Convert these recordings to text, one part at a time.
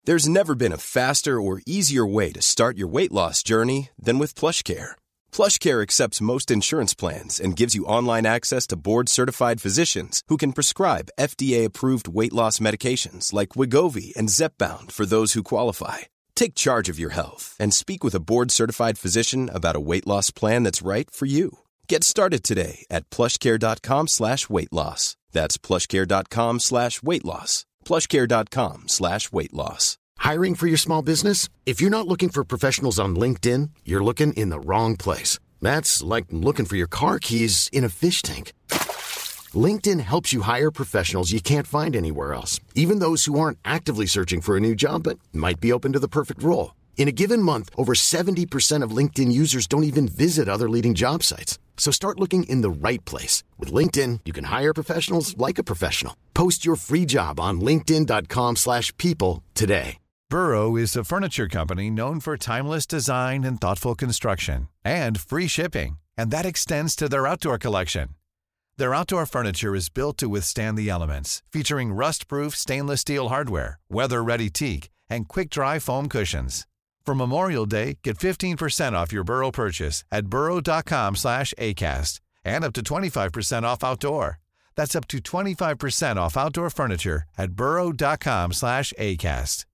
There's never been a faster or easier way to start your weight loss journey than with PlushCare. PlushCare accepts most insurance plans and gives you online access to board-certified physicians who can prescribe FDA-approved weight loss medications like Wegovy and Zepbound for those who qualify. Take charge of your health and speak with a board-certified physician about a weight loss plan that's right for you. Get started today at plushcare.com/weightloss. That's plushcare.com/weightloss. plushcare.com/weightloss. Hiring for your small business? If you're not looking for professionals on LinkedIn, you're looking in the wrong place. That's like looking for your car keys in a fish tank. LinkedIn helps you hire professionals you can't find anywhere else, even those who aren't actively searching for a new job but might be open to the perfect role. In a given month, over 70% of LinkedIn users don't even visit other leading job sites. So start looking in the right place. With LinkedIn, you can hire professionals like a professional. Post your free job on linkedin.com/people today. Burrow is a furniture company known for timeless design and thoughtful construction, and free shipping, and that extends to their outdoor collection. Their outdoor furniture is built to withstand the elements, featuring rust-proof stainless steel hardware, weather-ready teak, and quick-dry foam cushions. For Memorial Day, get 15% off your Burrow purchase at burrow.com/acast, and up to 25% off outdoor. That's up to 25% off outdoor furniture at burrow.com/acast.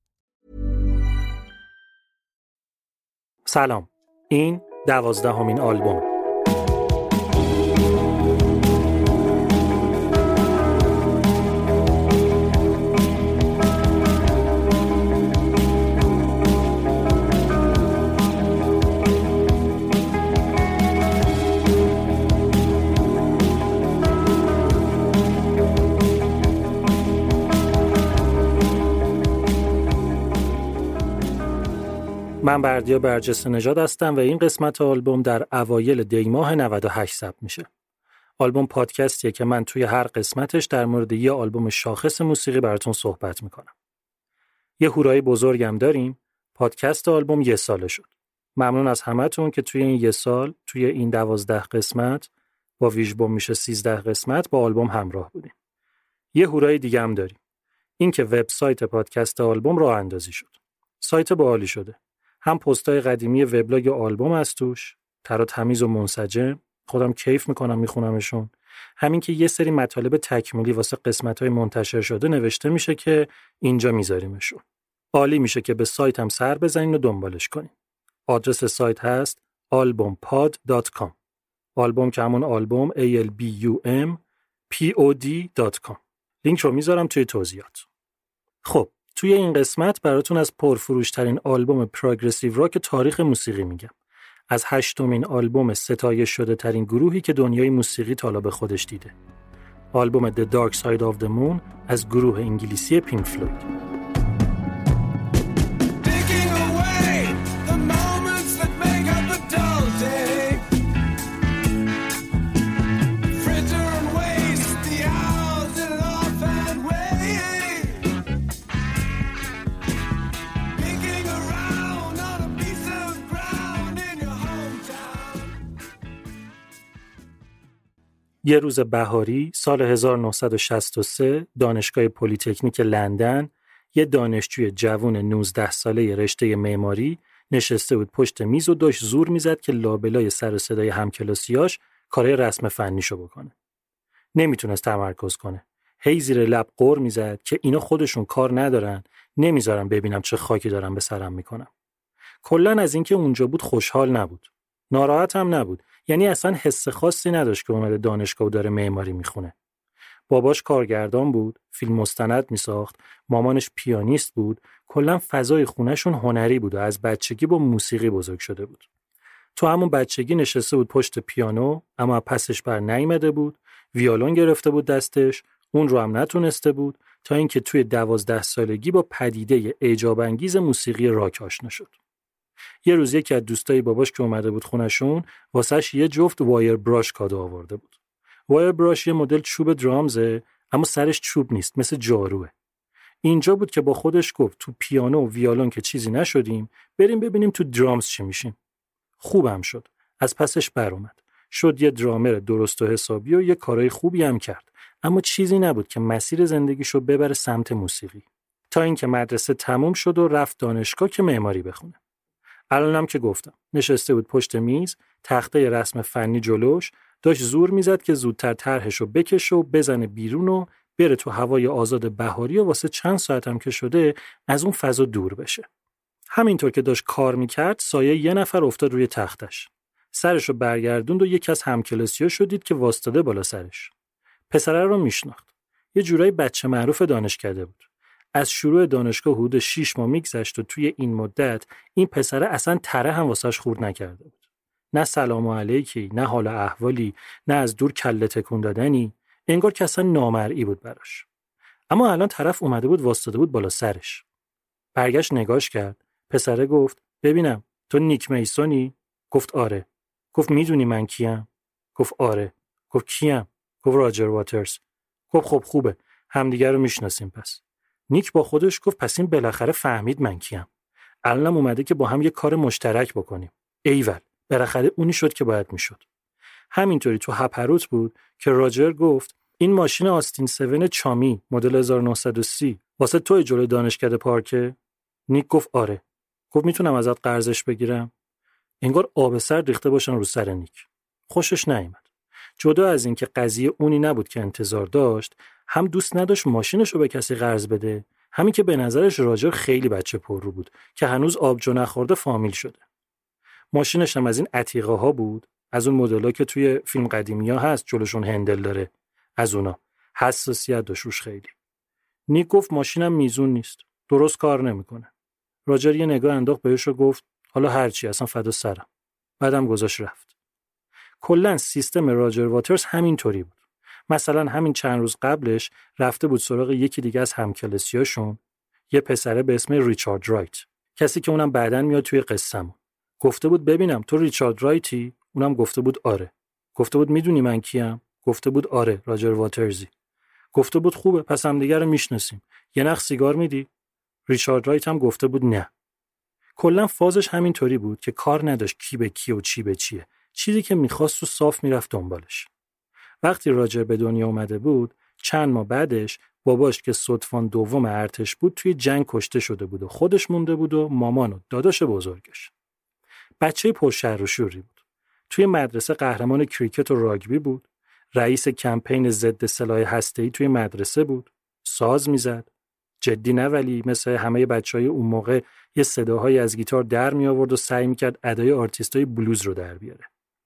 سلام. این 12مین آلبوم. من بردیا برجسته نژاد هستم و این قسمت آلبوم در اوایل دی ماه 98 ثبت میشه. آلبوم پادکستیه که من توی هر قسمتش در مورد یه آلبوم شاخص موسیقی براتون صحبت میکنم. یه هورای بزرگم داریم. پادکست آلبوم 1 ساله شد. ممنون از همتون که توی این 1 سال توی این 12 قسمت با ویژبوم میشه 13 قسمت با آلبوم همراه بودیم. یه هورای دیگه هم داریم. این که وبسایت پادکست آلبوم راه اندازی شد. سایت باحالی شده. هم پستای قدیمی وبلاگ آلبوم از توش، تر و تمیز و منسجم، خودم کیف میکنم میخونمشون. همین که یه سری مطالب تکمیلی واسه قسمت‌های منتشر شده نوشته میشه که اینجا میذاریمشون. عالی میشه که به سایتم سر بزنین و دنبالش کنین. آدرس سایت هست albumpod.com. آلبوم که همون آلبوم albumpod.com. لینک رو میذارم توی توضیحات. خب توی این قسمت براتون از پرفروشترین آلبوم پروگرسیو راک تاریخ موسیقی میگم. از 8مین آلبوم ستایش شده ترین گروهی که دنیای موسیقی تا حالا به خودش دیده. آلبوم The Dark Side of the Moon از گروه انگلیسی پینک فلوید. یه روز بهاری سال 1963 دانشگاه پلی‌تکنیک لندن یه دانشجوی جوان 19 ساله رشته معماری نشسته بود پشت میز و داشت زور میزد که لابلای سر و صدای همکلاسیاش کارهای رسم فنیشو بکنه. نمیتونست تمرکز کنه. هی زیر لب غر میزد که اینا خودشون کار ندارن، نمیذارن ببینم چه خاکی دارن به سرم میکنم. کلاً از اینکه اونجا بود خوشحال نبود. ناراحت هم نبود. یعنی اصلا حس خاصی نداشت که اومده دانشگاه و داره معماری میخونه. باباش کارگردان بود، فیلم مستند میساخت، مامانش پیانیست بود، کلا فضای خونه‌شون هنری بود و از بچگی با موسیقی بزرگ شده بود. تو همون بچگی نشسته بود پشت پیانو، اما پسش بر نیامده بود، ویولون گرفته بود دستش، اون رو هم نتونسته بود تا اینکه توی 12 سالگی با پدیده اعجاب انگیز موسیقی راک آشنا شد. یه روز یکی از دوستای باباش که اومده بود خونه‌شون واسش یه جفت وایر براش کادو آورده بود. وایر براش یه مدل چوب درامزه اما سرش چوب نیست، مثل جاروه. اینجا بود که با خودش گفت تو پیانو و ویولون که چیزی نشدیم، بریم ببینیم تو درامز چی میشیم. خوبم شد. از پسش بر اومد. شد یه درامر درست و حسابی و یه کارای خوبی هم کرد. اما چیزی نبود که مسیر زندگیشو ببره سمت موسیقی. تا اینکه مدرسه تموم شد و رفت دانشگاه که معماری بخونه. الانم که گفتم نشسته بود پشت میز، تخته رسم فنی جلوش، داشت زور میزد که زودتر طرحشو بکشه و بزنه بیرون و بره تو هوای آزاد بهاری و واسه چند ساعت هم که شده از اون فضا دور بشه. همینطور که داشت کار میکرد سایه یه نفر افتاد روی تختش. سرشو برگردوند و یکی از همکلاسی‌هاش دید که واسطاده بالا سرش. پسره رو میشناخت. یه جورایی بچه معروف دانشکده بود. از شروع دانشگاه حدود 6 ماه میگذشت و توی این مدت این پسره اصلا تره هم واسش خورد نکرده بود. نه سلام علیکی، نه حال احوالی، نه از دور کله تکون دادنی، انگار که اصلا نامرئی بود براش. اما الان طرف اومده بود واسطاده بود بالا سرش. برگشت نگاش کرد. پسره گفت ببینم تو نیک میسونی؟ گفت آره. گفت میدونی من کیم؟ گفت آره. گفت کیم؟ گفت راجر واترز. گفت خب خوبه، همدیگر رو میشناسیم پس. نیک با خودش گفت پس این بالاخره فهمید من کیم. الانم اومده که با هم یه کار مشترک بکنیم. ایول، بالاخره اونی شد که باید میشد. همینطوری تو هپروت بود که راجر گفت این ماشین آستین 7 چامی مدل 1930 واسه توی جلوی دانشکده پارکه؟ نیک گفت آره. گفت میتونم ازت قرضش بگیرم؟ انگار آب سر ریخته باشن رو سر نیک. خوشش نیامد. جدا از این که قضیه اونی نبود که انتظار داشت، هم دوست نداشت ماشینشو به کسی قرض بده، همین که به نظرش راجر خیلی بچه پررو بود که هنوز آبجو نخورده فامیل شده. ماشینش هم از این عتیقه ها بود، از اون مدل‌ها که توی فیلم قدیمی‌ها هست جلوشون هندل داره، از اونا. حساسیت داشت روش خیلی. نیک گفت ماشینم میزون نیست، درست کار نمیکنه. راجر یه نگاه انداخت بهش و گفت حالا هرچی، اصلا فدا سرم. بعدم گذاشت رفت. کلاً سیستم راجر واترز همینطوری بود. مثلا همین چند روز قبلش رفته بود سراغ یکی دیگه از همکلاسیاشون، یه پسره به اسم ریچارد رایت، کسی که اونم بعداً میاد توی قصه‌مون. گفته بود ببینم تو ریچارد رایتی؟ اونم گفته بود آره. گفته بود میدونی من کیم؟ گفته بود آره، راجر واترزی. گفته بود خوبه، پس هم دیگه رو میشناسیم. یه نخ سیگار میدی؟ ریچارد رایت هم گفته بود نه. کلا فازش همینطوری بود که کار نداشت کی به کی و چی به چیه. چیزی که میخواست و صاف میرفت دنبالش. وقتی راجر به دنیا اومده بود، چند ماه بعدش باباش که صدفان دوم ارتش بود توی جنگ کشته شده بود و خودش مونده بود و مامان و داداش بزرگش. بچه پرشر و شوری بود. توی مدرسه قهرمان کریکت و راگبی بود. رئیس کمپین ضد سلاح هسته‌ای توی مدرسه بود. ساز میزد. جدی نه ولی مثل همه بچهای اون موقع یه صداهایی از گیتار در می آورد و سعی میکرد ادای آرتیستای بلوز رو در بیاره.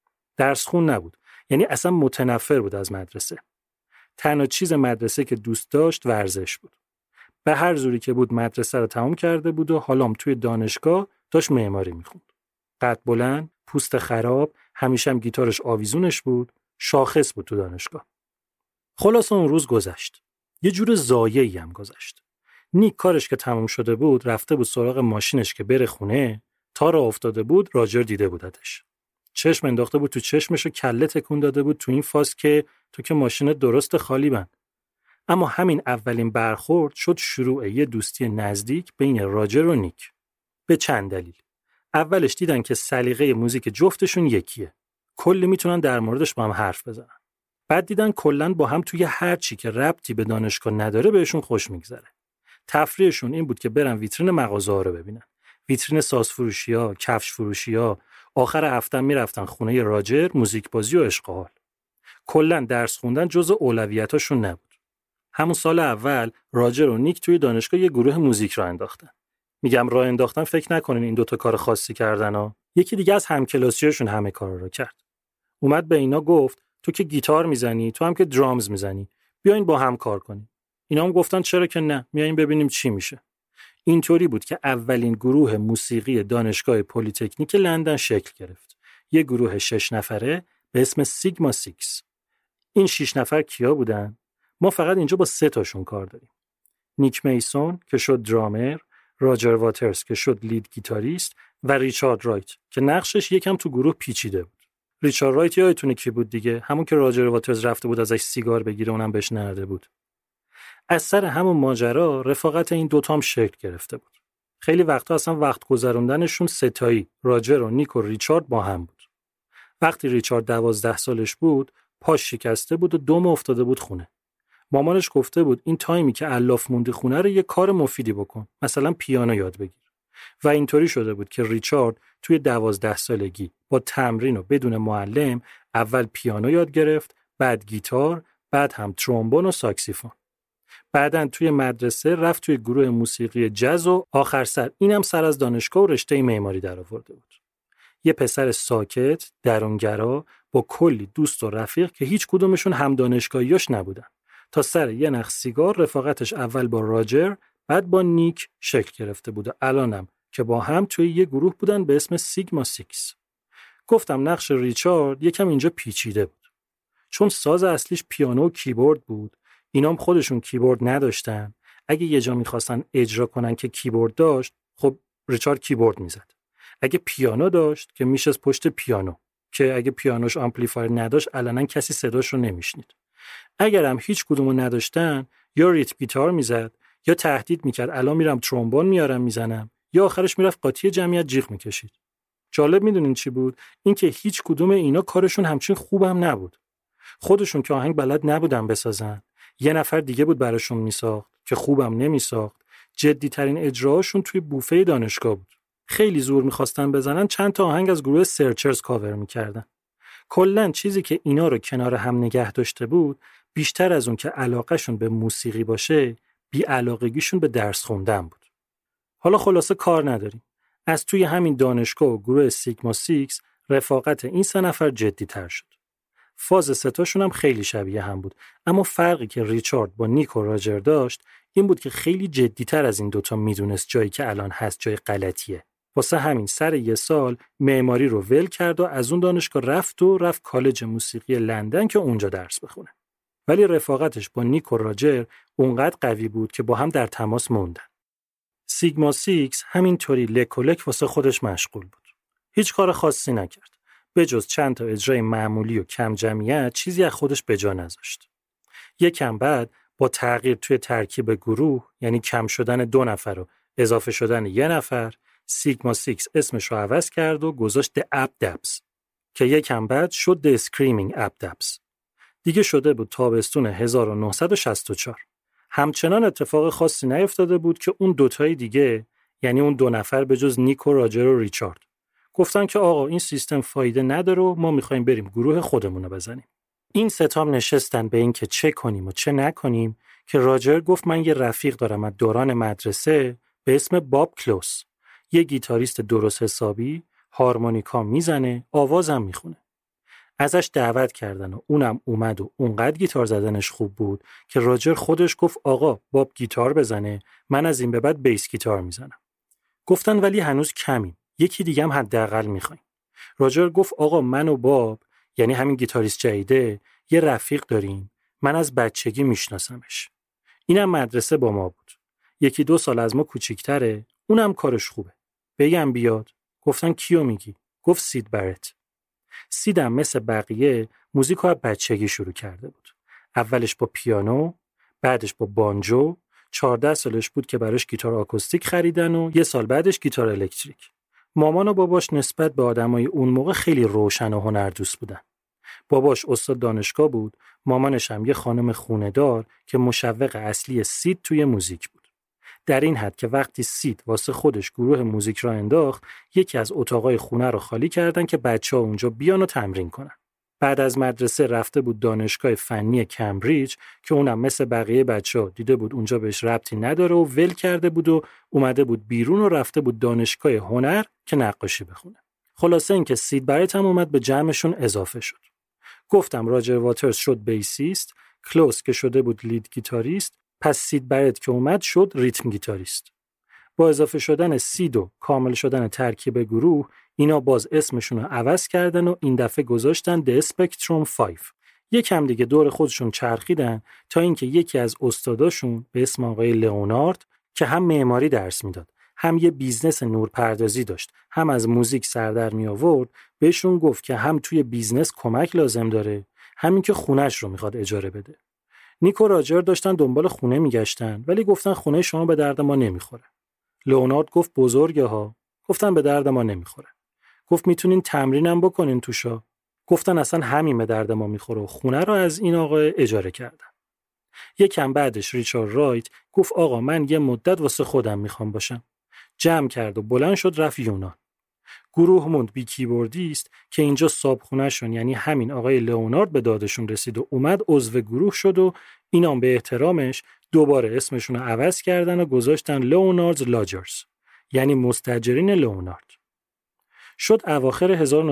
درس خون نبود. یعنی اصلا متنفر بود از مدرسه. تنها چیز مدرسه که دوست داشت ورزش بود. به هر زوری که بود مدرسه رو تمام کرده بود و حالا توی دانشگاه داشت معماری میخوند. قد بلند، پوست خراب، همیشه هم گیتارش آویزونش بود، شاخص بود تو دانشگاه. خلاص اون روز گذشت. یه جور ضایعی هم گذشت. نیک کارش که تمام شده بود رفته بود سراغ ماشینش که بره خونه. تا راه افتاده بود راجر دیده بودتش. چشم انداخته بود تو چشمش و کله تکون داده بود تو این فاز که تو که ماشین درست خالی بند. اما همین اولین برخورد شد شروع یه دوستی نزدیک بین راجر و نیک. به چند دلیل. اولش دیدن که سلیقه موزیک جفتشون یکیه. کلی میتونن در موردش با هم حرف بزنن. بعد دیدن کلاً با هم توی هر چی که ربطی به دانشگاه نداره بهشون خوش میگذره. تفریحشون این بود که برن ویترین مغازه‌ها رو ببینن. ویترین سازفروشی‌ها، کفش فروشی‌ها. آخر هفته میرفتن خونه راجر، موزیک بازی و اشغال. کلاً درس خوندن جزء اولویتاشون نبود. همون سال اول راجر و نیک توی دانشگاه یه گروه موزیک را انداختن. میگم راه انداختن فکر نکنین این دوتا کار خاصی کردن ها. یکی دیگه از همکلاسیاشون همه کارا رو کرد. اومد به اینا گفت تو که گیتار میزنی، تو هم که درامز میزنی، بیاین با هم کار کنیم. اینا هم گفتن چرا که نه، میایم ببینیم چی میشه. اینطوری بود که اولین گروه موسیقی دانشگاه پلی‌تکنیک لندن شکل گرفت. یه گروه 6 نفره به اسم سیگما 6. این 6 نفر کیا بودن؟ ما فقط اینجا با 3 تاشون کار داریم. نیک میسون که شد درامر، راجر واترز که شد لید گیتاریست و ریچارد رایت که نقشش یکم تو گروه پیچیده بود. ریچارد رایت یادتونه کی بود دیگه؟ همون که راجر واترز رفته بود ازش سیگار بگیره اونم بهش نرده بود. از سر همون ماجرا رفاقت این دوتا هم شکل گرفته بود. خیلی وقتا اصلا وقت گذروندنشون ستایی، راجر و نیک و ریچارد با هم بود. وقتی ریچارد 12 سالش بود، پاش شکسته بود و دم افتاده بود خونه. مامانش گفته بود این تایمی که الاف موندی خونه رو یه کار مفیدی بکن، مثلا پیانو یاد بگیر. و اینطوری شده بود که ریچارد توی 12 سالگی با تمرین و بدون معلم اول پیانو یاد گرفت، بعد گیتار، بعد هم ترومبون و ساکسیفون. بعدن توی مدرسه رفت توی گروه موسیقی جاز و آخر سر اینم سر از دانشگاه و رشته معماری درآورده بود. یه پسر ساکت، درونگرا، با کلی دوست و رفیق که هیچ کدومشون هم دانشگاهیاش نبودن. تا سر یه نخ سیگار رفاقتش اول با راجر، بعد با نیک شکل گرفته بود و الانم که با هم توی یه گروه بودن به اسم سیگما سیکس. گفتم نقش ریچارد یکم اینجا پیچیده بود. چون ساز اصلیش پیانو و کیبورد بود، اینام خودشون کیبورد نداشتن. اگه یه جا می‌خواستن اجرا کنن که کیبورد داشت، خب ریچارد کیبورد میزد. اگه پیانو داشت که میشست پشت پیانو، که اگه پیانوش آمپلیفایر نداشت علنا کسی صداش رو نمیشنید. اگرم هیچ کدومو نداشتن، یا ریتم گیتار میزد، یا تهدید میکرد الان میرم ترومبون میارم میزنم، یا آخرش میرفت قاطی جمعیت جیغ میکشید. جالب میدونین چی بود؟ اینکه هیچ کدوم اینا کارشون همچین خوبم نبود. خودشون که آهنگ بلد نبودن بسازن، یه نفر دیگه بود براشون میساخت که خوبم نمیساخت. جدی ترین اجراهاشون توی بوفه دانشگاه بود. خیلی زور میخواستن بزنن، چند تا آهنگ از گروه سرچرز کاور میکردن. کلاً چیزی که اینا رو کنار هم نگه داشته بود، بیشتر از اون که علاقهشون به موسیقی باشه، بی‌علاقگیشون به درس خوندن بود. حالا خلاصه کار نداریم. از توی همین دانشگاه و گروه سیگما سیکس رفاقت این 3 نفر جدی تر شد. فاز ستاشون هم خیلی شبیه هم بود، اما فرقی که ریچارد با نیک و راجر داشت این بود که خیلی جدی‌تر از این دوتا میدونست جایی که الان هست جای غلطیه. واسه همین سر یه سال معماری رو ول کرد و از اون دانشگاه رفت کالج موسیقی لندن که اونجا درس بخونه. ولی رفاقتش با نیک و راجر اونقدر قوی بود که با هم در تماس موندن. سیگما سیکس همینطوری لک و لک واسه خودش مشغول بود. هیچ کار خاصی نکرد. به جز چند تا اجرای معمولی و کم جمعیت چیزی از خودش به جا نذاشت. یکم بعد با تغییر توی ترکیب گروه، یعنی کم شدن 2 نفر و اضافه شدن 1 نفر، سیگما سیکس اسمش رو عوض کرد و گذاشت The Up-Dabs که یکم بعد شد The Screaming Up-Dabs. دیگه شده بود تابستون 1964. همچنان اتفاق خاصی نیفتاده بود که اون دوتای دیگه، یعنی اون 2 نفر به جز نیک و راجر و ریچارد، گفتن که آقا این سیستم فایده نداره و ما میخوایم بریم گروه خودمون رو بزنیم. این ستام نشستن به این که چه کنیم و چه نکنیم که راجر گفت من یه رفیق دارم از دوران مدرسه به اسم باب کلوس، یه گیتاریست درست حسابی، هارمونیکا میزنه، آوازم میخونه. ازش دعوت کردن و اونم اومد و اونقدر گیتار زدنش خوب بود که راجر خودش گفت آقا باب گیتار بزنه، من از این به بعد بیس گیتار میزنم. گفتن ولی هنوز کمیم، یکی دیگه هم حداقل میخوایم. راجر گفت آقا من و باب، یعنی همین گیتاریست جدیده، یه رفیق داریم، من از بچگی میشناسمش. اینم مدرسه با ما بود. 1-2 سال از ما کوچیک‌تره، اونم کارش خوبه. بگم بیاد؟ گفتن کیو میگی؟ گفت سید برت. سیدم مثل بقیه موزیکو از بچگی شروع کرده بود. اولش با پیانو، بعدش با بانجو، 14 سالش بود که براش گیتار آکوستیک خریدن و 1 سال بعدش گیتار الکتریک. مامان و باباش نسبت به آدمای اون موقع خیلی روشن و هنردوست بودن. باباش استاد دانشگاه بود، مامانش هم یه خانم خونه‌دار که مشوق اصلی سید توی موزیک بود. در این حد که وقتی سید واسه خودش گروه موزیک را انداخت، یکی از اتاقای خونه رو خالی کردن که بچه‌ها اونجا بیان و تمرین کنن. بعد از مدرسه رفته بود دانشگاه فنی کمبریج که اونم مثل بقیه بچه‌ها دیده بود اونجا بهش ربطی نداره و ول کرده بود و اومده بود بیرون و رفته بود دانشگاه هنر که نقاشی بخونه. خلاصه اینکه سید برت هم اومد به جمعشون اضافه شد. گفتم راجر واترز شد بیسیست، کلوس که شده بود لید گیتاریست، پس سید برت که اومد شد ریتم گیتاریست. با اضافه شدن سید و کامل شدن ترکیب گروه، اینا باز اسمشون رو عوض کردن و این دفعه گذاشتن The Spectrum 5. یکم دیگه دور خودشون چرخیدن تا اینکه یکی از استاداشون به اسم آقای لئونارد که هم معماری درس میداد، هم یه بیزنس نورپردازی داشت، هم از موزیک سردر می آورد، بهشون گفت که هم توی بیزنس کمک لازم داره، همین که خونه‌اش رو میخواد اجاره بده. نیک و راجر داشتن دنبال خونه میگشتن، ولی گفتن خونه شما به درد ما نمیخوره. لئونارد گفت بزرگه ها. گفتن به درد ما نمیخوره. گفت میتونین تمرینم بکنین توشا. گفتن اصلا همین به درد ما میخوره و خونه رو از این آقا اجاره کردن. یکم بعدش ریچارد رایت گفت آقا من یه مدت واسه خودم میخوام باشم. جمع کرد و بلند شد رفت یونان. گروه موند بی کیبوردیست که اینجا صابخونه‌شون یعنی همین آقای لئونارد به دادشون رسید و اومد عضو گروه شد و اینام به احترامش دوباره اسمشون رو عوض کردن و گذاشتن لئوناردز لاجرز یعنی مستاجرین لئونارد. شد اواخر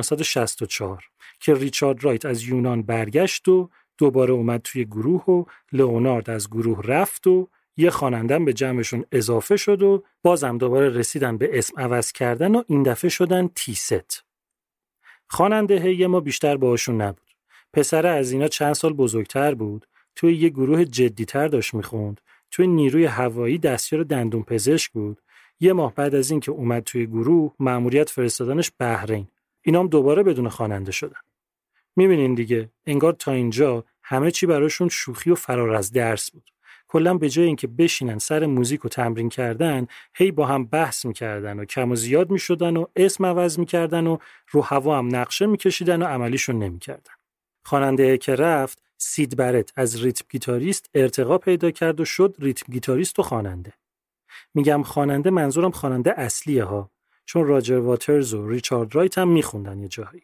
1964 که ریچارد رایت از یونان برگشت و دوباره اومد توی گروه و لئونارد از گروه رفت و یه خواننده به جمعشون اضافه شد و بازم دوباره رسیدن به اسم عوض کردن و این دفعه شدن تیست. خواننده یه ما بیشتر باهاشون نبود. پسره از اینا چند سال بزرگتر بود، توی یه گروه جدی‌تر داشت میخوند، توی نیروی هوایی دستیار دندون پزشک بود. یه ماه بعد از این که اومد توی گروه مأموریت فرستادنش بحرین. اینام دوباره بدون خواننده شدن. میبینین دیگه، انگار تا اینجا همه چی براشون شوخی و فرار از درس بود. کلا به جای اینکه بشینن سر موزیک و تمرین کردن، هی با هم بحث میکردن و کم و زیاد میشدن و اسم عوض میکردن و رو هوا هم نقشه میکشیدن و عملیشون نمیکردن. خواننده که رفت، سید برت از ریتم گیتاریست ارتقا پیدا کرد و شد ریتم گیتاریست و خواننده. میگم خواننده، منظورم خواننده اصلیه ها، چون راجر واترز و ریچارد رایت هم میخوندن یه جایی.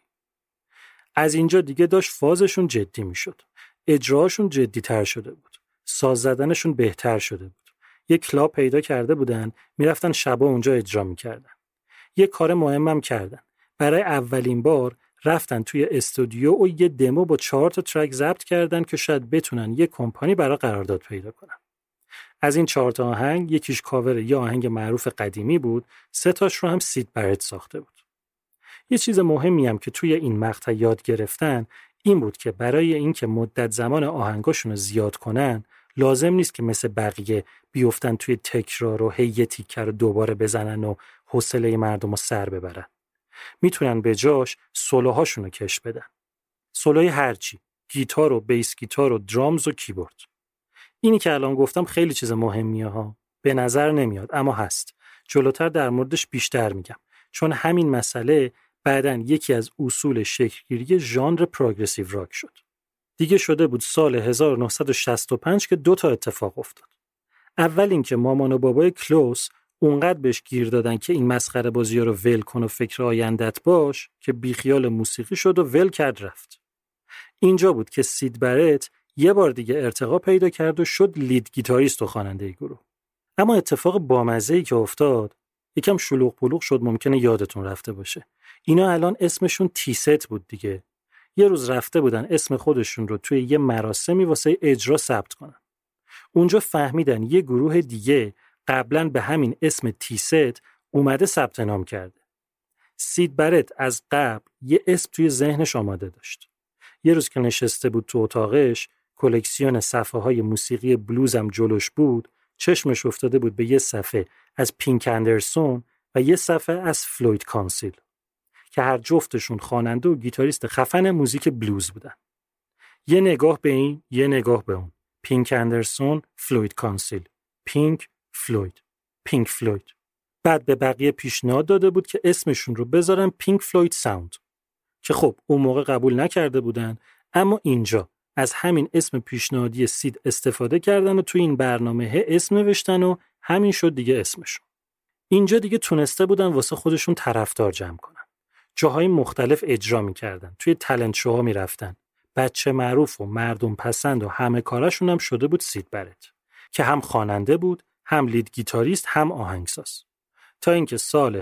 از اینجا دیگه داشت فازشون جدی میشد. اجراهاشون جدی تر شده بود. ساز زدنشون بهتر شده بود. یه کلاب پیدا کرده بودن، میرفتن شبا اونجا اجرا میکردن. یه کار مهمم کردن. برای اولین بار رفتن توی استودیو و یه دمو با 4 تا ترک ضبط کردن که شاید بتونن یه کمپانی برای قرارداد پیدا کنن. از این 4 تا آهنگ یکیش کاور یه آهنگ معروف قدیمی بود، 3 تاش رو هم سید برت ساخته بود. یه چیز مهمی هم که توی این مقطع یاد گرفتن این بود که برای اینکه مدت زمان آهنگاشون رو زیاد کنن لازم نیست که مثل بقیه بیفتن توی تکرار و هی یه تیکه رو دوباره بزنن و حوصله مردم رو سر ببرن. میتونن به جاش سولوهاشون رو کش بدن. سولوی هرچی، گیتار و بیس گیتار و درامز و کیبورد. اینی که الان گفتم خیلی چیز مهمیه ها. به نظر نمیاد اما هست. جلوتر در موردش بیشتر میگم. چون همین مسئله بعدن یکی از اصول شکلگیری ژانر پروگرسیو راک شد. دیگه شده بود سال 1965 که 2 تا اتفاق افتاد. اول اینکه مامان و بابای کلوس اونقدر بهش گیر دادن که این مسخره بازی‌ها رو ول کن و فکر آیندت باش که بیخیال موسیقی شد و ول کرد رفت. اینجا بود که سید برت یه بار دیگه ارتقا پیدا کرد و شد لید گیتاریست و خواننده گروه. اما اتفاق بامزه‌ای که افتاد، یکم شلوغ پلوغ شد، ممکنه یادتون رفته باشه. اینا الان اسمشون تیست بود دیگه. یه روز رفته بودن اسم خودشون رو توی یه مراسمی واسه اجرا ثبت کنن. اونجا فهمیدن یه گروه دیگه قبلاً به همین اسم تیست اومده ثبت نام کرده. سید برت از قبل یه اسم توی ذهنش آماده داشت. یه روز که نشسته بود تو اتاقش، کلکسیون صفحه‌های موسیقی بلوزم جلوش بود، چشمش افتاده بود به یه صفحه از پینک اندرسون و یه صفحه از فلوید کانسیل که هر جفتشون خواننده و گیتاریست خفن موزیک بلوز بودن. یه نگاه به این، یه نگاه به اون. پینک اندرسون، فلوید کانسیل. پینک، فلوید. پینک فلوید. بعد به بقیه پیشنهاد داده بود که اسمشون رو بذارن پینک فلوید ساوند. که خب اون موقع قبول نکرده بودن، اما اینجا از همین اسم پیشنهادی سید استفاده کردن و توی این برنامه اسم نوشتن و همین شد دیگه اسمشون. اینجا دیگه تونسته بودن واسه خودشون طرفدار جمع کنن. جاهای مختلف اجرا می‌کردن، توی تالنت شوها می‌رفتن. بچه معروف و مردم پسند و همه کاراشون هم شده بود سید برت که هم خواننده بود، هم لید گیتاریست، هم آهنگساز. تا اینکه سال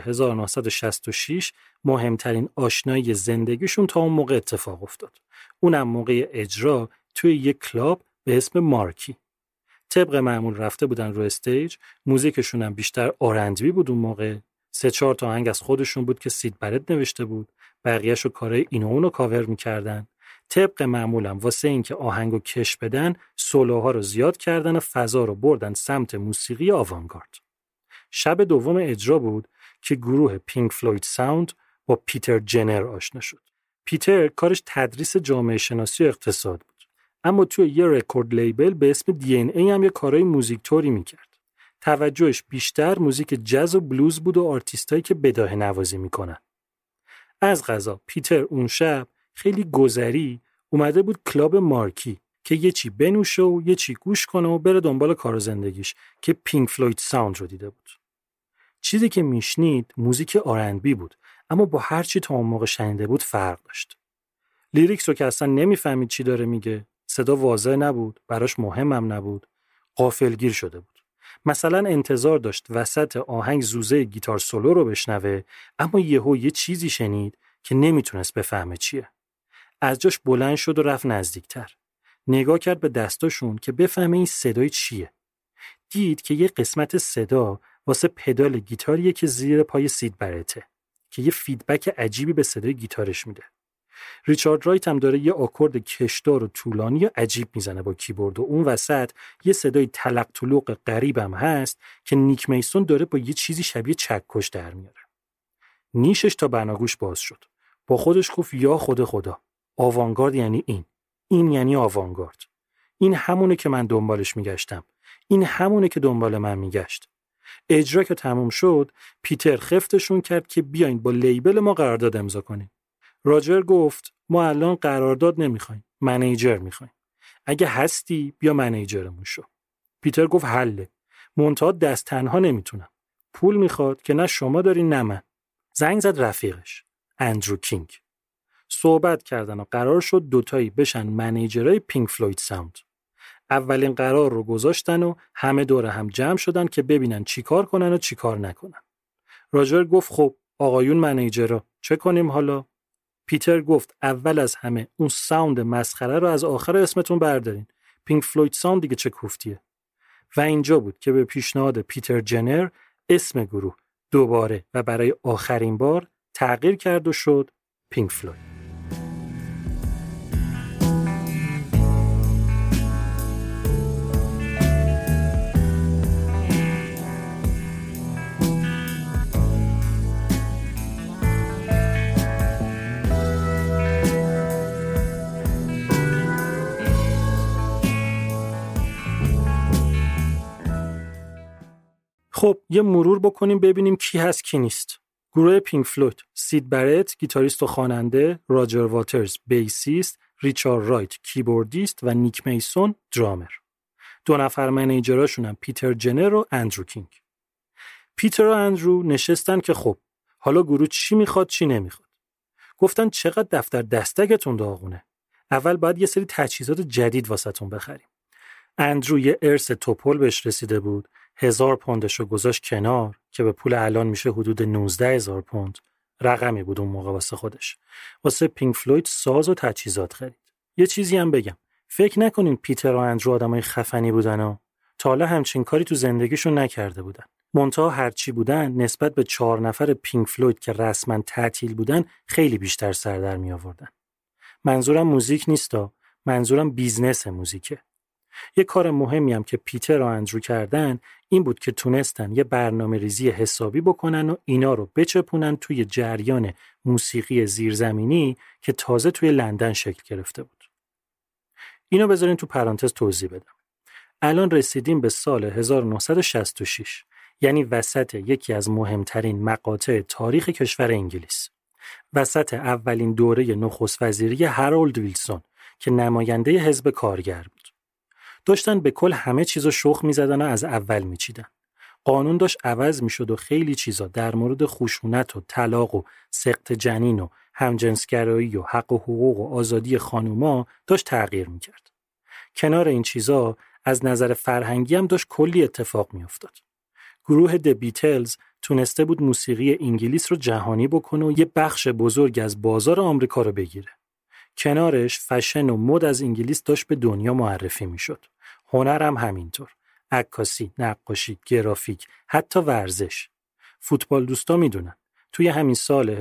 1966 مهمترین آشنایی زندگیشون تا اون موقع اتفاق افتاد. اونم موقع اجرا توی یک کلاب به اسم مارکی. طبق معمول رفته بودن رو استیج، موزیکشون هم بیشتر آرندبی بود اون موقع. 3-4 تا آهنگ از خودشون بود که سید برت نوشته بود، بقیه‌شو کارهای این و اونو کاور می‌کردن. طبق معمولم واسه اینکه آهنگو کش بدن، سولوها رو زیاد کردن و فضا رو بردن سمت موسیقی آوانگارد. شب دوم اجرا بود که گروه پینک فلوید ساوند با پیتر جنر آشنا شد. پیتر کارش تدریس جامعه شناسی و اقتصاد بود، اما توی یه رکورد لیبل به اسم DNA هم یه کارهای موزیک توری میکرد. توجهش بیشتر موزیک جاز و بلوز بود و آرتیستایی که بداهه نوازی میکنن. از قضا پیتر اون شب خیلی گذری اومده بود کلاب مارکی که یه چی بنوشه و یه چی گوش کنه و بره دنبال کار زندگیش که پینک فلوید ساوند رو دیده بود. چیزی که میشنید موزیک R&B بود، اما با هر چی تا اون موقع شنیده بود فرق داشت. لیریکس رو که اصلا نمیفهمید چی داره میگه، صدا واضح نبود، براش مهمم نبود، غافلگیر شده بود. مثلا انتظار داشت وسط آهنگ زوزه گیتار سولو رو بشنوه، اما یهو یه چیزی شنید که نمیتونست بفهمه چیه. از جاش بلند شد و رفت نزدیکتر. نگاه کرد به دستاشون که بفهمه این صدای چیه. دید که یه قسمت صدا واسه پدال گیتاریه که زیر پای سید برته که یه فیدبک عجیبی به صدای گیتارش میده. ریچارد رایت هم داره یه آکورد کشدار و طولانی و عجیب میزنه با کیبورد و اون وسط یه صدای تلق طلوق غریبم هست که نیک میسون داره با یه چیزی شبیه چکش در میاره. نیشش تا بناگوش باز شد. با خودش گفت یا خدا، آوانگارد یعنی این یعنی آوانگارد. این همونه که من دنبالش میگشتم. این همونه که دنبال من میگشت. اجرا که تموم شد، پیتر خفتشون کرد که بیاین با لیبل ما قرارداد امضا کنیم. راجر گفت ما الان قرارداد نمیخوایم، منیجر میخوایم. اگه هستی بیا منیجرمون شو. پیتر گفت حله. منتها دست تنها نمیتونم. پول میخواد که نه شما دارین نه من. زنگ زد رفیقش اندرو کینگ. صحبت کردن و قرار شد دوتایی بشن منیجرای پینک فلوید ساوند. اولین قرار رو گذاشتن و همه دور هم جمع شدن که ببینن چی کار کنن و چی کار نکنن. راجر گفت خب آقایون منیجرها چه کنیم حالا؟ پیتر گفت اول از همه اون ساوند مسخره رو از آخر اسمتون بردارین. پینک فلوید ساوند دیگه چه کوفتیه. و اینجا بود که به پیشنهاد پیتر جنر اسم گروه دوباره و برای آخرین بار تغییر کرد و شد پینک فلوید. خب یه مرور بکنیم ببینیم کی هست کی نیست. گروه پینک فلوید: سید برت گیتاریست و خواننده، راجر واترز بیسیست، ریچارد رایت کیبوردیست و نیک میسون درامر. دو نفر منیجراشون هم پیتر جنر و اندرو کینگ. پیتر و اندرو نشستن که خب حالا گروه چی میخواد چی نمیخواد. گفتن چقدر دفتر دستگتون داغونه. اول باید یه سری تجهیزات جدید واسهتون بخریم. اندرو یه ارث توپل بهش رسیده بود. 1000 پوندشو گذاشت کنار که به پول الان میشه حدود 19000 پوند. رقمی بود اون موقع واسه خودش. واسه پینک فلوید ساز و تجهیزات خرید. یه چیزی هم بگم. فکر نکنین پیتر و اندرو آدمای خفنی بودن ها. تا حالا همچین کاری تو زندگیشون نکرده بودن. منتها هرچی بودن نسبت به 4 نفر پینک فلوید که رسما تعطیل بودن خیلی بیشتر سر در می آوردن. منظورم موزیک نیستا، منظورم بیزنس موزیکه. یه کار مهمی هم که پیتر و اندرو کردن این بود که تونستن یه برنامه ریزی حسابی بکنن و اینا رو بچپونن توی جریان موسیقی زیرزمینی که تازه توی لندن شکل گرفته بود. اینو بذارین تو پرانتز توضیح بدم. الان رسیدیم به سال 1966، یعنی وسط یکی از مهمترین مقاطع تاریخ کشور انگلیس. وسط اولین دوره نخست وزیری هارولد ویلسون که نماینده حزب کارگر بود. داشتن به کل همه چیزو شخ می‌زدن و از اول می‌چیدن. قانون داشت عوض می‌شد و خیلی چیزا در مورد خشونت و طلاق و سقط جنین و همجنسگرایی و حق و حقوق و آزادی خانوما داشت تغییر می‌کرد. کنار این چیزا از نظر فرهنگی هم داشت کلی اتفاق می‌افتاد. گروه د بیتلز تونسته بود موسیقی انگلیس رو جهانی بکنه و یه بخش بزرگ از بازار آمریکا رو بگیره. کنارش فشن و مد از انگلیس داشت به دنیا معرفی میشد. هنر هم همینطور. عکاسی، نقاشی، گرافیک، حتی ورزش. فوتبال دوستا میدونن. توی همین سال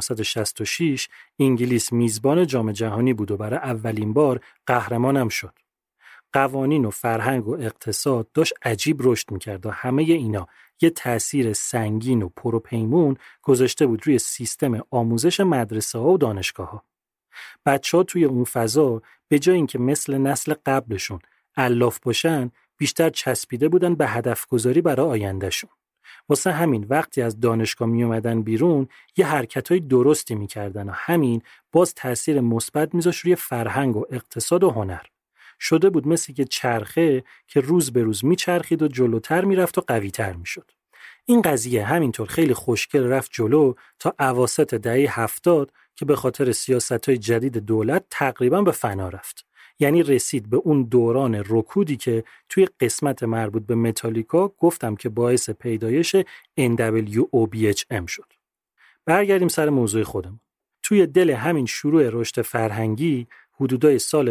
1966 انگلیس میزبان جام جهانی بود و برای اولین بار قهرمان هم شد. قوانین و فرهنگ و اقتصاد داشت عجیب رشد میکرد و همه اینا یه تأثیر سنگین و پروپیمون گذاشته بود روی سیستم آموزش مدرسه ها و دانشگاه ها. بچه‌ها توی اون فضا به جای اینکه مثل نسل قبلشون الاف باشن بیشتر چسبیده بودن به هدف گذاری برای آیندهشون. واسه همین وقتی از دانشگاه می اومدن بیرون یه حرکتای درستی میکردن و همین باز تأثیر مثبت میذاشت روی فرهنگ و اقتصاد و هنر. شده بود مثل یه چرخه که روز به روز میچرخید و جلوتر میرفت و قوی‌تر میشد. این قضیه همینطور خیلی خوشگل رفت جلو تا اواسط دهه 70 که به خاطر سیاست‌های جدید دولت تقریباً به فنا رفت. یعنی رسید به اون دوران رکودی که توی قسمت مربوط به متالیکا گفتم که باعث پیدایش NWOBHM شد. برگردیم سر موضوع خودمون. توی دل همین شروع رشد فرهنگی حدودای سال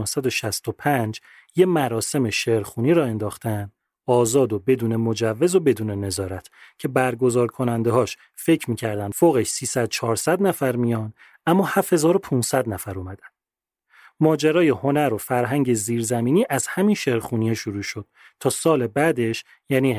1965 یه مراسم شعرخوانی را انداختن، آزاد و بدون مجوز و بدون نظارت، که برگزار کننده هاش فکر میکردن فوقش 300-400 نفر میان، اما 7500 نفر اومدن. ماجرای هنر و فرهنگ زیرزمینی از همین شعرخوانی شروع شد تا سال بعدش، یعنی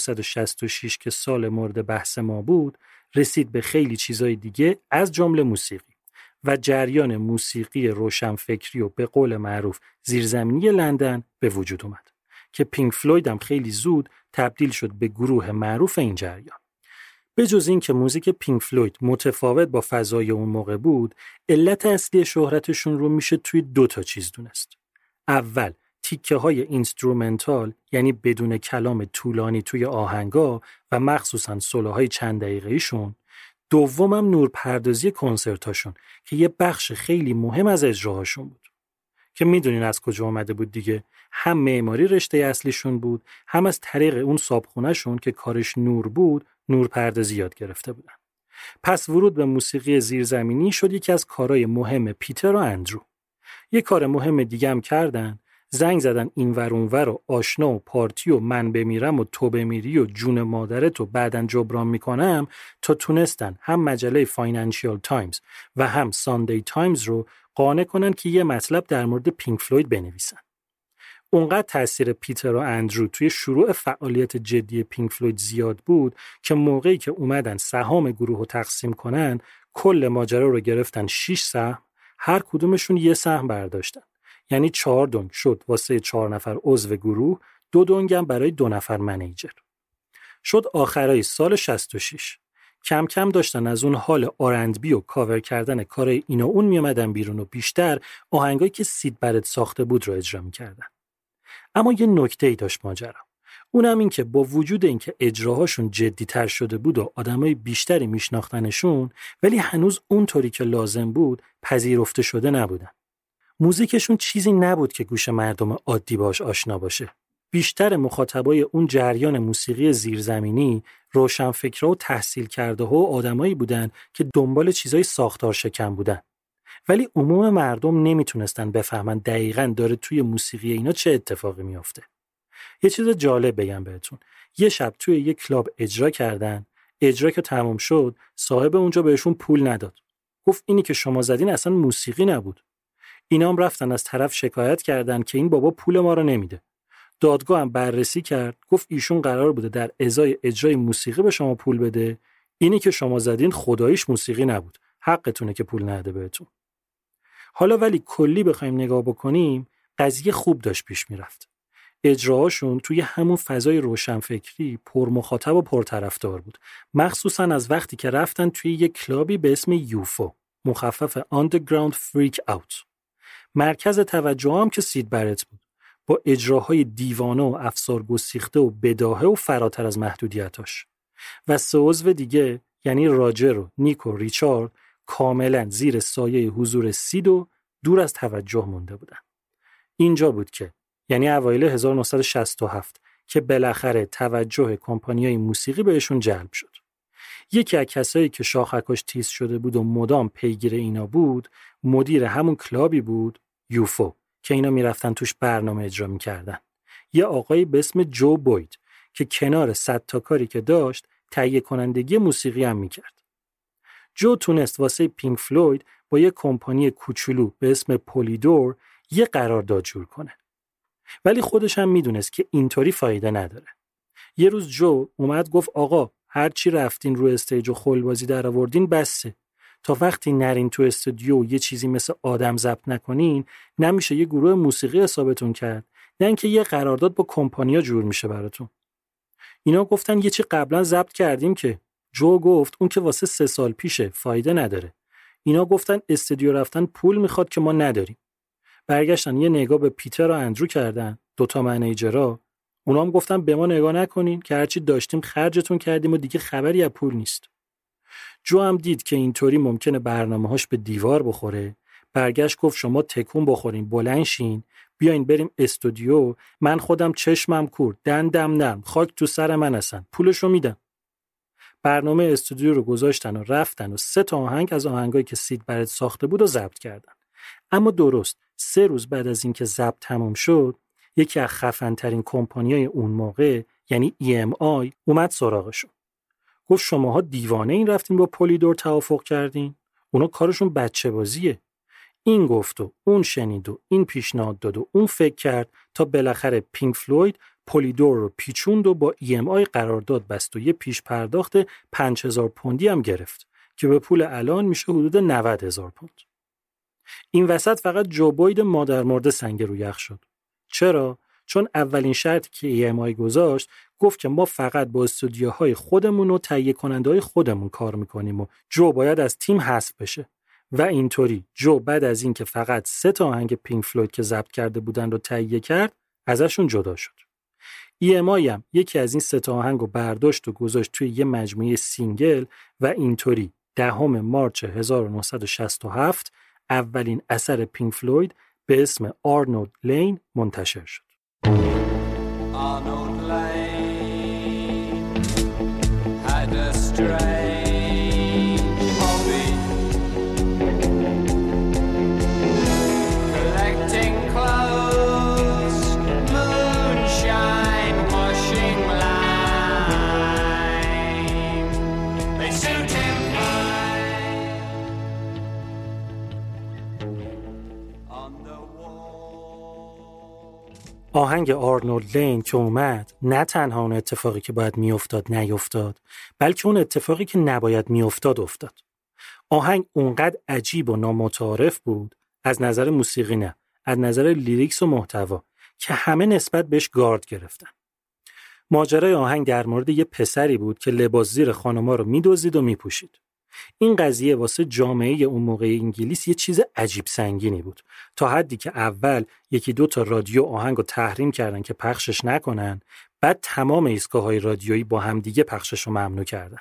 1966 که سال مورد بحث ما بود، رسید به خیلی چیزای دیگه از جمله موسیقی و جریان موسیقی روشنفکری و به قول معروف زیرزمینی لندن به وجود اومد که پینک فلوید هم خیلی زود تبدیل شد به گروه معروف این جریان. به جز این که موزیک پینک فلوید متفاوت با فضای اون موقع بود، علت اصلی شهرتشون رو میشه توی 2 چیز دونست. اول، تیکه های اینسترومنتال، یعنی بدون کلام طولانی توی آهنگا و مخصوصاً سولوهای چند دقیقه‌ایشون. دومم نورپردازی کنسرتاشون که یه بخش خیلی مهم از اجراهاشون بود. که میدونین از کجا اومده بود دیگه، هم معماری رشته اصلیشون بود، هم از طریق اون صابخونه‌شون که کارش نور بود، نورپردازی یاد گرفته بودن. پس ورود به موسیقی زیرزمینی شد یکی از کارهای مهم پیتر و اندرو. یه کار مهم دیگه هم کردن، زنگ زدن اینور اونور و آشنا و پارتی و من بمیرم و تو بمیری و جون مادرت و بعدن جبران میکنم، تا تونستن هم مجله فاینانشیال تایمز و هم ساندی تایمز رو قانع کنن که یه مطلب در مورد پینک فلوید بنویسن. اونقدر تاثیر پیتر و اندرو توی شروع فعالیت جدی پینک فلوید زیاد بود که موقعی که اومدن سهام گروه رو تقسیم کنن، کل ماجرا رو گرفتن 6 سهم، هر کدومشون یه سهم برداشتن. یعنی 4 دنگ شد واسه 4 نفر عضو گروه، 2 دنگ هم برای 2 نفر منیجر. شد آخرای سال 66. کم کم داشتن از اون حال R&B و کاور کردن کارای اینا اون میامدن بیرون و بیشتر آهنگایی که سید برت ساخته بود رو اجرا میکردن. اما یه نکته‌ای داشت ماجرا. اونم این که با وجود اینکه اجراهاشون جدی‌تر شده بود و آدمای بیشتری میشناختنشون، ولی هنوز اونطوری که لازم بود پذیرفته شده نبودن. موزیکشون چیزی نبود که گوش مردم عادی باش آشنا باشه. بیشتر مخاطبای اون جریان موسیقی زیرزمینی روشنفکرها و تحصیل کرده ها و آدمایی بودن که دنبال چیزای ساختار شکن بودن. ولی عموم مردم نمیتونستن بفهمن دقیقاً داره توی موسیقی اینا چه اتفاقی میافته. یه چیز جالب بگم بهتون. یه شب توی یه کلاب اجرا کردن. اجرا که تموم شد، صاحب اونجا بهشون پول نداد. گفت اینی که شما زدین اصلا موسیقی نبود. اینا هم رفتن از طرف شکایت کردن که این بابا پول ما رو نمیده. دادگاه هم بررسی کرد، گفت ایشون قرار بوده در ازای اجرای موسیقی به شما پول بده، اینی که شما زدین خداییش موسیقی نبود، حقتونه که پول نده بهتون. حالا ولی کلی بخوایم نگاه بکنیم، قضیه خوب داشت پیش میرفت. اجراهاشون توی همون فضای روشنفکری پر مخاطب و پرطرفدار بود، مخصوصا از وقتی که رفتن توی یک کلابی به اسم یوفو، مخفف Underground Freak Out. مرکز توجه هم که سید برت بود، با اجراهای دیوانه و افسار گسیخته و بداهه و فراتر از محدودیتاش. و 3 عضو دیگه، یعنی راجر و نیک و ریچارد، کاملا زیر سایه حضور سید و دور از توجه مونده بودن. اینجا بود که، یعنی اوایل 1967، که بالاخره توجه کمپانیای موسیقی بهشون جلب شد. یکی از کسایی که شاخکاش تیز شده بود و مدام پیگیر اینا بود، مدیر همون کلابی بود، یوفو، که اینا میرفتن توش برنامه اجرا میکردن. یه آقایی به اسم جو بوید که کنار 100 تا کاری که داشت تهیه کنندگی موسیقی هم میکرد. جو تونست واسه پینک فلوید با یه کمپانی کوچولو به اسم پولیدور یه قرارداد جور کنه. ولی خودش هم میدونست که اینطوری فایده نداره. یه روز جو اومد گفت آقا هر چی رفتین رو استیج و خلبازی در آوردین بسه. تا وقتی نرین تو استودیو یه چیزی مثل آدم ضبط نکنین، نمیشه یه گروه موسیقی حسابتون کرد، نه اینکه یه قرارداد با کمپانیا جور میشه براتون. اینا گفتن یه چی قبلا ضبط کردیم که. جو گفت اون که واسه 3 سال پیشه، فایده نداره. اینا گفتن استودیو رفتن پول میخواد که ما نداریم. برگشتن یه نگاه به پیتر و اندرو کردن، دوتا منیجرها. اونا هم گفتن به ما نگاه نکنین که هرچی داشتیم خرجتون کردیم و دیگه خبری از پول نیست. جو هم دید که اینطوری ممکنه برنامه‌هاش به دیوار بخوره. برگشت گفت شما تکون بخورین، بلند شین، بیاین بریم استودیو، من خودم چشمم کور، دندم نرم، خاک تو سر من هستن، پولشو میدم. برنامه استودیو رو گذاشتن و رفتن و 3 تا آهنگ از آهنگایی که سید برت ساخته بود رو ضبط کردن. اما درست 3 روز بعد از اینکه ضبط تمام شد، یکی از خفن‌ترین کمپانیای اون موقع یعنی EMI اومد سراغشون. گفت شماها دیوانه این رفتین با پولیدور توافق کردین؟ اونا کارشون بچه بازیه. این گفت و اون شنید و این پیشنهاد داد و اون فکر کرد تا بالاخره پینک فلوید پولیدور رو پیچوند و با EMI قرارداد بست و یه پیش پرداخت 5000 پوندی هم گرفت که به پول الان میشه حدود 90000 پوند. این وسط فقط جو بوید مادر مرده سنگ رو یخ شد. چرا؟ چون اولین شرطی که EMI گذاشت گفت که ما فقط با استودیوهای خودمون و تهیه کننده‌های خودمون کار میکنیم و جو باید از تیم حذف بشه. و اینطوری جو بعد از اینکه فقط 3 تا آهنگ پینک فلوید که ضبط کرده بودن رو تهیه کرد ازشون جدا شد. EMI هم یکی از این 3 تا آهنگ رو برداشت و گذاشت توی یه مجموعه سینگل و اینطوری 10 مارس 1967 اولین اثر پینک فلوید به اسم آرنولد لین منتشر شد. Arnold Lane had a strange hobby, collecting clothes, moonshine, washing lime. They suit him fine on the آهنگ آرنولد لین که اومد نه تنها اون اتفاقی که باید میافتاد نیفتاد، بلکه اون اتفاقی که نباید میافتاد افتاد. آهنگ اونقدر عجیب و نامتعارف بود، از نظر موسیقی نه، از نظر لیریکس و محتوا، که همه نسبت بهش گارد گرفتن. ماجرای آهنگ در مورد یه پسری بود که لباس زیر خانما رو میدزدید و میپوشید. این قضیه واسه جامعه اون موقع انگلیس یه چیز عجیب سنگینی بود، تا حدی که اول 1-2 تا رادیو آهنگو تحریم کردن که پخشش نکنن، بعد تمام ایستگاه‌های رادیویی با هم دیگه پخشش رو ممنوع کردن.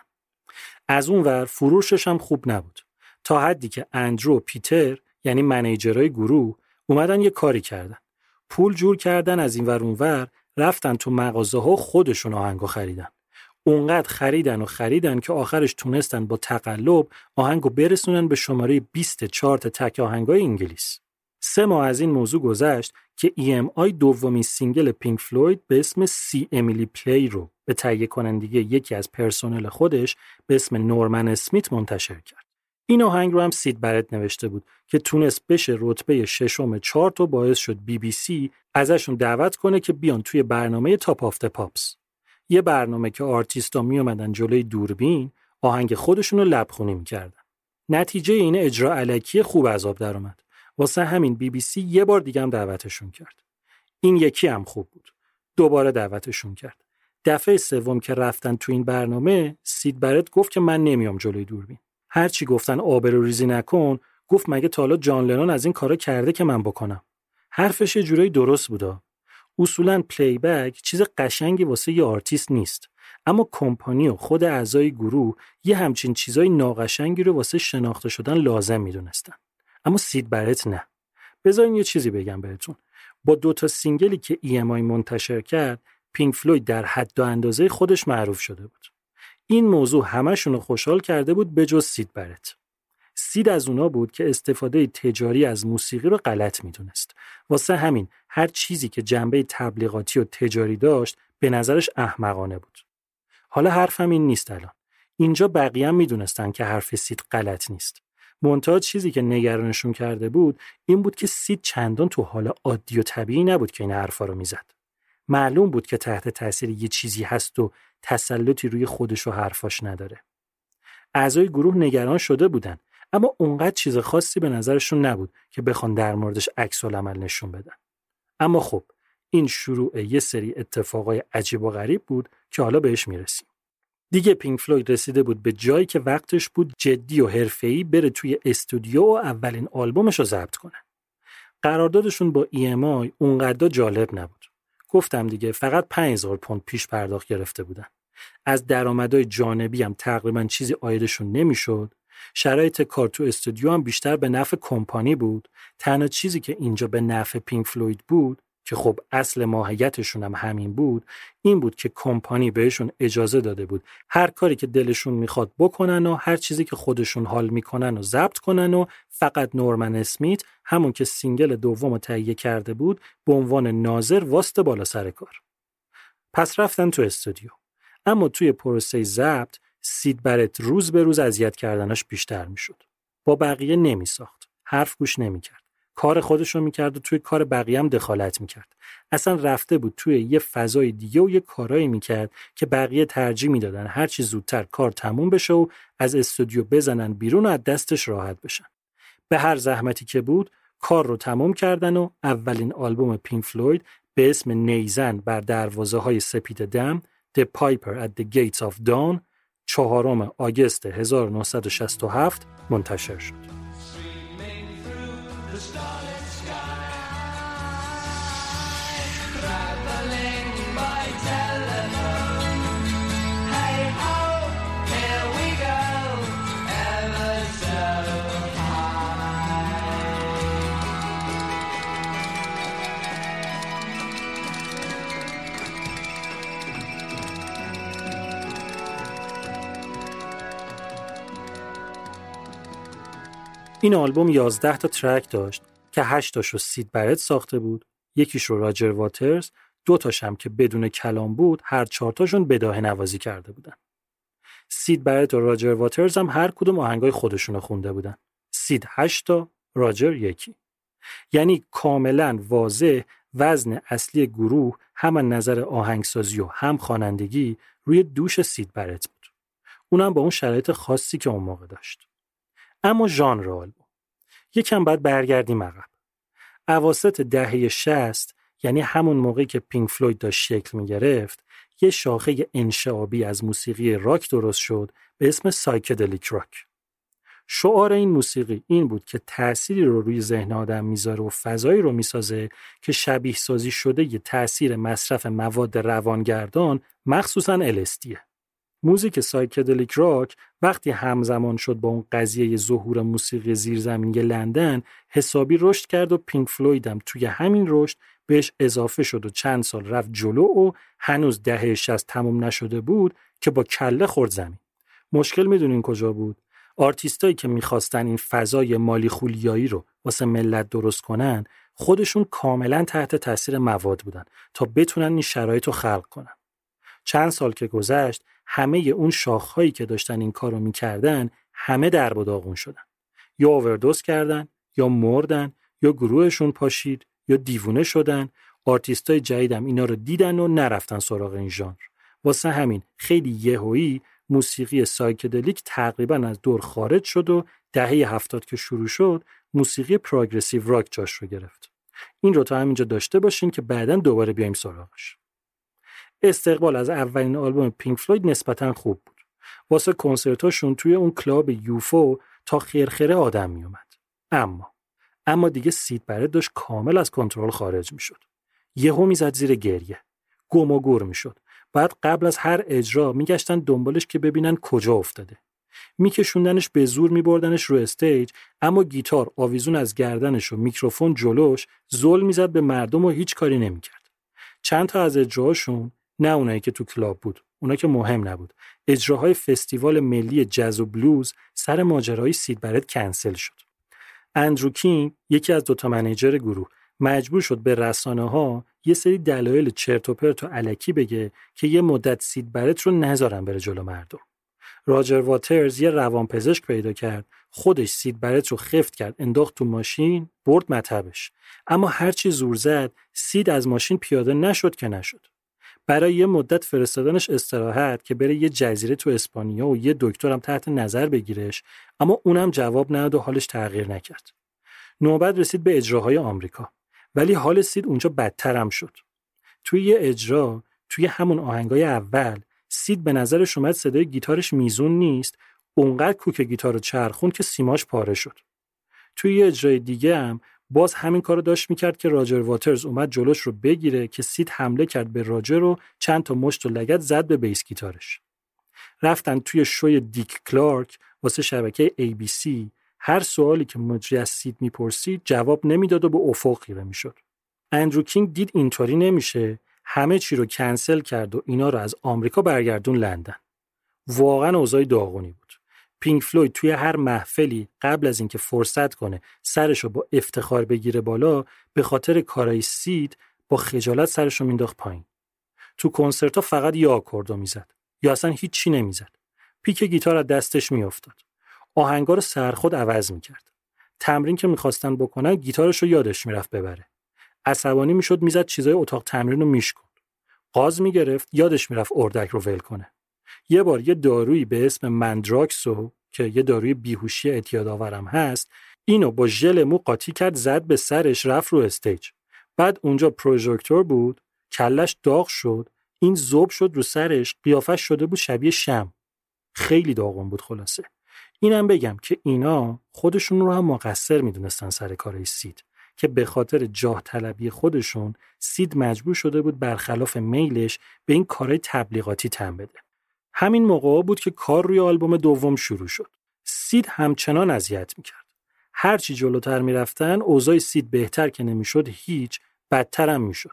از اون ور فروشش هم خوب نبود، تا حدی که اندرو و پیتر یعنی منیجرای گروه اومدن یه کاری کردن. پول جور کردن از این ور اون ور، رفتن تو مغازه‌ها خودشون آهنگو خریدن. اونقدر خریدن که آخرش تونستن با تقلب آهنگو برسونن به شماره 20 چارت تک آهنگای انگلیس. 3 ماه از این موضوع گذشت که EMI دومین سینگل پینک فلوید به اسم سی امیلی پلی رو به تهیه کننده یکی از پرسنل خودش به اسم نورمن اسمیت منتشر کرد. این آهنگ رو هم سید برت نوشته بود که تونست بشه رتبه 6 چارت و باعث شد BBC ازشون دعوت کنه که بیان توی برنامه تاپ آف د پاپس. یه برنامه که آرتیستا می اومدن جلوی دوربین آهنگ خودشون رو لبخونی می‌کردن. نتیجه این اجرا الکی خوب عذاب در اومد. واسه همین BBC یه بار دیگه هم دعوتشون کرد. این یکی هم خوب بود. دوباره دعوتشون کرد. دفعه سوم که رفتن تو این برنامه، سید برت گفت که من نمیام جلوی دوربین. هر چی گفتن آبروریزی نکن، گفت مگه تا حالا جان لنون از این کارا کرده که من بکنم. حرفش یه جورایی درست بودا. اصولاً پلی بک چیز قشنگی واسه یه آرتیست نیست، اما کمپانی و خود اعضای گروه یه همچین چیزای ناقشنگی رو واسه شناخته شدن لازم میدونستن. اما سید برت نه. بذارین یه چیزی بگم بهتون. با 2 تا سینگلی که EMI منتشر کرد، پینک فلوید در حد و اندازه خودش معروف شده بود. این موضوع همشون رو خوشحال کرده بود به جز سید برت. سید از اونا بود که استفاده تجاری از موسیقی رو غلط میدونست. واسه همین هر چیزی که جنبه تبلیغاتی و تجاری داشت به نظرش احمقانه بود. حالا حرفم این نیست الان. اینجا بقیه هم میدونستن که حرف سید غلط نیست. منتها چیزی که نگرانشون کرده بود این بود که سید چندان تو حال عادی و طبیعی نبود که این حرفا رو میزد. معلوم بود که تحت تاثیر یه چیزی هست و تسلطی روی خودش و حرفاش نداره. اعضای گروه نگران شده بودن، اما اونقدر چیز خاصی به نظرشون نبود که بخوان در موردش عکس العمل نشون بدن. اما خب این شروع یه سری اتفاقای عجیب و غریب بود که حالا بهش میرسیم. دیگه پینک فلوید رسیده بود به جایی که وقتش بود جدی و حرفه‌ای بره توی استودیو و اولین آلبومش رو ضبط کنه. قراردادشون با EMI اونقدر جالب نبود. گفتم دیگه فقط 5000 پوند پیش پرداخت گرفته بودن. از درآمدهای جانبی هم تقریبا چیزی عایدشون نمیشد. شرایط کار تو استودیو هم بیشتر به نفع کمپانی بود. تنها چیزی که اینجا به نفع پینک فلوید بود که خب اصل ماهیتشون هم همین بود، این بود که کمپانی بهشون اجازه داده بود هر کاری که دلشون میخواد بکنن و هر چیزی که خودشون حال میکنن و ضبط کنن و فقط نورمن اسمیت، همون که سینگل دوم تهیه کرده بود، به عنوان ناظر واسطه بالا سر کار. پس رفتن تو استودیو. اما توی پروسه ضبط سید برت روز به روز اذیت کردنش بیشتر میشد. با بقیه نمیساخت، حرف گوش نمیکرد، کار خودش رو میکرد و توی کار بقیه هم دخالت میکرد. اصلا رفته بود توی یه فضای دیگه و یه کارایی میکرد که بقیه ترجیح میدادن هر چی زودتر کار تموم بشه و از استودیو بزنن بیرون و از دستش راحت بشن. به هر زحمتی که بود کار رو تموم کردن و اولین آلبوم پینک فلوید به اسم نیزن بر دروازه‌های سپید دم، The Piper at the Gates of Dawn، 4 آگوست 1967 منتشر شد. این آلبوم 11 تا ترک داشت که 8 تاشو سید برت ساخته بود، یکیش رو راجر واترز، 2 تاش هم که بدون کلام بود، هر 4 تاشون بداهه نوازی کرده بودن. سید برت و راجر واترز هم هر کدوم آهنگای خودشونو خونده بودن. سید 8 تا، راجر 1. یعنی کاملا واضح وزن اصلی گروه هم از نظر آهنگسازی و هم خوانندگی روی دوش سید برت بود. اونم با اون شرایط خاصی که اون موقع داشت. اما ژانر آلبوم یکم بعد برگردیم عقب. اواسط دهه 60، یعنی همون موقعی که پینک فلوید داشت شکل می‌گرفت، یه شاخه انشعابی از موسیقی راک درست شد به اسم سایکدلیک راک. شعار این موسیقی این بود که تأثیری رو روی ذهن آدم میذاره و فضایی رو میسازه که شبیه سازی شده یه تأثیر مصرف مواد روانگردان، مخصوصاً LSD. موزیک سایکدلیک راک وقتی همزمان شد با اون قضیه ظهور موسیقی زیرزمینی لندن، حسابی رشد کرد و پینک فلوید هم توی همین رشد بهش اضافه شد و چند سال رفت جلو و هنوز دهه 60 تموم نشده بود که با کله خورد زمین. مشکل میدونین کجا بود؟ آرتیستایی که میخواستن این فضای مالی خولیایی رو واسه ملت درست کنن، خودشون کاملا تحت تاثیر مواد بودن تا بتونن این شرایط رو خلق کنن. چند سال که گذشت، همه اون شاخهایی که داشتن این کارو میکردن همه درب و داغون شدن. یا اووردوز کردن، یا مردن، یا گروهشون پاشید، یا دیوونه شدن. آرتیستای جدیدم اینا رو دیدن و نرفتن سراغ این ژانر. واسه همین خیلی یهویی موسیقی سایکدلیک تقریبا از دور خارج شد و دهه 70 که شروع شد موسیقی پروگرسیو راک جاش رو گرفت. این رو تا همینجا داشته باشین که بعداً دوباره بیایم سراغش. استقبال از اولین آلبوم پینک فلوید نسبتاً خوب بود. واسه کنسرتاشون توی اون کلاب یوفو تا خرخره آدم می اومد. اما دیگه سید برت داشت کامل از کنترل خارج می شد. یهو میزد زیر گریه. گم و گور می شد. بعد قبل از هر اجرا میگشتن دنبالش که ببینن کجا افتاده. میکشوندنش به زور میبردنش رو استیج، اما گیتار آویزون از گردنش و میکروفون جلوش زل میزد به مردم و هیچ کاری نمیکرد. چند تا از اجراهاشون، نه اونایی که تو کلاب بود، اونا که مهم نبود، اجراهای فستیوال ملی جاز و بلوز سر ماجرای سید برت کنسل شد. اندرو کینگ، یکی از 2 منیجر گروه، مجبور شد به رسانه‌ها یه سری دلایل چرت و پرت و الکی بگه که یه مدت سید برت رو نذارن بره جلو مردم. راجر واترز یه روانپزشک پیدا کرد، خودش سید برت رو خفت کرد، انداخت تو ماشین، برد مطبش. اما هرچی زور زد، سید از ماشین پیاده نشد که نشد. برای یه مدت فرستادنش استراحت که بره یه جزیره تو اسپانیا و یه دکترم تحت نظر بگیرش، اما اونم جواب نداد و حالش تغییر نکرد. نوبت رسید به اجراهای آمریکا، ولی حال سید اونجا بدتر هم شد. توی یه اجرا، توی همون آهنگای اول، سید به نظرش اومد صدای گیتارش میزون نیست، اونقدر کوک گیتار رو چرخوند که سیماش پاره شد. توی یه اجرای دیگه هم باز همین کارو داشت میکرد که راجر واترز اومد جلوش رو بگیره که سید حمله کرد به راجر و چند تا مشت و لگد زد به بیس گیتارش. رفتن توی شوی دیک کلارک واسه شبکه ABC. هر سوالی که مجری از سید میپرسید جواب نمیداد و به افق خیره میشد. اندرو کینگ دید اینطوری نمیشه، همه چی رو کنسل کرد و اینا رو از آمریکا برگردون لندن. واقعا اوضاع داغونی بود. پینک فلوید توی هر محفلی قبل از اینکه فرصت کنه سرشو با افتخار بگیره بالا، به خاطر کارای سید با خجالت سرشو مینداخت پایین. تو کنسرت‌ها فقط یه آکوردو میزد یا اصلا هیچ چی نمیزد. پیک گیتار از دستش میافتاد. آهنگا رو سرخود عوض میکرد. تمرین که میخواستن بکنن گیتارش رو یادش میرفت ببره. عصبانی میشد میزد چیزای اتاق تمرین رو میشکند. غاز میگرفت یادش میرفت اردک رو ول کنه. یه بار یه دارویی به اسم مندراکسو که یه داروی بیهوشی اعتیادآورم هست، اینو با ژل مو قاطی کرد زد به سرش، رفت رو استیج. بعد اونجا پروژکتور بود، کلش داغ شد، این ذوب شد رو سرش، قیافش شده بود شبیه شمع. خیلی داغون بود خلاصه. اینم بگم که اینا خودشون رو هم مقصر میدونستن سر کارای سید که به خاطر جاه طلبی خودشون سید مجبور شده بود برخلاف میلش به این کارهای تبلیغاتی تن بده. همین موقع بود که کار روی آلبوم دوم شروع شد. سید همچنان اذیت میکرد. هرچی جلوتر میرفتن اوضاع سید بهتر که نمیشد هیچ، بدتر هم میشد.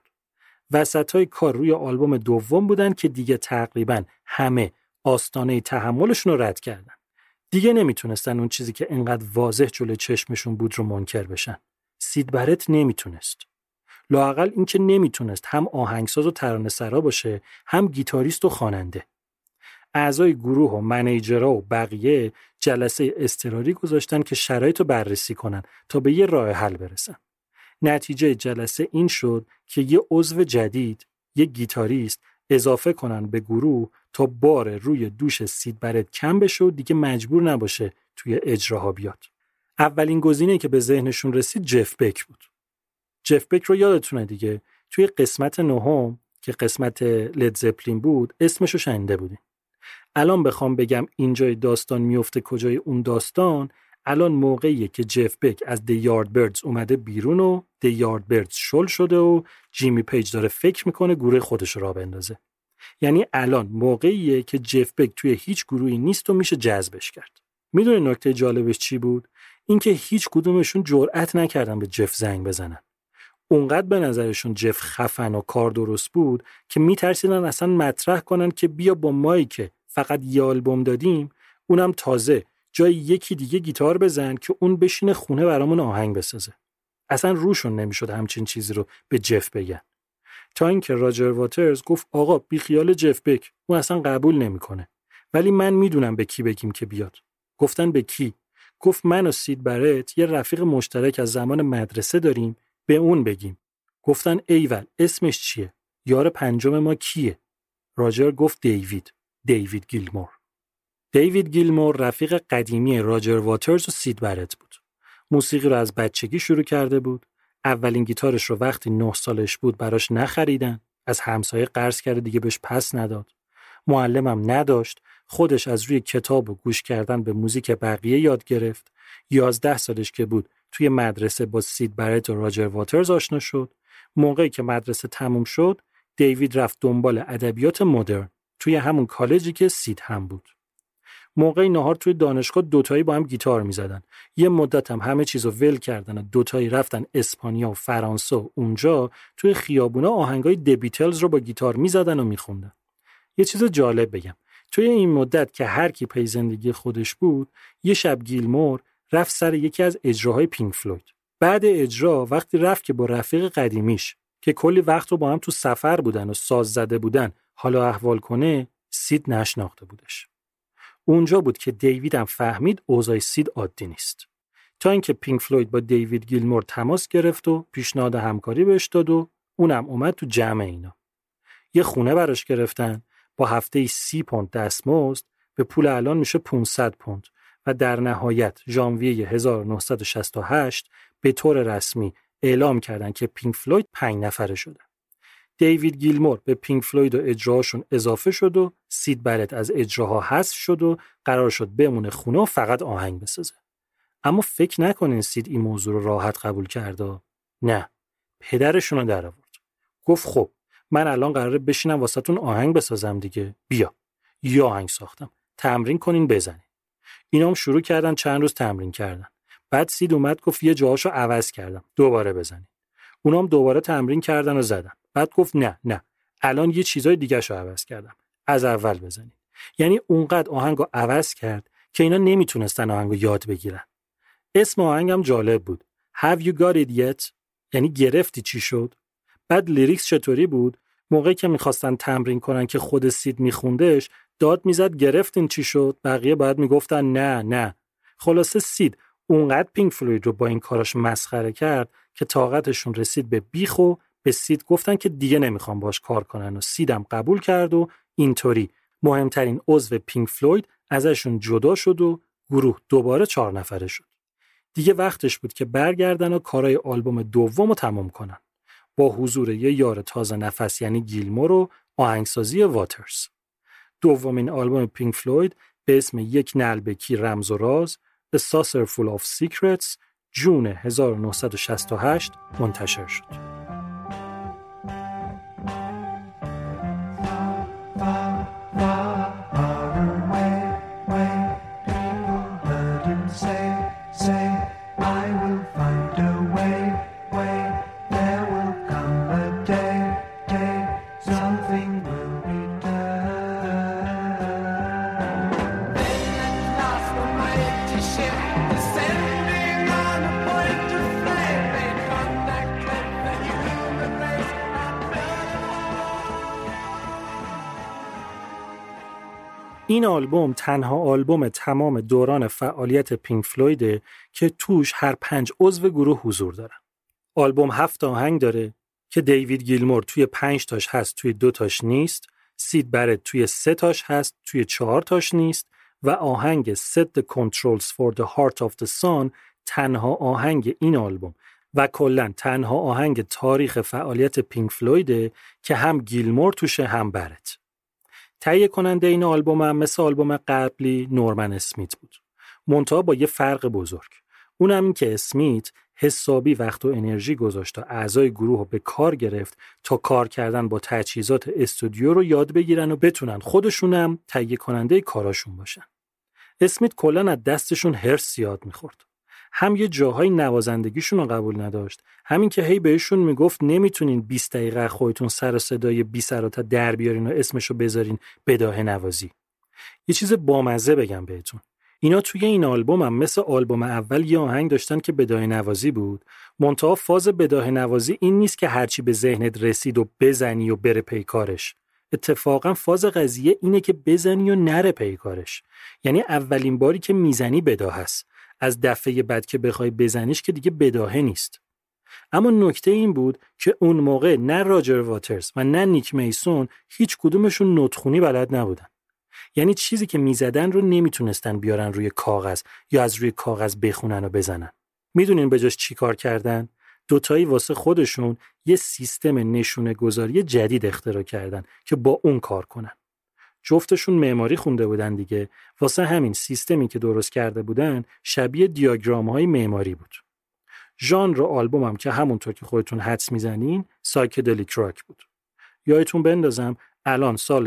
وسطای کار روی آلبوم دوم بودن که دیگه تقریبا همه آستانه تحملشون رو رد کردن. دیگه نمیتونستن اون چیزی که انقدر واضح جلوی چشمشون بود رو منکر بشن. سید برت نمیتونست. لااقل این که نمیتونست هم آهنگساز و ترانه‌سرا باشه، هم گیتاریست و خواننده. اعضای گروه و منیجرها و بقیه جلسه اضطراری گذاشتن که شرایط رو بررسی کنن تا به یه راه حل برسن. نتیجه جلسه این شد که یه عضو جدید، یه گیتاریست اضافه کنن به گروه تا بار روی دوش سید برت کم بشه و دیگه مجبور نباشه توی اجراها بیاد. اولین گزینه‌ای که به ذهنشون رسید جف بک بود. جف بک رو یادتونه دیگه، توی قسمت 9 که قسمت لید زپلین بود اسمشو شنیده بودین. الان بخوام بگم اینجای داستان میفته کجای اون داستان، الان موقعیه که جف بک از The Yardbirds اومده بیرون و The Yardbirds شل شده و جیمی پیج داره فکر میکنه گروه خودش را بندازه. یعنی الان موقعیه که جف بک توی هیچ گروهی نیست و میشه جذبش کرد. میدونی نکته جالبش چی بود؟ اینکه هیچ کدومشون جرئت نکردن به جف زنگ بزنن. اونقدر به نظرشون جف خفن و کار درست بود که میترسیدن اصلا مطرح کنن که بیا با مایی که فقط یه آلبوم دادیم، اونم تازه جای یکی دیگه گیتار بزن که اون بشینه خونه برامون آهنگ بسازه. اصلا روشون نمیشد همچین چیزی رو به جف بگن. تا اینکه راجر واترز گفت آقا بی خیال جف بک، اون اصلا قبول نمیکنه. ولی من میدونم به کی بگیم که بیاد. گفتن به کی؟ گفت من و سید برت یه رفیق مشترک از زمان مدرسه داریم، به اون بگیم. گفتن ایول، اسمش چیه؟ یار پنجم ما کیه؟ راجر گفت دیوید گیلمور. دیوید گیلمور رفیق قدیمی راجر واترز و سید برت بود. موسیقی رو از بچگی شروع کرده بود. اولین گیتارش رو وقتی 9 سالش بود براش نخریدن. از همسایه قرض کرده دیگه بهش پس نداد. معلمم نداشت. خودش از روی کتاب و گوش کردن به موزیک بقیه یاد گرفت. 11 سالش که بود توی مدرسه با سید برت و راجر واترز آشنا شد. موقعی که مدرسه تموم شد، دیوید رفت دنبال ادبیات مدرن توی همون کالجی که سید هم بود. موقعی نهار توی دانشگاه دوتایی با هم گیتار می‌زدن. یه مدت هم همه چیزو ول کردن و دوتایی رفتن اسپانیا و فرانسه و اونجا توی خیابونا آهنگای دی بیتلز رو با گیتار می‌زدن و می‌خوندن. یه چیز جالب بگم. توی این مدت که هر کی پی زندگی خودش بود، یه شب گیلمور رفت سر یکی از اجراهای پینک فلوید. بعد اجرا وقتی رفت که با رفیق قدیمیش که کلی وقت رو با هم تو سفر بودن و ساز زده بودن حالا احوال کنه، سید نشناخته بودش. اونجا بود که دیوید هم فهمید اوضاع سید عادی نیست. تا اینکه پینک فلوید با دیوید گیلمور تماس گرفت و پیشنهاد همکاری بهش داد و اونم اومد تو جمع اینا. یه خونه براش گرفتن با هفته‌ای 30 پوند دستمزد، به پول الان میشه 500 پوند و در نهایت ژانویه 1968 به طور رسمی اعلام کردن که پینک فلوید 5 نفره شده. دیوید گیلمور به پینک فلوید و اجراهاشون اضافه شد و سید برت از اجراها حذف شد و قرار شد بمونه خونه و فقط آهنگ بسازه. اما فکر نکنین سید این موضوع رو راحت قبول کرده. نه، پدرشون رو در آورد. گفت خب من الان قراره بشینم واسهتون آهنگ بسازم دیگه. بیا. یه آهنگ ساختم. تمرین کنین بزنین. اینا هم شروع کردن چند روز تمرین کردن. بعد سید اومد گفت یه جاهاشو عوض کردم. دوباره بزنین. اونا هم دوباره تمرین کردن و زدن. بعد گفت نه. الان یه چیزای دیگه‌شو عوض کردم. از اول بزنین. یعنی اونقدر آهنگو عوض کرد که اینا نمیتونستن آهنگو یاد بگیرن. اسم آهنگم جالب بود. Have you got it yet؟ یعنی گرفتی چی شد؟ بعد لیریکس چطوری بود؟ موقعی که میخواستن تمرین کنن که خود سید میخوندش داد میزد گرفتین چی شد؟ بقیه باید میگفتن نه. خلاصه سید اونقدر پینک فلوید رو با این کاراش مسخره کرد که طاقتشون رسید به بیخ و به سید گفتن که دیگه نمیخوان باش کار کنن و سیدم قبول کرد و اینطوری مهمترین عضو پینک فلوید ازشون جدا شد و گروه دوباره 4 نفره شد. دیگه وقتش بود که برگردن و کارای آلبوم دوم رو تمام کنن با حضور یه یار تازه نفس یعنی گیلمور و آهنگسازی واترز. دومین آلبوم پینک فلوید به اسم یک نعلبکی رمز و راز A Saucer Full of Secrets جون 1968 منتشر شد. این آلبوم تنها آلبوم تمام دوران فعالیت پینک فلویده که توش هر 5 عضو گروه حضور دارن. آلبوم 7 آهنگ داره که دیوید گیلمور توی 5 تاش هست، توی 2 تاش نیست، سید برت توی 3 تاش هست، توی 4 تاش نیست و آهنگ Set the Controls for the Heart of the Sun تنها آهنگ این آلبوم و کلاً تنها آهنگ تاریخ فعالیت پینک فلویده که هم گیلمور توشه هم برت. تهیه کننده این آلبوم هم مثل آلبوم قبلی نورمن اسمیت بود. منتها با یه فرق بزرگ. اونم این که اسمیت حسابی وقت و انرژی گذاشت و اعضای گروه رو به کار گرفت تا کار کردن با تجهیزات استودیو رو یاد بگیرن و بتونن خودشونم تهیه کننده کاراشون باشن. اسمیت کلاً از دستشون هرس زیاد می‌خورد. هم یه جاهای نوازندگیشون رو قبول نداشت، همین که هی بهشون میگفت نمیتونین 20 دقیقه خودتون سر و صدای بی سر و ته در بیارین و اسمشو بذارین بداهه نوازی. یه چیز بامزه بگم بهتون، اینا توی این آلبوم هم مثل آلبوم اول یه آهنگ داشتن که بداهه نوازی بود، منتها فاز بداهه نوازی این نیست که هرچی به ذهنت رسید و بزنی و بره پی کارش. اتفاقا فاز قضیه اینه که بزنی و نره پی کارش. یعنی اولین باری که میزنی بداهه است، از دفعه بعد که بخوای بزنیش که دیگه بداهه نیست. اما نکته این بود که اون موقع نه راجر واترز و نه نیک میسون هیچ کدومشون نوت‌خونی بلد نبودن. یعنی چیزی که میزدن رو نمیتونستن بیارن روی کاغذ یا از روی کاغذ بخونن و بزنن. میدونین به جاش چی کار کردن؟ دوتایی واسه خودشون یه سیستم نشونه گذاری جدید اختراع کردن که با اون کار کنن. جفتشون معماری خونده بودن دیگه، واسه همین سیستمی که درست کرده بودن شبیه دیاگرام‌های معماری بود. ژانر آلبومم که همونطور که خودتون حدس میزنین سایکدلیک راک بود. یادتون بندازم الان سال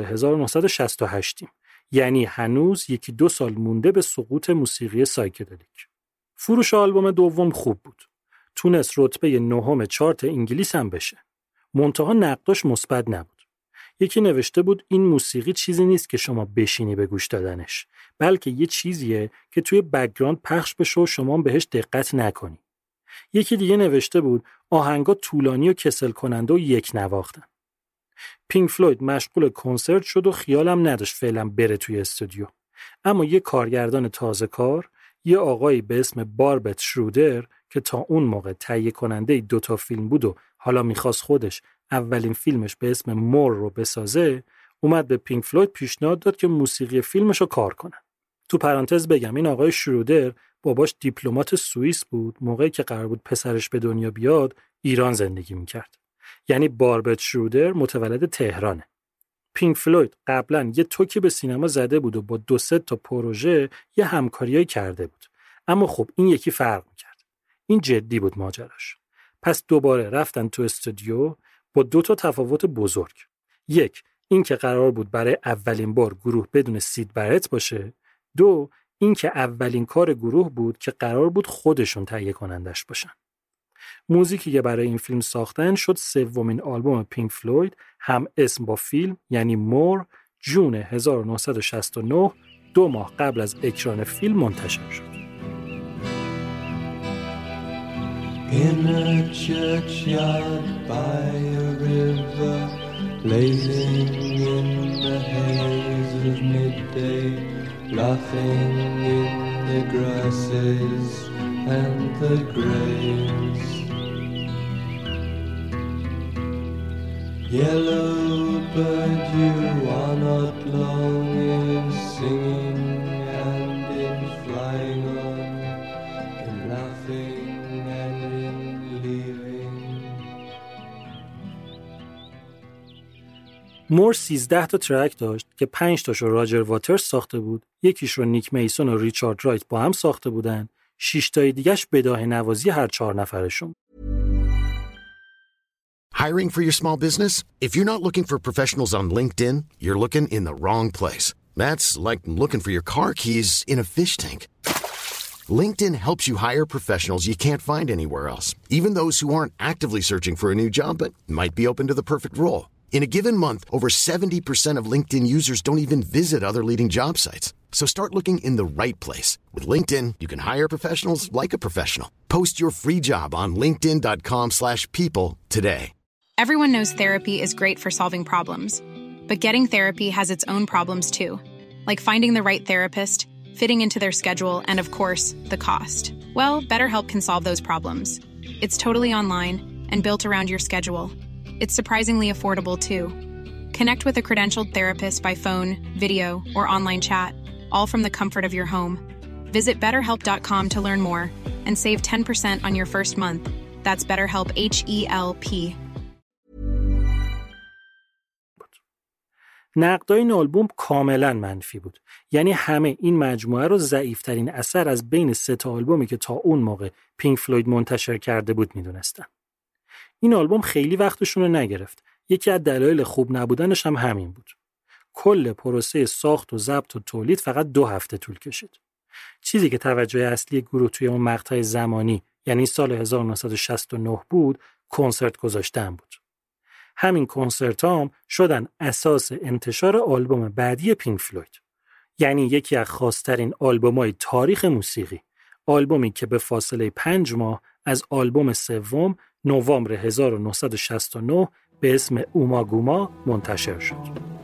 1968یم، یعنی هنوز 1-2 سال مونده به سقوط موسیقی سایکدلیک. فروش آلبوم دوم خوب بود. تونست رتبه 9 چارت انگلیس هم بشه. منتها نقداش مثبت نبود. یکی نوشته بود این موسیقی چیزی نیست که شما بشینی به گوش دادنش، بلکه یه چیزیه که توی بک‌گراند پخش بشه و شما بهش دقت نکنی. یکی دیگه نوشته بود آهنگا طولانی و کسل کننده و یک نواختن. پینک فلوید مشغول کنسرت شد و خیالم نداشت فعلا بره توی استودیو. اما یه کارگردان تازه کار، یه آقایی به اسم باربت شرودر که تا اون موقع تهیه کننده 2 فیلم بود و حالا میخواست خودش اولین فیلمش به اسم مور رو بسازه، اومد به پینک فلوید پیشنهاد داد که موسیقی فیلمش رو کار کنه. تو پرانتز بگم این آقای شرودر باباش دیپلمات سوئیس بود، موقعی که قرار بود پسرش به دنیا بیاد ایران زندگی میکرد. یعنی باربت شرودر متولد تهرانه. پینک فلوید قبلا یه توکی به سینما زده بود و با 2-3 تا پروژه یه همکاریای کرده بود. اما خب این یکی فرق میکرد. این جدی بود ماجراش. پس دوباره رفتن تو استودیو با 2 تفاوت بزرگ. یک، این که قرار بود برای اولین بار گروه بدون سید برت باشه. 2، این که اولین کار گروه بود که قرار بود خودشون تهیه کنندش باشن. موزیکی که برای این فیلم ساختن شد 3مین آلبوم پینک فلوید، هم اسم با فیلم، یعنی مور، جون 1969 2 ماه قبل از اکران فیلم منتشر شد. In a churchyard by a river, blazing in the haze of midday, laughing in the grasses and the graves. Yellow bird, you are not long in singing and in flying on, in laughing and in leaving. مور 13 ترک داشت که 5 تاشو راجر واترز ساخته بود، یکیش رو نیک میسون و ریچارد رایت با هم ساخته بودن، 6 تای دیگه‌اش بداهه نوازی هر 4 نفرشون. Hiring for your small business? If you're not looking for professionals on LinkedIn, you're looking in the wrong place. That's like looking for your car keys in a fish tank. LinkedIn helps you hire professionals you can't find anywhere else, even those who aren't actively searching for a new job but might be open to the perfect role. In a given month, over 70% of LinkedIn users don't even visit other leading job sites. So start looking in the right place. With LinkedIn, you can hire professionals like a professional. Post your free job on linkedin.com/people today. Everyone knows therapy is great for solving problems, but getting therapy has its own problems too, like finding the right therapist, fitting into their schedule, and of course, the cost. Well, BetterHelp can solve those problems. It's totally online and built around your schedule. It's surprisingly affordable too. Connect with a credentialed therapist by phone, video, or online chat, all from the comfort of your home. Visit BetterHelp.com to learn more and save 10% on your first month. That's BetterHelp, H-E-L-P. نقدای این آلبوم کاملا منفی بود. یعنی همه این مجموعه رو ضعیف‌ترین اثر از بین 3 آلبومی که تا اون موقع پینک فلوید منتشر کرده بود میدونستن. این آلبوم خیلی وقتشون رو نگرفت. یکی از دلایل خوب نبودنش هم همین بود. کل پروسه ساخت و ضبط و تولید فقط 2 هفته طول کشید. چیزی که توجه اصلی گروه توی اون مقطع زمانی، یعنی سال 1969 بود، کنسرت گذاشتن بود. همین کنسرت هم شدن اساس انتشار آلبوم بعدی پینک فلوید. یعنی یکی از خاص‌ترین آلبوم‌های تاریخ موسیقی. آلبومی که به فاصله 5 ماه از آلبوم سوم نوامبر 1969 به اسم اوماگوما منتشر شد.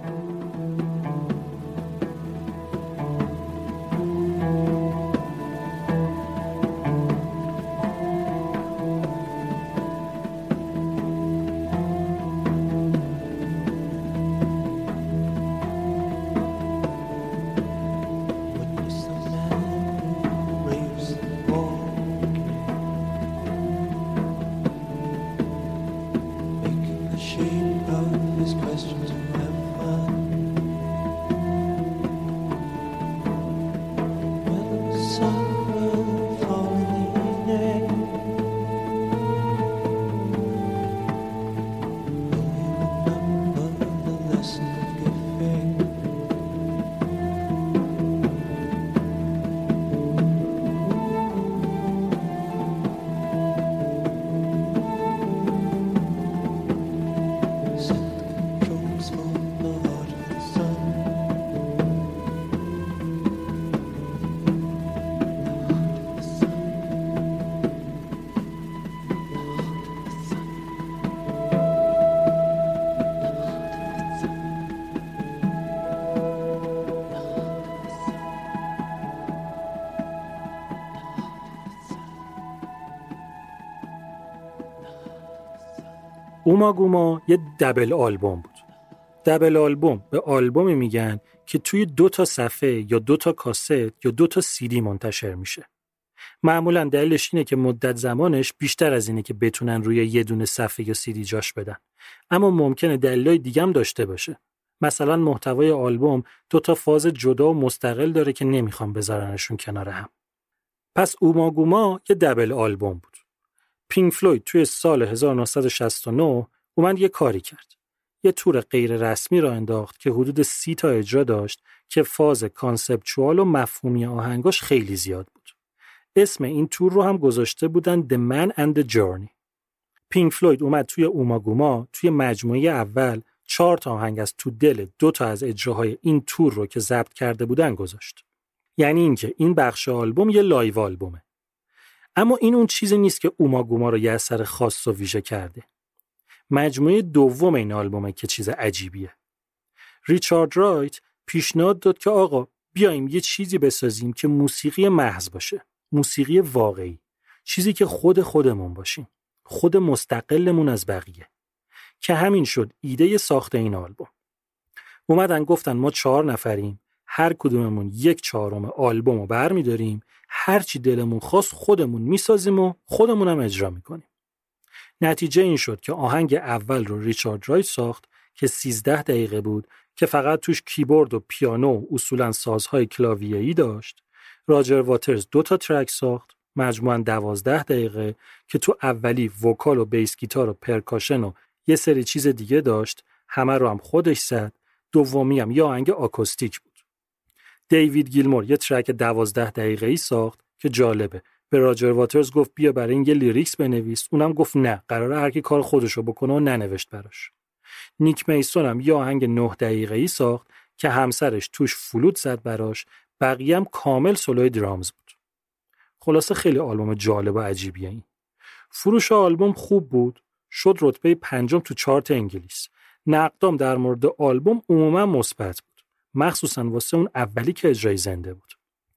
اوماگوما یه دبل آلبوم بود. دبل آلبوم به آلبومی میگن که توی 2 صفحه یا 2 کاست یا 2 CD منتشر میشه. معمولاً دلیلش اینه که مدت زمانش بیشتر از اینه که بتونن روی یه دونه صفحه یا CD جاش بدن. اما ممکنه دلایل دیگه هم داشته باشه. مثلا محتوای آلبوم 2 فاز جدا و مستقل داره که نمیخوام بذارنشون کنار هم. پس اوماگوما یه دبل آلبوم بود. پینک فلوید توی سال 1969 اومد یه کاری کرد. یه تور غیر رسمی را انداخت که حدود 30 تا اجرا داشت که فاز کانسپچوال و مفهومی آهنگاش خیلی زیاد بود. اسم این تور رو هم گذاشته بودن The Man and the Journey. پینک فلوید اومد توی اوماگوما توی مجموعه اول 4 تا آهنگ از تو دل 2 تا از اجراهای این تور رو که ضبط کرده بودن گذاشت. یعنی اینکه این بخش آلبوم یه لایو آلبومه. اما این اون چیزی نیست که اوماگوما رو یه اثر خاص و ویژه کرده. مجموعه دوم این آلبومه که چیز عجیبیه. ریچارد رایت پیشنهاد داد که آقا بیایم یه چیزی بسازیم که موسیقی محض باشه، موسیقی واقعی، چیزی که خودمون باشیم، خود مستقلمون از بقیه. که همین شد ایده ساخت این آلبوم. اومدن گفتن ما 4 نفریم، هر کدوممون 1/4 آلبوم رو برمی‌داریم، هر چی دلمون خواست خودمون میسازیم و خودمون هم اجرا میکنیم. نتیجه این شد که آهنگ اول رو ریچارد رایت ساخت که 13 دقیقه بود که فقط توش کیبورد و پیانو و اصولاً سازهای کلاویه‌ای داشت. راجر واترز 2 تا ترک ساخت، مجموعاً 12 دقیقه که تو اولی وکال و بیس گیتار و پرکاشن و یه سری چیز دیگه داشت، همه رو هم خودش زد. دومی هم یه آهنگ آکوستیک بود. دیوید گیلمور یه ترک 12 دقیقه‌ای ساخت که جالبه. به راجر واترز گفت بیا برای این یه لیریکس بنویس، اونم گفت نه، قراره هر کی کار خودشو بکنه و ننوشت براش. نیک میسون هم یه آهنگ 9 دقیقه‌ای ساخت که همسرش توش فلوت زد براش، بقیه هم کامل سولوی درامز بود. خلاصه خیلی آلبوم جالب و عجیبیه این. فروش آلبوم خوب بود، شد رتبه 5 تو چارت انگلیس. نقدام در مورد آلبوم عموما مثبت بود، مخصوصا واسه اون اولی که اجرای زنده بود.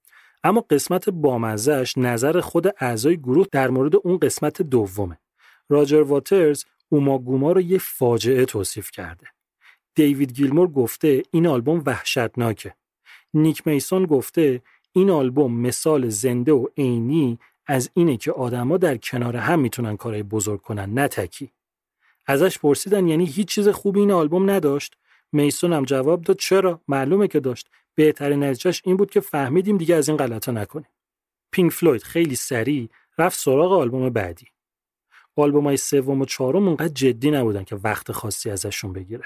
اما قسمت بامزه‌اش نظر خود اعضای گروه در مورد اون قسمت دومه. راجر واترز اوماگوما رو یه فاجعه توصیف کرده. دیوید گیلمور گفته این آلبوم وحشتناکه. نیک میسون گفته این آلبوم مثال زنده و عینی از اینه که آدما در کنار هم میتونن کارهای بزرگ کنن، نه تکی. ازش پرسیدن یعنی هیچ چیز خوبی این آلبوم نداشت؟ میسون هم جواب داد چرا؟ معلومه که داشت. بهترین نتیجهش این بود که فهمیدیم دیگه از این غلطا نکنیم. پینک فلوید خیلی سریع رفت سراغ آلبوم بعدی. آلبومای 3 و 4 اونقدر جدی نبودن که وقت خاصی ازشون بگیره.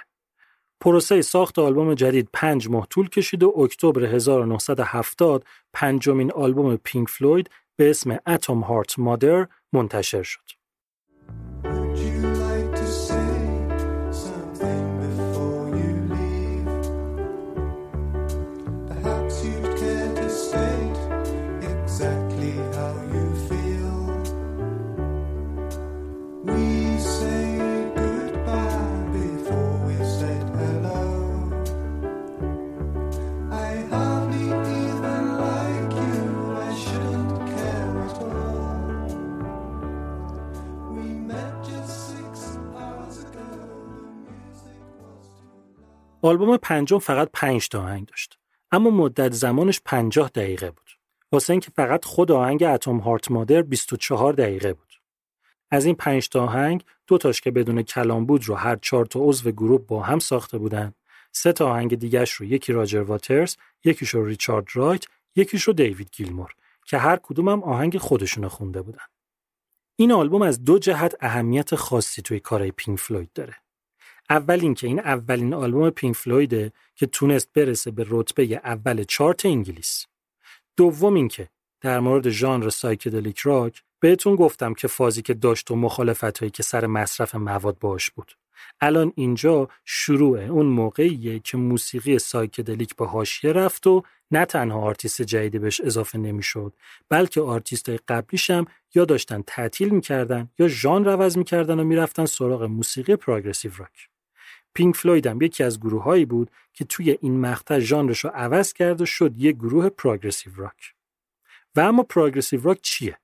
پروسه ساخت آلبوم جدید 5 ماه طول کشید و اکتبر 1970 5مین آلبوم پینک فلوید به اسم اتم هارت مادر منتشر شد. آلبوم 5 فقط 5 تا آهنگ داشت، اما مدت زمانش 50 دقیقه بود. واسه اینکه فقط خود آهنگ اتم هارت مادر 24 دقیقه بود. از این 5 تا آهنگ 2 تاش که بدون کلام بود رو هر 4 تا عضو گروه با هم ساخته بودن. 3 تا آهنگ دیگه‌اش رو یکی راجر واترز، یکیش رو ریچارد رایت، یکیش رو دیوید گیلمور که هر کدوم هم آهنگ خودشونو خونده بودن. این آلبوم از 2 جهت اهمیت خاصی توی کارهای پینک فلوید داره. اول اینکه این اولین آلبوم پینک فلویده که تونست برسه به رتبه اول چارت انگلیس. دوم اینکه در مورد ژانر سایکدلیک راک بهتون گفتم که فازی که داشت و مخالفتایی که سر مصرف مواد باش بود. الان اینجا شروع اون موقعیه که موسیقی سایکدلیک به حاشیه رفت و نه تنها آرتیست جدیدی بهش اضافه نمیشد، بلکه آرتیستای قبلیش هم یا داشتن تعطیل میکردن یا ژانر عوض میکردن و میرفتن سراغ موسیقی پروگرسیو راک. پینک فلوید هم یکی از گروهایی بود که توی این مقطع ژانرش رو عوض کرد و شد یک گروه پروگرسیو راک. و اما پروگرسیو راک چیه؟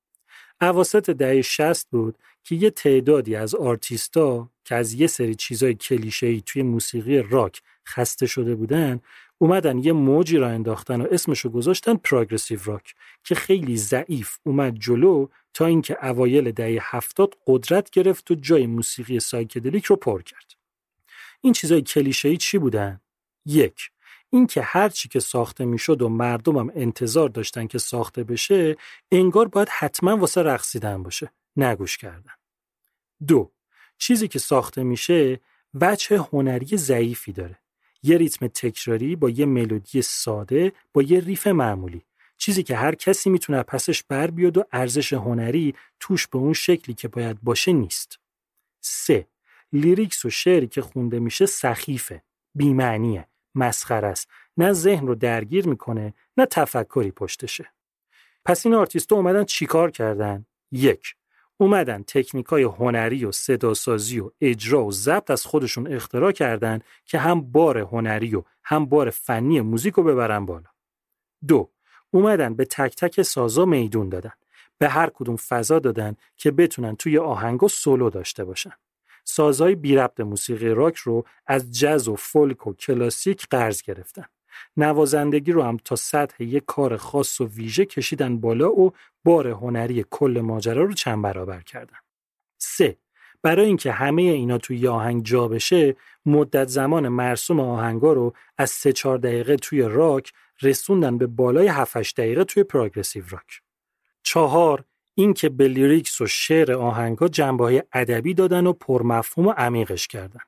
اواسط دهه 60 بود که یه تعدادی از آرتیستا که از یه سری چیزای کلیشه‌ای توی موسیقی راک خسته شده بودن، اومدن یه موجی را انداختن و اسمشو گذاشتن پروگرسیو راک که خیلی ضعیف اومد جلو تا اینکه اوایل دهه 70 قدرت گرفت و جای موسیقی سایکدلیک رو پر کرد. این چیزای کلیشه‌ای چی بودن؟ 1. این که هر چی که ساخته میشد و مردمم انتظار داشتن که ساخته بشه، انگار باید حتما واسه رقصیدن باشه، نه گوش کردن. 2. چیزی که ساخته میشه وجه هنری ضعیفی داره. یه ریتم تکراری با یه ملودی ساده با یه ریف معمولی. چیزی که هر کسی میتونه پسش بر بیاد و ارزش هنری توش به اون شکلی که باید باشه نیست. 3. لیریکس و شعری که خونده میشه سخیفه، بی‌معنیه، مسخره است، نه ذهن رو درگیر میکنه نه تفکری پشتشه. پس این آرتیست‌ها اومدن چیکار کردن؟ 1. اومدن تکنیکای هنری و صداسازی و اجرا و ضبط از خودشون اختراع کردن که هم بار هنری و هم بار فنی موزیک رو ببرن بالا. 2. اومدن به تک تک سازا میدون دادن. به هر کدوم فضا دادن که بتونن توی آهنگا سولو داشته باشن. سازهای بی ربط موسیقی راک رو از جاز و فولک و کلاسیک قرض گرفتن. نوازندگی رو هم تا سطح یک کار خاص و ویژه کشیدن بالا و بار هنری کل ماجرا رو چند برابر کردن. 3. برای اینکه همه اینا توی آهنگ جا بشه، مدت زمان مرسوم آهنگا رو از 3-4 دقیقه توی راک رسوندن به بالای 7-8 دقیقه توی پروگرسیو راک. 4. این که به لیریکس و شعر آهنگا جنبه‌های ادبی دادن و پرمفهوم و عمیقش کردن.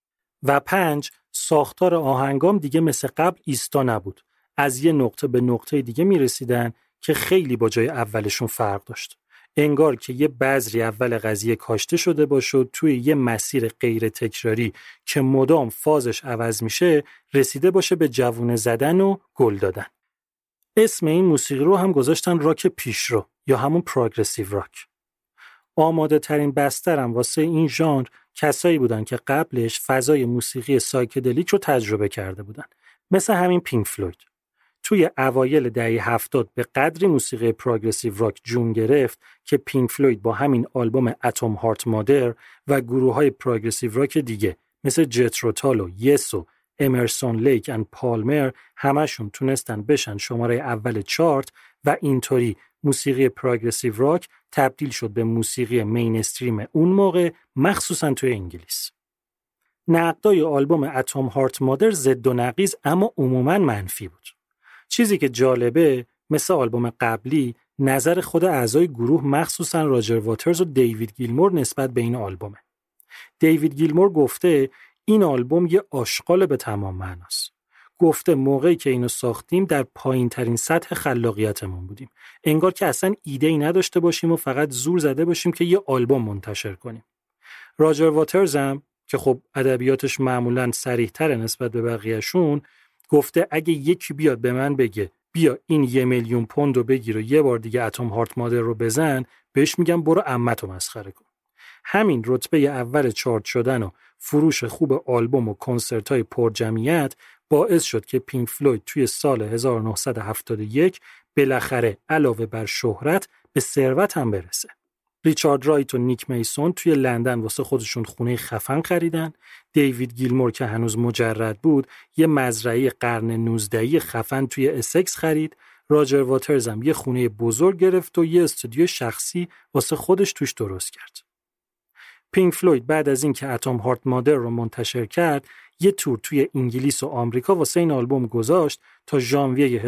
و 5. ساختار آهنگام دیگه مثل قبل ایستا نبود. از یه نقطه به نقطه دیگه میرسیدن که خیلی با جای اولشون فرق داشت. انگار که یه بذری اول قضیه کاشته شده باشه و توی یه مسیر غیر تکراری که مدام فازش عوض میشه رسیده باشه به جوونه زدن و گل دادن. اسم این موسیقی رو هم گذاشتن راک پیشرو یا همون پروگرسیو راک. آماده ترین بسترم واسه این ژانر کسایی بودن که قبلش فضای موسیقی سایکدلیک رو تجربه کرده بودن، مثل همین پینک فلوید. توی اوایل دهه 70 به قدری موسیقی پروگرسیو راک جون گرفت که پینک فلوید با همین آلبوم اتم هارت مادر و گروه‌های پروگرسیو راک دیگه مثل جترو تال و یس و امرسون لیک اند پالمر همشون تونستن بشن شماره اول چارت و اینطوری موسیقی پروگرسیو راک تبدیل شد به موسیقی مینستریم اون موقع، مخصوصا توی انگلیس. نقدای آلبوم اتم هارت مادر ضد و نقیض اما عموماً منفی بود. چیزی که جالبه مثل آلبوم قبلی نظر خود اعضای گروه مخصوصا راجر واترز و دیوید گیلمور نسبت به این آلبومه. دیوید گیلمور گفته این آلبوم یه آشغال به تمام معناست. گفته موقعی که اینو ساختیم در پایین ترین سطح خلاقیتمون بودیم. انگار که اصلا ایده‌ای نداشته باشیم و فقط زور زده باشیم که یه آلبوم منتشر کنیم. راجر واترز هم که خب ادبیاتش معمولاً صریح‌تر نسبت به بقیه‌شون گفته اگه یکی بیاد به من بگه بیا این 1,000,000 پوند رو بگیر و یه بار دیگه اتم هارت مادر رو بزن، بهش میگم برو عمتو مسخره کن. همین رتبه اول چارت شدن و فروش خوب آلبوم و کنسرت‌های پرجمعیت باعث شد که پینک فلوید توی سال 1971 بالاخره علاوه بر شهرت به ثروت هم برسه. ریچارد رایت و نیک میسون توی لندن واسه خودشون خونه خفن خریدن. دیوید گیلمور که هنوز مجرد بود یه مزرعه قرن 19 خفن توی اسکس خرید. راجر واترز هم یه خونه بزرگ گرفت و یه استودیو شخصی واسه خودش توش درست کرد. پینک فلوید بعد از اینکه اتم هارت مادر رو منتشر کرد یه تور توی انگلیس و آمریکا واسه این آلبوم گذاشت تا ژانویه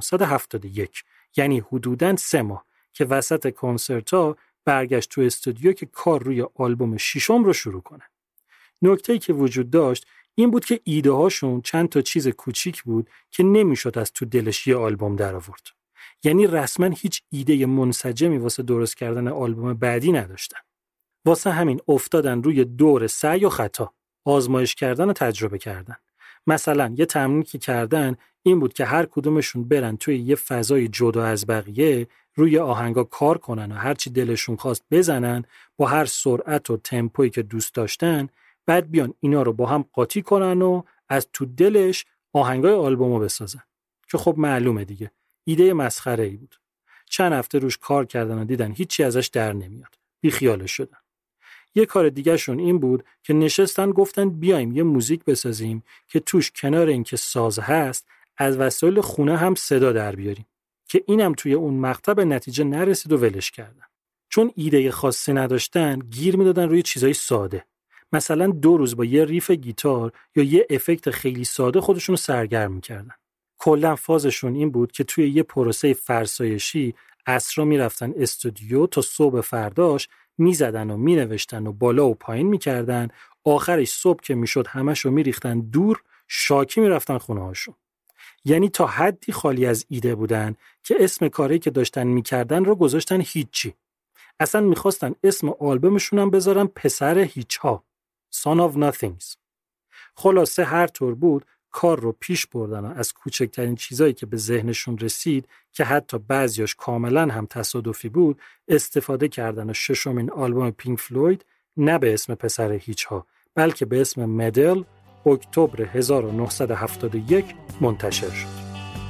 1971، یعنی حدوداً 3 ماه، که وسط کنسرت‌ها برگشت تو استودیو که کار روی آلبوم 6 رو شروع کنه. نکته‌ای که وجود داشت این بود که ایده هاشون چند تا چیز کوچیک بود که نمیشد از تو دلش یه آلبوم در آورد. یعنی رسما هیچ ایده منسجمی واسه درست کردن آلبوم بعدی نداشتن. واسه همین افتادن روی دور سعی و خطا، آزمایش کردن و تجربه کردن. مثلا یه تمرینی که کردن این بود که هر کدومشون برن توی یه فضای جدا از بقیه روی آهنگا کار کنن و هر چی دلشون خواست بزنن با هر سرعت و تمپویی که دوست داشتن، بعد بیان اینا رو با هم قاطی کنن و از تو دلش آهنگای آلبومو بسازن. که خب معلومه دیگه ایده مسخره‌ای بود. چند هفته روش کار کردن و دیدن هیچی ازش در نمیاد، بی خیالش شدن. یه کار دیگه شون این بود که نشستن گفتن بیایم یه موزیک بسازیم که توش کنار اینکه ساز هست از وسایل خونه هم صدا در بیاریم، که اینم توی اون مقطع به نتیجه نرسید و ولش کردن. چون ایده خاصی نداشتن گیر میدادن روی چیزای ساده. مثلا 2 روز با یه ریف گیتار یا یه افکت خیلی ساده خودشون رو سرگرم می‌کردن. کلاً فازشون این بود که توی یه پروسه فرسایشی عصرا میرفتن استودیو تا صبح فرداش میزدن و مینوشتن و بالا و پایین میکردن، آخرش صبح که میشد همشو میریختن دور، شاکی میرفتن خونه هاشون. یعنی تا حدی خالی از ایده بودن که اسم کاری که داشتن میکردن رو گذاشتن هیچی. اصلا میخواستن اسم آلبومشون هم بذارن پسر هیچها، Son of Nothings. خلاصه هر طور بود کار رو پیش بردن و از کوچکترین چیزایی که به ذهنشون رسید که حتی بعضیاش کاملا هم تصادفی بود استفاده کردن و 6مین آلبوم پینک فلوید نه به اسم پسر هیچها بلکه به اسم مدل اکتبر 1971 منتشر شد.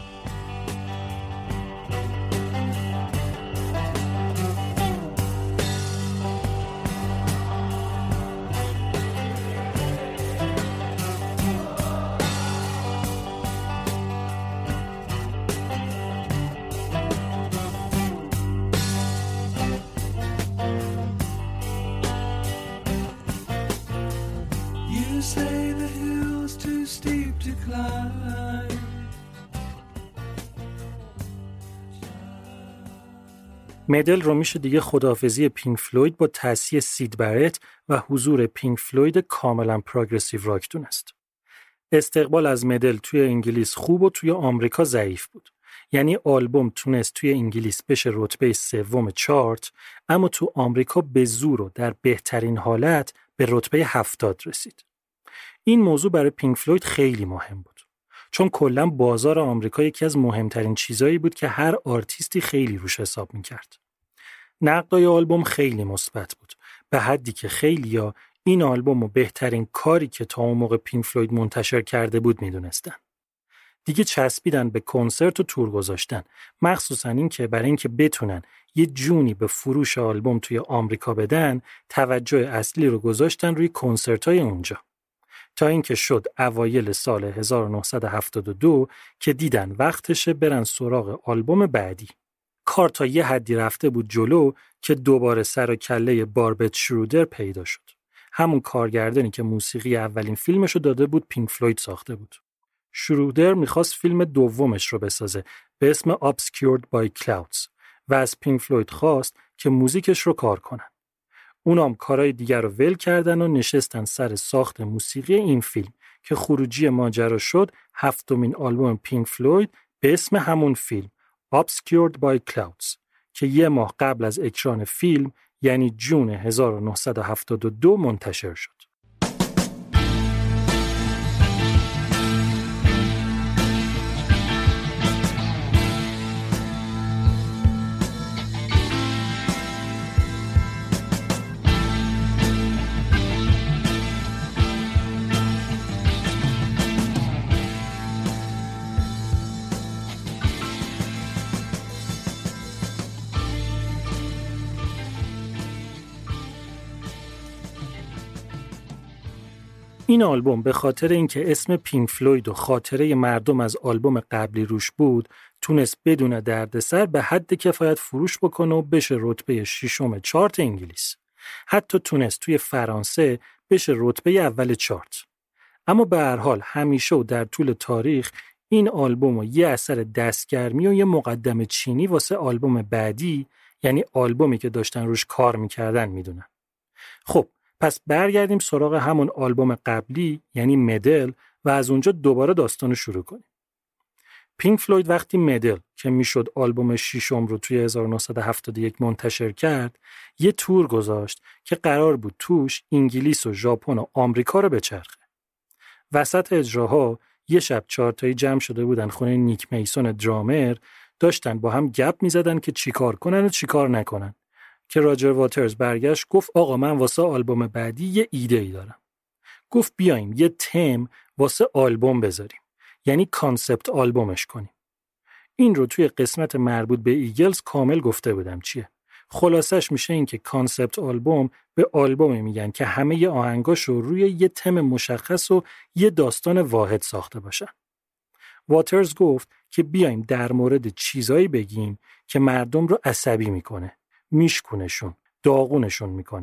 مدل رو میشه دیگه خداحافظی پینک فلوید با تأسیس سید برت و حضور پینک فلوید کاملا پروگرسیو راک دونست. استقبال از مدل توی انگلیس خوب و توی آمریکا ضعیف بود. یعنی آلبوم تونست توی انگلیس بشه رتبه 3 چارت، اما تو آمریکا به زور و در بهترین حالت به رتبه 70 رسید. این موضوع برای پینک فلوید خیلی مهم بود. چون کلاً بازار آمریکا یکی از مهمترین چیزایی بود که هر آرتیستی خیلی روش حساب می‌کرد. نقدای آلبوم خیلی مثبت بود، به حدی که خیلیا این آلبومو بهترین کاری که تا اون موقع پینک فلوید منتشر کرده بود می‌دونستن. دیگه چسبیدن به کنسرت و تور گذاشتن، مخصوصاً این که برای اینکه بتونن یه جونی به فروش آلبوم توی آمریکا بدن، توجه اصلی رو گذاشتن روی کنسرت‌های اونجا. تا اینکه شد اوایل سال 1972 که دیدن وقتشه برن سراغ آلبوم بعدی. کار تا یه حدی رفته بود جلو که دوباره سر و کله باربت شرودر پیدا شد. همون کارگردانی که موسیقی اولین فیلمشو داده بود پینک فلوید ساخته بود. شرودر میخواست فیلم دومش رو بسازه به اسم Obscured by Clouds و از پینک فلوید خواست که موزیکش رو کار کنن. اونام کارهای دیگر رو ول کردن و نشستن سر ساخت موسیقی این فیلم که خروجی ماجرا شد 7مین آلبوم پینک فلوید به اسم همون فیلم Obscured by Clouds که یه ماه قبل از اکران فیلم یعنی جون 1972 منتشر شد. این آلبوم به خاطر اینکه اسم پینک فلوید و خاطره مردم از آلبوم قبلی روش بود، تونست بدون دردسر به حد کفایت فروش بکنه و بشه رتبه 6 چارت انگلیس. حتی تونست توی فرانسه بشه رتبه اول چارت. اما به هر حال همیشه و در طول تاریخ این آلبوم رو یه اثر دستگرمی و یه مقدمه چینی واسه آلبوم بعدی، یعنی آلبومی که داشتن روش کار میکردن میدونن. خب پس برگردیم سراغ همون آلبوم قبلی یعنی مدل و از اونجا دوباره داستانو شروع کنیم. پینک فلوید وقتی مدل که میشد آلبوم 6 رو توی 1971 منتشر کرد، یه تور گذاشت که قرار بود توش انگلیس و ژاپن و آمریکا رو بچرخه. وسط اجراها یه شب 4 تایی جمع شده بودن خونه نیک میسون درامر، داشتن با هم گپ میزدن که چیکار کنن و چیکار نکنن. که راجر واترز برگشت گفت آقا من واسه آلبوم بعدی یه ایده ای دارم. گفت بیایم یه تم واسه آلبوم بذاریم، یعنی کانسپت آلبومش کنیم. این رو توی قسمت مربوط به ایگلز کامل گفته بودم چیه. خلاصش میشه این که کانسپت آلبوم به آلبومی میگن که همه آهنگاش رو روی یه تم مشخص و یه داستان واحد ساخته باشن. واترز گفت که بیایم در مورد چیزایی بگیم که مردم رو عصبی میکنه، میشکونشون، داغونشون میکنه.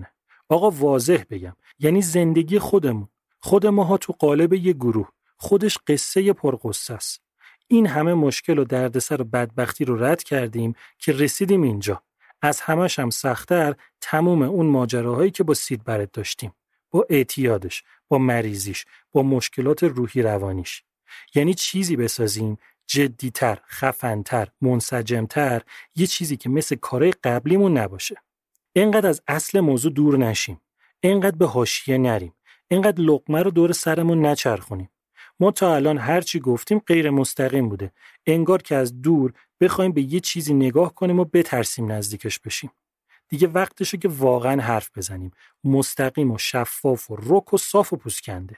آقا واضح بگم، یعنی زندگی خود ماها تو قالب یه گروه، خودش قصه پرقصه است. این همه مشکل و دردسر و بدبختی رو رد کردیم که رسیدیم اینجا. از همش هم سخت‌تر تموم اون ماجراهایی که با سید برت داشتیم، با اعتیادش، با مریضیش، با مشکلات روحی روانیش. یعنی چیزی بسازیم جدی‌تر، خفن‌تر، منسجم‌تر، یه چیزی که مثل کارهای قبلیمون نباشه. اینقدر از اصل موضوع دور نشیم، اینقدر به حاشیه نریم، اینقدر لقمه رو دور سرمون نچرخونیم. ما تا الان هر چی گفتیم غیر مستقیم بوده، انگار که از دور بخوایم به یه چیزی نگاه کنیم و بترسیم نزدیکش بشیم. دیگه وقتشه که واقعا حرف بزنیم، مستقیم و شفاف و رک و صاف و پوسکنده.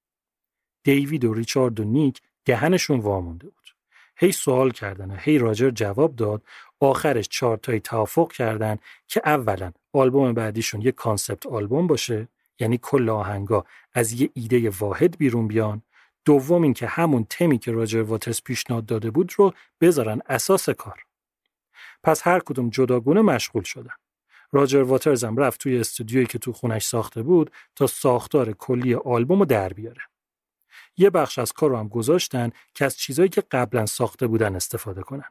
دیوید و ریچارد و نیک دهنشون وامونده بود. هی سوال کردن و هی راجر جواب داد. آخرش 4 تایی توافق کردن که اولا آلبوم بعدیشون یه کانسپت آلبوم باشه، یعنی کل آهنگا از یه ایده واحد بیرون بیان. دوم این که همون تمی که راجر واترز پیشنهاد داده بود رو بذارن اساس کار. پس هر کدوم جداگونه مشغول شدن. راجر واترز هم رفت توی استودیویی که تو خونش ساخته بود تا ساختار کلی آلبوم رو در بیاره. یه بخش از کار رو هم گذاشتن که از چیزایی که قبلا ساخته بودن استفاده کنن.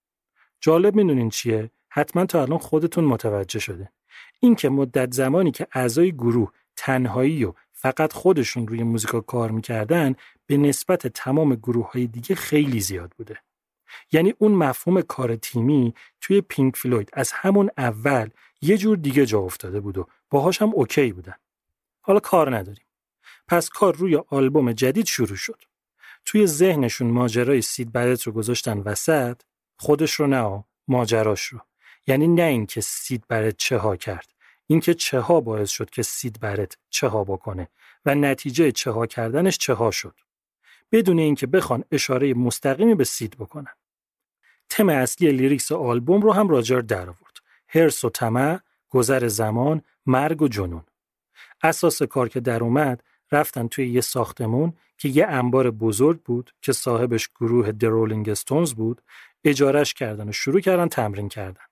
جالب میدونین چیه؟ حتما تا الان خودتون متوجه شده. این که مدت زمانی که اعضای گروه تنهایی و فقط خودشون روی موزیکا کار میکردن به نسبت تمام گروه‌های دیگه خیلی زیاد بوده. یعنی اون مفهوم کار تیمی توی پینک فلوید از همون اول یه جور دیگه جا افتاده بود و باهاش هم اوکی بودن. حالا کار نداریم. پس کار روی آلبوم جدید شروع شد. توی ذهنشون ماجرای سید برت رو گذاشتن وسط، خودش رو نه، ماجراش رو. یعنی نه این که سید برت چه ها کرد، این که چه ها باعث شد که سید برت چه ها بکنه و نتیجه چه ها کردنش چه ها شد، بدون اینکه بخوان اشاره مستقیمی به سید بکنن. تم اصلی لیریکس آلبوم رو هم راجر در آورد. هرس و طمع، گذر زمان، مرگ و جنون. اساس کار که در اومد، رفتن توی یه ساختمون که یه انبار بزرگ بود که صاحبش گروه The Rolling Stones بود، اجارش کردن و شروع کردن تمرین کردن.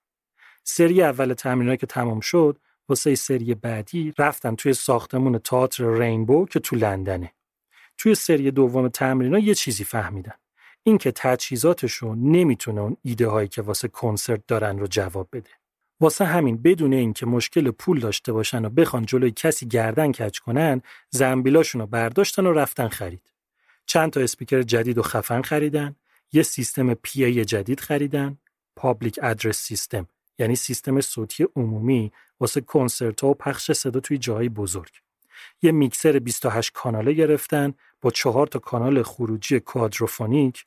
سری اول تمرینایی که تمام شد، واسه سری بعدی رفتن توی ساختمون تئاتر رینبو که تو لندنه. توی سری دوم تمرینا یه چیزی فهمیدن. این که تجهیزاتشون نمیتونه اون ایده هایی که واسه کنسرت دارن رو جواب بده. واسه همین بدون اینکه مشکل پول داشته باشن و بخوان جلوی کسی گردن کج کنن، زنبیلاشون رو برداشتن و رفتن خرید. چند تا اسپیکر جدید و خفن خریدن، یه سیستم PA جدید خریدن، پابلیک ادرس سیستم، یعنی سیستم صوتی عمومی واسه کنسرت‌ها و پخش صدا توی جاهای بزرگ. یه میکسر 28 کاناله گرفتن با 4 تا کانال خروجی کوادروفونیک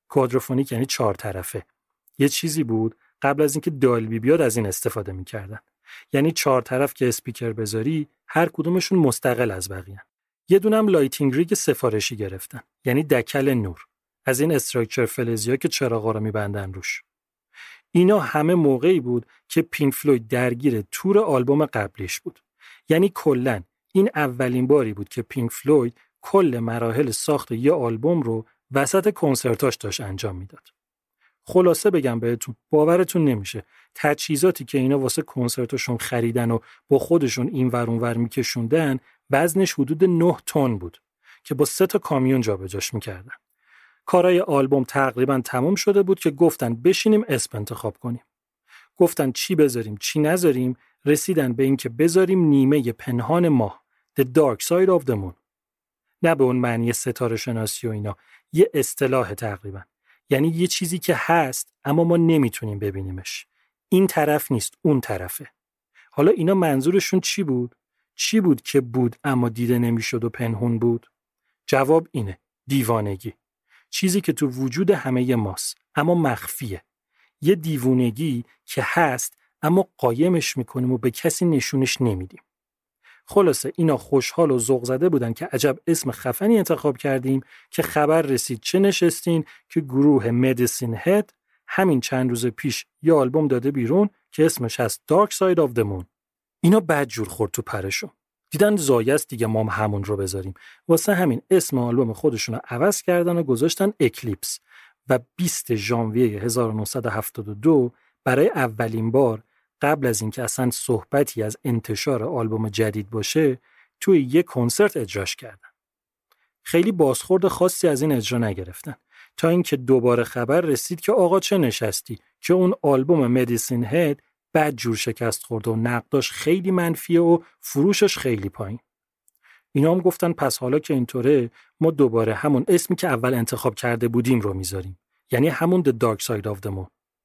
یعنی 4 طرفه. یه چیزی بود قبل از اینکه دالبی بیاد از این استفاده می‌کردن. یعنی 4 طرف که اسپیکر بذاری هر کدومشون مستقل از بقیه. یه دونم لایتینگ ریگ سفارشی گرفتن، یعنی دکل نور. از این استراکچر فلزی‌ها که چراغا رو می‌بندن روش. اینا همه موقعی بود که پینک فلوید درگیر تور آلبوم قبلیش بود. یعنی کلاً این اولین باری بود که پینک فلوید کل مراحل ساخت یه آلبوم رو وسط کنسرتاش داشت انجام میداد. خلاصه بگم بهتون، باورتون نمیشه تجهیزاتی که اینا واسه کنسرتاشون خریدن و با خودشون این ور اون ور میکشوندن وزنش حدود 9 تن بود که با 3 تا کامیون جابجاش میکردن. کارای آلبوم تقریبا تموم شده بود که گفتن بشینیم اسم انتخاب کنیم. گفتن چی بذاریم چی نذاریم، رسیدن به این که بذاریم نیمه پنهان ماه، The Dark Side of the Moon. نه به اون معنی ستاره شناسی و اینا، یه اصطلاح تقریبا. یعنی یه چیزی که هست اما ما نمیتونیم ببینیمش. این طرف نیست، اون طرفه. حالا اینا منظورشون چی بود؟ چی بود که بود اما دیده نمیشد و پنهون بود؟ جواب اینه، دیوانگی. چیزی که تو وجود همه ماست اما مخفیه. یه دیوونگی که هست اما قایمش میکنیم و به کسی نشونش نمیدیم. خلاصه اینا خوشحال و ذوق زده بودن که عجب اسم خفنی انتخاب کردیم که خبر رسید چه نشستین که گروه مدیسین هد همین چند روز پیش یه آلبوم داده بیرون که اسمش هست Dark Side of the Moon. اینا بدجور خورد تو پرشون. دیدن زایست دیگه ما همون رو بذاریم. واسه همین اسم آلبوم خودشون رو عوض کردن و گذاشتن اکلیپس و 20 ژانویه 1972 برای اولین بار قبل از اینکه اصلا صحبتی از انتشار آلبوم جدید باشه توی یک کنسرت اجراش کردن. خیلی بازخورد خاصی از این اجرا نگرفتن تا اینکه دوباره خبر رسید که آقا چه نشستی که اون آلبوم مدیسین هد بد جور شکست خورده و نقداش خیلی منفیه و فروشش خیلی پایین. اینا هم گفتن پس حالا که اینطوره ما دوباره همون اسمی که اول انتخاب کرده بودیم رو میذاریم، یعنی همون The Dark Side of the Moon.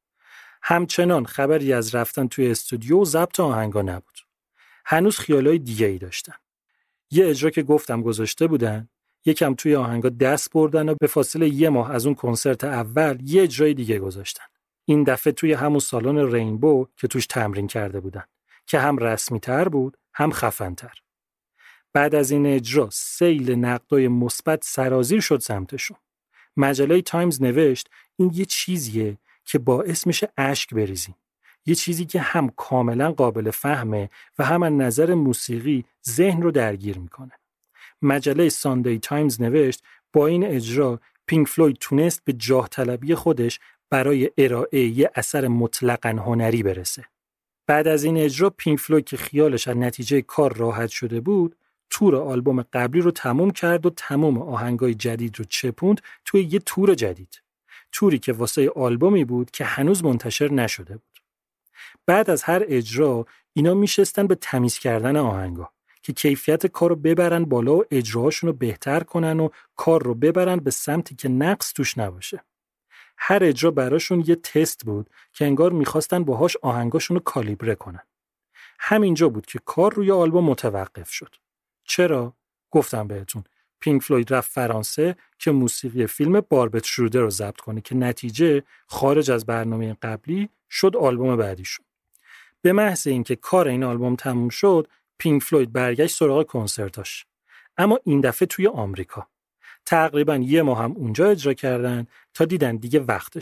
همچنان خبری از رفتن توی استودیو و ضبط آهنگا نبود. هنوز خیالای دیگه ای داشتن. یه اجرا که گفتم گذاشته بودن، یکم توی آهنگا دست بردن و به فاصله 1 ماه از اون کنسرت اول یه اجرای دیگه گذاشتن. این دفعه توی همون سالن رینبو که توش تمرین کرده بودن که هم رسمی تر بود هم خفن تر. بعد از این اجرا سیل نقدای مثبت سرازیر شد سمتشون. مجله تایمز نوشت این یه چیزیه که باعث میشه اشک بریزیم. یه چیزی که هم کاملا قابل فهمه و هم از نظر موسیقی ذهن رو درگیر میکنه. مجله ساندی تایمز نوشت با این اجرا پینک فلوید تونست به جاه طلبی خودش برای ارائه یه اثر مطلقاً هنری برسه. بعد از این اجرا پینک فلوید که خیالش از نتیجه کار راحت شده بود، تور آلبوم قبلی رو تموم کرد و تمام آهنگای جدید رو چپوند توی یه تور جدید. توری که واسه آلبومی بود که هنوز منتشر نشده بود. بعد از هر اجرا اینا میشستن به تمیز کردن آهنگا که کیفیت کار رو ببرن بالا و اجراهاشون رو بهتر کنن و کار رو ببرن به سمتی که نقص توش نباشه. هر اجرا براشون یه تست بود که انگار میخواستن باهاش آهنگاشون رو کالیبره کنن. همینجا بود که کار روی آلبوم متوقف شد. چرا؟ گفتم بهتون. پینک فلوید رفت فرانسه که موسیقی فیلم باربت شرودر رو ضبط کنه که نتیجه خارج از برنامه قبلی شد آلبوم بعدیشون. به محض اینکه کار این آلبوم تموم شد، پینک فلوید برگشت سراغ کنسرتاش. اما این دفعه توی آمریکا. تقریباً 1 ماه هم اونجا اجرا کردن تا دیدن دیگه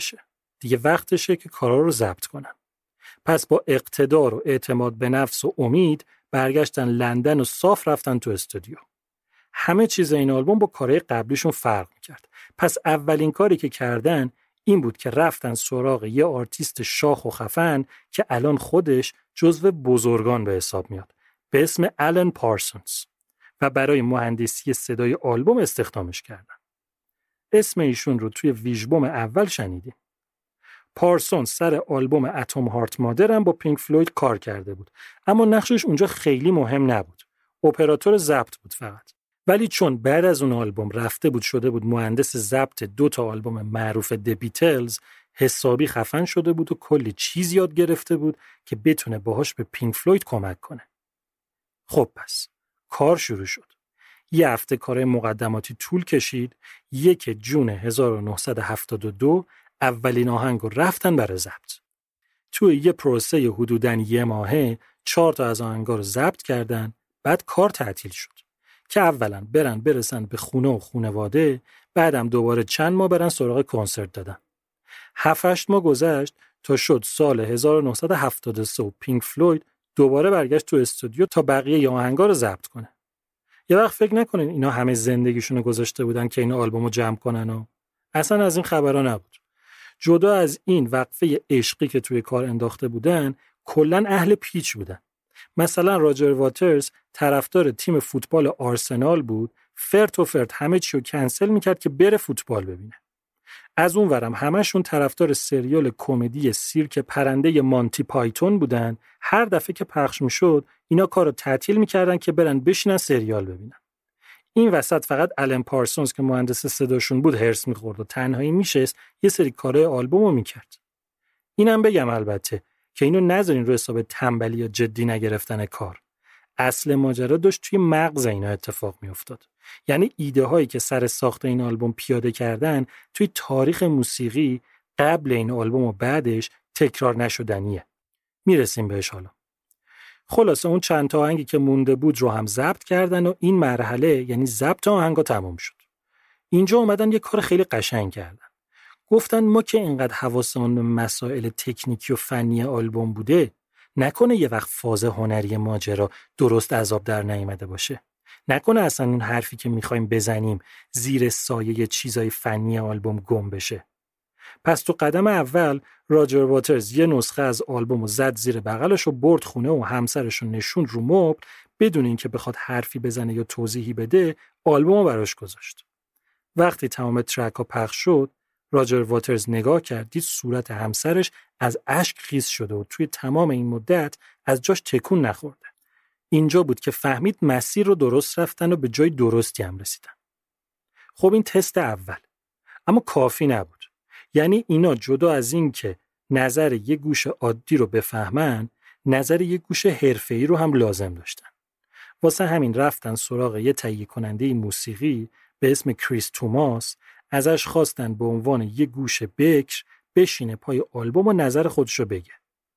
وقتشه که کارا رو ضبط کنن. پس با اقتدار و اعتماد به نفس و امید برگشتن لندن و صاف رفتن تو استودیو. همه چیز این آلبوم با کارهای قبلیشون فرق می‌کرد. پس اولین کاری که کردن این بود که رفتن سراغ یه آرتیست شاخ و خفن که الان خودش جزو بزرگان به حساب میاد به اسم آلن پارسونز و برای مهندسی صدای آلبوم استخدامش کردن. اسم ایشون رو توی ویژبوم اول شنیدیم. پارسونز سر آلبوم اتم هارت مادر هم با پینک فلوید کار کرده بود، اما نقشش اونجا خیلی مهم نبود. اپراتور ضبط بود فقط. ولی چون بعد از اون آلبوم رفته بود شده بود مهندس ضبط 2 آلبوم معروف د بیتلز، حسابی خفن شده بود و کلی چیز یاد گرفته بود که بتونه باهاش به پینک فلوید کمک کنه. خب پس کار شروع شد. 1 هفته کار مقدماتی طول کشید. 1 جون 1972 اولین آهنگ رو رفتن برای ضبط. توی یه پروسه حدوداً 1 ماهه 4 از آهنگا رو ضبط کردن. بعد کار تعطیل شد که اولاً برسن به خونه و خانواده، بعدم دوباره چند ماه برن سراغ کنسرت دادن. 7-8 ماه گذشت تا شد سال 1973 و پینک فلوید دوباره برگشت تو استودیو تا بقیه آهنگا رو ضبط کنه. یه وقت فکر نکنین اینا همه زندگیشونو گذاشته بودن که این آلبومو جمع کنن و اصلا از این خبرها نبود. جدا از این وقفه عشقی که توی کار انداخته بودن، کلاً اهل پیچ بودن. مثلا راجر واترز طرفدار تیم فوتبال آرسنال بود، فرت و فرت همه چیو کنسل میکرد که بره فوتبال ببینه. از اون ورم همشون طرفدار سریال کمدی سیرک پرنده مانتی پایتون بودن. هر دفعه که پخش میشد اینا کارو تعطیل میکردن که برن بشینن سریال ببینن. این وسط فقط آلن پارسونز که مهندس صداشون بود هرس میخورد و تنهایی میشست یه سری کارهای آلبومو میکرد. اینم بگم البته که اینو نذارین رو حساب تنبلی یا جدی نگرفتن کار. اصل ماجرا داشت توی مغز اینا اتفاق میافتاد. یعنی ایده هایی که سر ساخت این آلبوم پیاده کردن توی تاریخ موسیقی قبل این آلبوم و بعدش تکرار نشدنیه. میرسیم بهش حالا. خلاصه اون چند تا آهنگی که مونده بود رو هم ضبط کردن و این مرحله یعنی ضبط آهنگا تمام شد. اینجا اومدن یه کار خیلی قشنگ کردن. گفتن ما که اینقدر حواسمون به مسائل تکنیکی و فنی آلبوم بوده، نکنه یه وقت فاز هنری ماجرا درست عذاب در نیامده باشه. نکنه اصلا اون حرفی که میخوایم بزنیم زیر سایه چیزای فنی آلبوم گم بشه. پس تو قدم اول راجر واترز یه نسخه از آلبومو زد زیر بغلش و برد خونه و همسرش رو نشوند رو مبل، بدون اینکه بخواد حرفی بزنه یا توضیحی بده آلبومو براش گذاشت. وقتی تمام ترک ها پخش شد، راجر واترز نگاه کرد، دید صورت همسرش از اشک خیس شده و توی تمام این مدت از جاش تکون نخورده. اینجا بود که فهمید مسیر رو درست رفتن و به جای درستی هم رسیدن. خب این تست اول. اما کافی نبود. یعنی اینا جدا از این که نظر یه گوش عادی رو بفهمن، نظر یه گوش حرفه‌ای رو هم لازم داشتن. واسه همین رفتن سراغ یه تهیه کننده موسیقی به اسم کریس توماس، ازش خواستن به عنوان یه گوش بکر بشینه پای آلبوم و نظر خودشو بگه.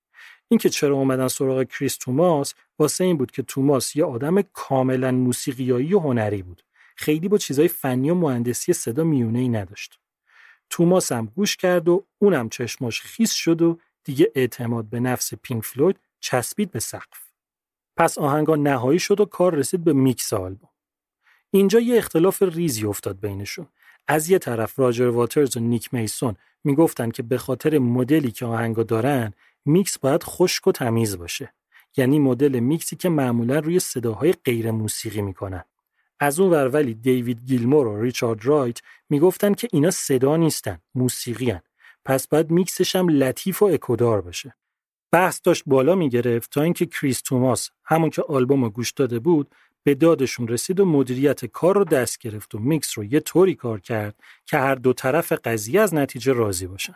این که چرا اومدن سراغ کریس توماس واسه این بود که توماس یه آدم کاملا موسیقیایی و هنری بود. خیلی با چیزای فنی و مهندسی صدا میونه‌ای نداشت. توماس هم گوش کرد و اونم چشماش خیس شد و دیگه اعتماد به نفس پینک فلوید چسبید به سقف. پس آهنگا نهایی شد و کار رسید به میکس آلبوم. اینجا یه اختلاف ریزی افتاد بینشون. از یه طرف راجر واترز و نیک میسون میگفتن که به خاطر مدلی که آهنگا دارن میکس باید خشک و تمیز باشه. یعنی مدل میکسی که معمولا روی صداهای غیر موسیقی میکنن. از اون ور ولی دیوید گیلمور و ریچارد رایت میگفتن که اینا صدا نیستن، موسیقی هن. پس باید میکسش هم لطیف و اکودار باشه. بحث داشت بالا میگرفت تا اینکه کریس توماس همون که آلبومو گوش داده بود به دادشون رسید و مدیریت کار رو دست گرفت و میکس رو یه طوری کار کرد که هر دو طرف قضیه از نتیجه راضی باشن.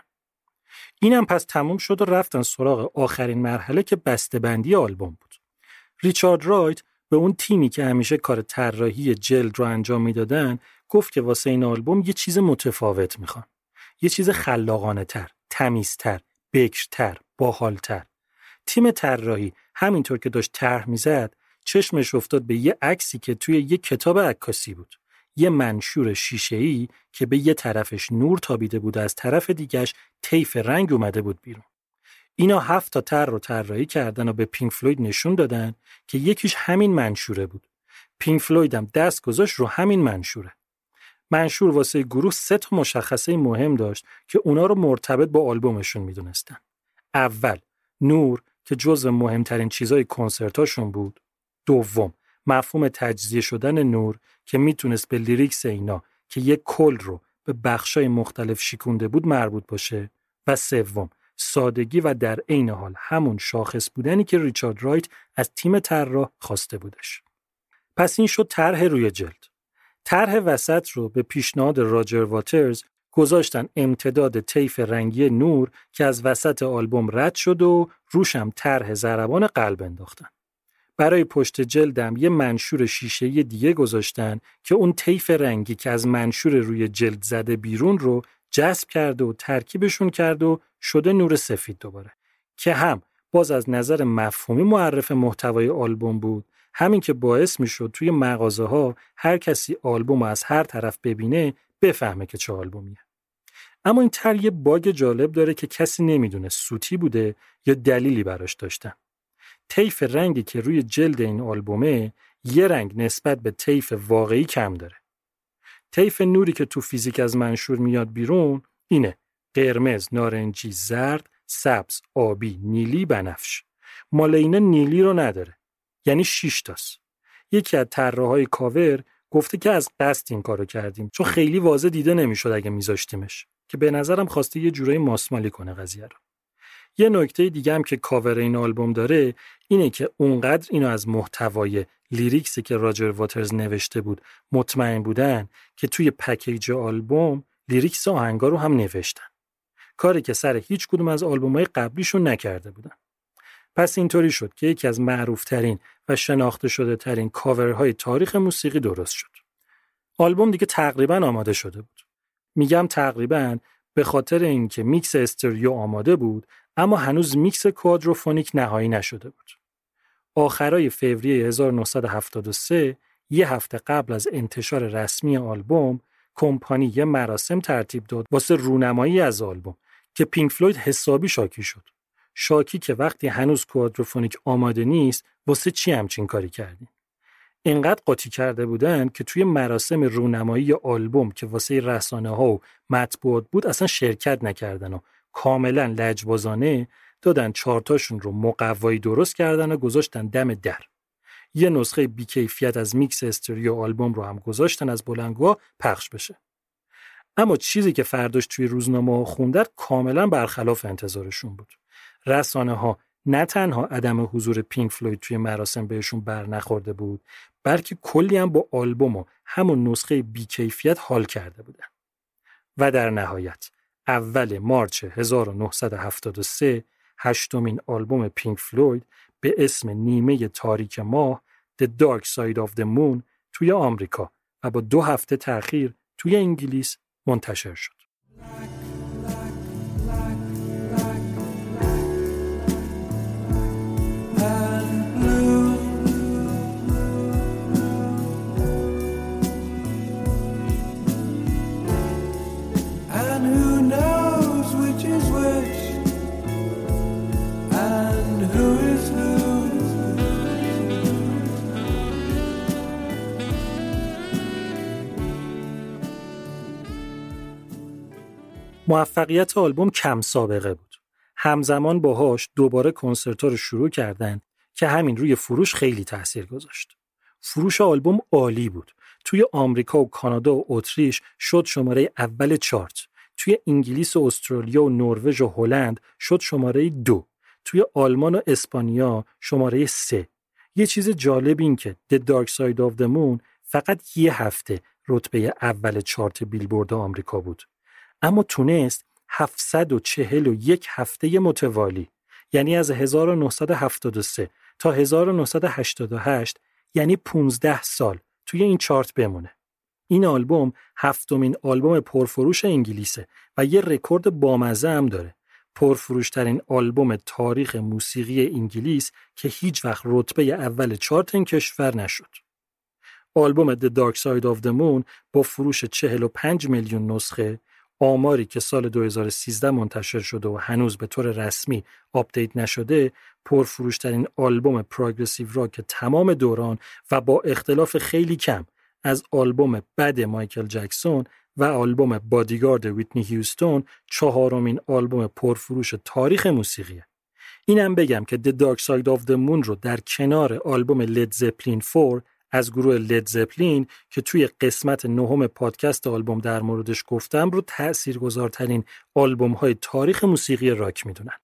اینم پس تموم شد و رفتن سراغ آخرین مرحله که بسته‌بندی آلبوم بود. ریچارد رایت به اون تیمی که همیشه کار طراحی جلد رو انجام میدادن گفت که واسه این آلبوم یه چیز متفاوت میخوان. یه چیز خلاقانه تر، تمیزتر، بکرتر، باحالتر. تیم طراحی همینطور که داشت طرح میزد چشمش افتاد به یه عکسی که توی یه کتاب عکاسی بود. یه منشور شیشه‌ای که به یه طرفش نور تابیده بود و از طرف دیگه‌اش طیف رنگ اومده بود بیرون. اینا 7 تا طرح رو طراحی کردن و به پینک فلوید نشون دادن که یکیش همین منشوره بود. پینک فلوید هم دست گذاشت رو همین منشوره. منشور واسه گروه 3 تا مشخصه مهم داشت که اونا رو مرتبط با آلبومشون میدونستن. اول، نور که جزو مهمترین چیزای کنسرتاشون بود. دوم، مفهوم تجزیه شدن نور که میتونست به لیریکس اینا که یک کل رو به بخشای مختلف شیکونده بود مربوط باشه. و سوم، سادگی و در عین حال همون شاخص بودنی که ریچارد رایت از تیم طراح خواسته بودش. پس این شد طرح روی جلد. طرح وسط رو به پیشنهاد راجر واترز گذاشتن امتداد طیف رنگی نور که از وسط آلبوم رد شد و روش هم طرح ضربان قلب انداختن. برای پشت جلدم یه منشور شیشه‌ای دیگه گذاشتن که اون طیف رنگی که از منشور روی جلد زده بیرون رو جذب کرد و ترکیبشون کرد و شده نور سفید دوباره که هم باز از نظر مفهومی معرف محتوای آلبوم بود، همین که باعث میشد توی مغازه‌ها هر کسی آلبوم از هر طرف ببینه بفهمه که چه آلبومیه. اما این طرح یه باگ جالب داره که کسی نمیدونه سوتی بوده یا دلیلی براش داشتن. طیف رنگی که روی جلد این آلبومه یه رنگ نسبت به طیف واقعی کم داره. طیف نوری که تو فیزیک از منشور میاد بیرون اینه: قرمز، نارنجی، زرد، سبز، آبی، نیلی، بنفش. مال اینا نیلی رو نداره. یعنی 6 تاست. یکی از طراحای کاور گفته که از قصد این کارو کردیم چون خیلی واضح دیده نمیشد اگه میذاشتیمش، که به نظرم خواسته یه جورایی ماسمالی کنه قضیه رو. یه نکته دیگه هم که کاور این آلبوم داره اینه که اونقدر اینو از محتوای لیریکسی که راجر واترز نوشته بود مطمئن بودن که توی پکیج آلبوم لیریکس آهنگا رو هم نوشتن. کاری که سر هیچ کدوم از آلبوم‌های قبلیشون نکرده بودن. پس اینطوری شد که یکی از معروف‌ترین و شناخته شده ترین کاورهای تاریخ موسیقی درست شد. آلبوم دیگه تقریباً آماده شده بود. میگم تقریباً به خاطر اینکه میکس استریو آماده بود اما هنوز میکس کوادروفونیک نهایی نشده بود. آخرای فوریه 1973 یه هفته قبل از انتشار رسمی آلبوم کمپانی یه مراسم ترتیب داد واسه رونمایی از آلبوم که پینک فلوید حسابی شاکی شد. شاکی که وقتی هنوز کوادروفونیک آماده نیست واسه چی همچین کاری کردین؟ اینقدر قاطی کرده بودن که توی مراسم رونمایی آلبوم که واسه رسانه‌ها و مطبوعات بود اصلا شرکت نکردن و کاملا لجبازانه دادن چارتاشون رو مقوایی درست کردن و گذاشتن دم در. یه نسخه بی‌کیفیت از میکس استریو آلبوم رو هم گذاشتن از بلندگوها پخش بشه. اما چیزی که فرداش توی روزنامه‌ها خوندن کاملا برخلاف انتظارشون بود. رسانه‌ها نه تنها عدم حضور پینک فلوید توی مراسم بهشون بر نخورده بود، بلکه کلی هم با آلبوم و همون نسخه بی‌کیفیت حال کرده بودن. و در نهایت اول مارچ 1973 هشتمین آلبوم پینک فلوید به اسم نیمه تاریک ماه The Dark Side of the Moon توی آمریکا و با 2 هفته تأخیر توی انگلیس منتشر شد. موفقیت آلبوم کم سابقه بود. همزمان باهاش دوباره کنسرت‌ها رو شروع کردن که همین روی فروش خیلی تأثیر گذاشت. فروش آلبوم عالی بود. توی آمریکا و کانادا و اتریش شد شماره اول چارت. توی انگلیس و استرالیا و نروژ و هلند شد شماره 2. توی آلمان و اسپانیا شماره 3. یه چیز جالب این که The Dark Side of the Moon فقط یه هفته رتبه اول چارت بیلبورد آمریکا بود. اما تونست 741 هفته متوالی، یعنی از 1973 تا 1988، یعنی 15 سال توی این چارت بمونه. این آلبوم 7مین آلبوم پرفروش انگلیسه و یه رکورد بامزه هم داره. پرفروشترین آلبوم تاریخ موسیقی انگلیس که هیچ وقت رتبه اول چارت این کشور نشد. آلبوم The Dark Side of the Moon با فروش 45 میلیون نسخه، آماری که سال 2013 منتشر شده و هنوز به طور رسمی آپدیت نشده، پرفروشترین آلبوم پروگرسیو راک تمام دوران و با اختلاف خیلی کم از آلبوم بد مایکل جکسون و آلبوم بادیگارد ویتنی هیوستون، 4مین آلبوم پرفروش تاریخ موسیقیه. اینم بگم که The Dark Side of the Moon رو در کنار آلبوم لید زپلین 4 از گروه لید زپلین که توی قسمت 9 پادکست آلبوم در موردش گفتم رو تأثیرگذارترین آلبوم‌های تاریخ موسیقی راک میدونن.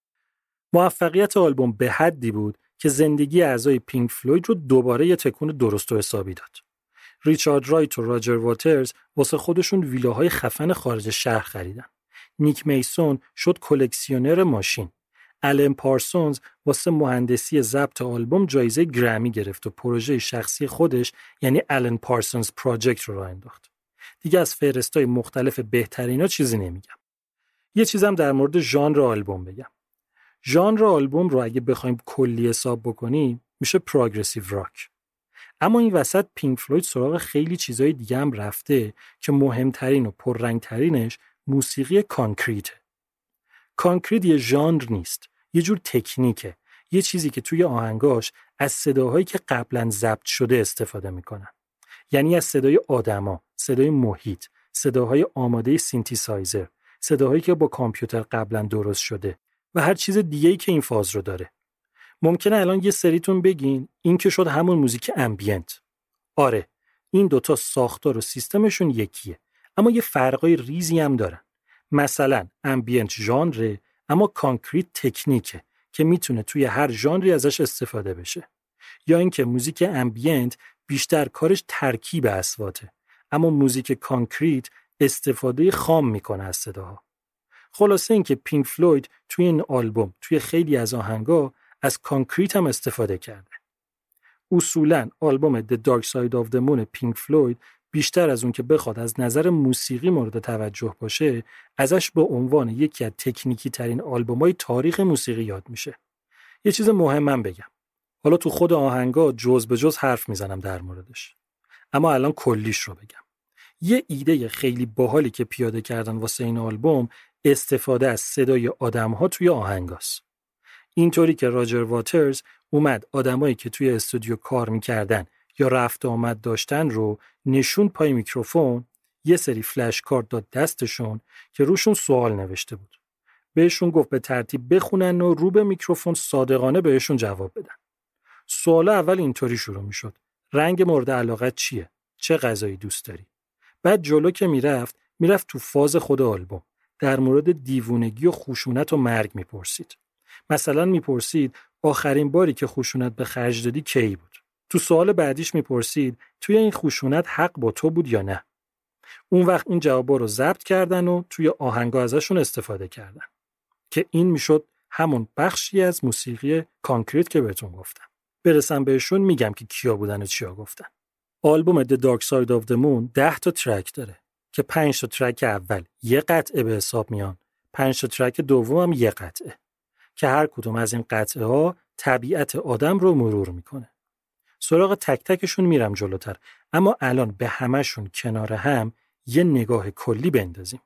موفقیت آلبوم به حدی بود که زندگی اعضای پینک فلوید رو دوباره یه تکون درست و حسابی داد. ریچارد رایت و راجر واترز واسه خودشون ویلاهای خفن خارج شهر خریدن. نیک میسون شد کلکسیونر ماشین. آلن پارسونز واسه مهندسی ضبط آلبوم جایزه گرمی گرفت و پروژه شخصی خودش یعنی آلن پارسونز پراجکت رو راه انداخت. دیگه از فهرستای مختلف بهترینا چیزی نمیگم. یه چیزم در مورد ژانر آلبوم بگم. ژانر آلبوم رو اگه بخوایم کلی حساب بکنیم میشه پروگرسیو راک. اما این وسط پینک فلوید سراغ خیلی چیزای دیگه هم رفته که مهمترین و پررنگترینش موسیقی کانکریته. کانکریت یه ژانر نیست، یه جور تکنیکه، یه چیزی که توی آهنگاش از صداهایی که قبلا ضبط شده استفاده میکنن. یعنی از صدای آدما، صدای محیط، صداهای آماده سینتیسایزر، صداهایی که با کامپیوتر قبلا درست شده و هر چیز دیگه‌ای که این فاز رو داره. ممکنه الان یه سریتون بگین این که شد همون موزیک امبینت. آره، این دوتا ساختار و سیستمشون یکیه، اما یه فرقای ریزی هم دارن. مثلا امبینت ژانره، اما کانکریت تکنیکه که میتونه توی هر ژانری ازش استفاده بشه. یا اینکه موزیک امبینت بیشتر کارش ترکیب اصواته، اما موزیک کانکریت استفاده خام میکنه از صداها. خلاصه اینکه پینک فلوید توی این آلبوم توی خیلی از آهنگا از کانکریت هم استفاده کرده. اصولاً آلبوم The Dark Side of the Moon پینک فلوید بیشتر از اون که بخواد از نظر موسیقی مورد توجه باشه، ازش به عنوان یکی از تکنیکی ترین آلبوم‌های تاریخ موسیقی یاد میشه. یه چیز مهمم بگم. حالا تو خود آهنگا جز به جز حرف میزنم در موردش. اما الان کلیش رو بگم. یه ایده خیلی باحالی که پیاده کردن واسه این آلبوم استفاده از صدای آدم‌ها توی آهنگاست. اینطوری که راجر واترز اومد آدمایی که توی استودیو کار میکردن یا رفت آمد داشتن رو نشون پای میکروفون، یه سری فلش کارت داد دستشون که روشون سوال نوشته بود. بهشون گفت به ترتیب بخونن و رو به میکروفون صادقانه بهشون جواب بدن. سوال اول اینطوری شروع میشد: رنگ مورد علاقت چیه؟ چه غذایی دوست داری؟ بعد جلو که میرفت تو فاز خود آلبوم. در مورد دیوونگی و خشونت و مرگ میپرسید. مثلا میپرسید آخرین باری که خشونت به خرج دادی کی بود؟ تو سوال بعدیش میپرسید توی این خشونت حق با تو بود یا نه؟ اون وقت این جوابا رو ضبط کردن و توی آهنگا ازشون استفاده کردن که این میشد همون بخشی از موسیقی کانکریت که بهتون گفتم. برسم بهشون میگم که کیا بودن و چیا گفتن. آلبوم The Dark Side of the Moon 10 تا ترک داره که 5 تا ترک اول یه قطعه به حساب میان، 5 تا ترک دوم هم یه قطعه که هر کدوم از این قطعه ها طبیعت آدم رو مرور میکنه. سراغ تک تکشون میرم جلوتر، اما الان به همشون کنار هم یه نگاه کلی بندازیم.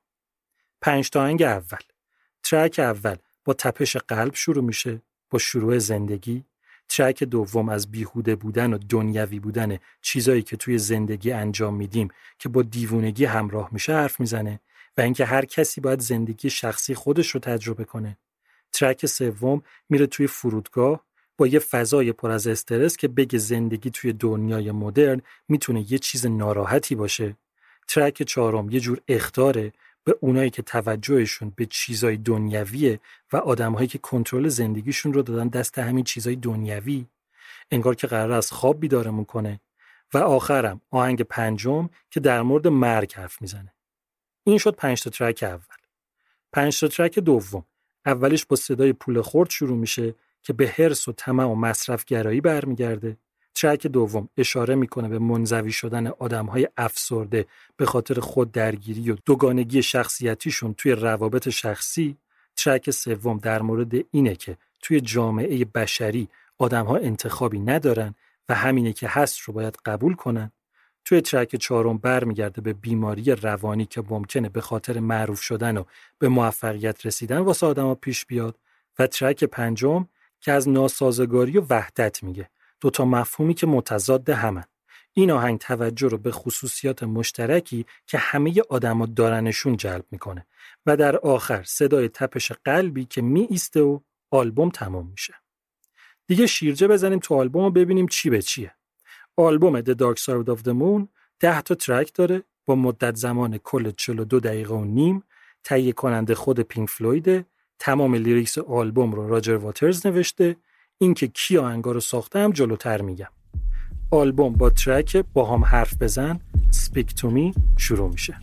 5 تا آهنگ اول. ترک اول با تپش قلب شروع میشه، با شروع زندگی. ترک دوم از بیهوده بودن و دنیوی بودن چیزایی که توی زندگی انجام میدیم که با دیوونگی همراه میشه حرف میزنه و اینکه هر کسی باید زندگی شخصی خودش رو تجربه کنه. ترک سوم میره توی فرودگاه با یه فضای پر از استرس که بگه زندگی توی دنیای مدرن میتونه یه چیز ناراحتی باشه. ترک چهارم یه جور اخطاره به اونایی که توجهشون به چیزای دنیویه و آدم‌هایی که کنترل زندگیشون رو دادن دست همین چیزای دنیوی، انگار که قراره از خواب بیدارمون کنه. و آخرم آهنگ پنجم که در مورد مرگ حرف میزنه. این شد 5 تا ترک اول. 5 تا ترک دوم، اولش با صدای پول خورد شروع میشه که به حرص و طمع و مصرف گرایی برمیگرده. ترک دوم اشاره میکنه به منزوی شدن آدم‌های افسرده به خاطر خود درگیری و دوگانگی شخصیتیشون توی روابط شخصی. ترک سوم در مورد اینه که توی جامعه بشری آدم‌ها انتخابی ندارن و همینه که هست رو باید قبول کنن. توی ترک چهارم برمیگرده به بیماری روانی که ممکنه به خاطر معروف شدن و به موفقیت رسیدن واسه آدم‌ها پیش بیاد. و ترک پنجم که از ناسازگاری و وحدت میگه، دوتا مفهومی که متضاد همن. این آهنگ توجه رو به خصوصیات مشترکی که همه آدما دارنشون جلب میکنه و در آخر صدای تپش قلبی که می ایسته و آلبوم تمام میشه. دیگه شیرجه بزنیم تو آلبوم و ببینیم چی به چیه. آلبوم The Dark Side of the Moon 10 تا ترک داره با مدت زمان کل 42 دقیقه و نیم. تهیه کننده خود پینک فلویده. تمام لیریکس آلبوم رو راجر واترز نوشته. این که کی آهنگا رو ساخته هم جلوتر میگم. آلبوم با ترک با هم حرف بزن Speak to Me شروع میشه.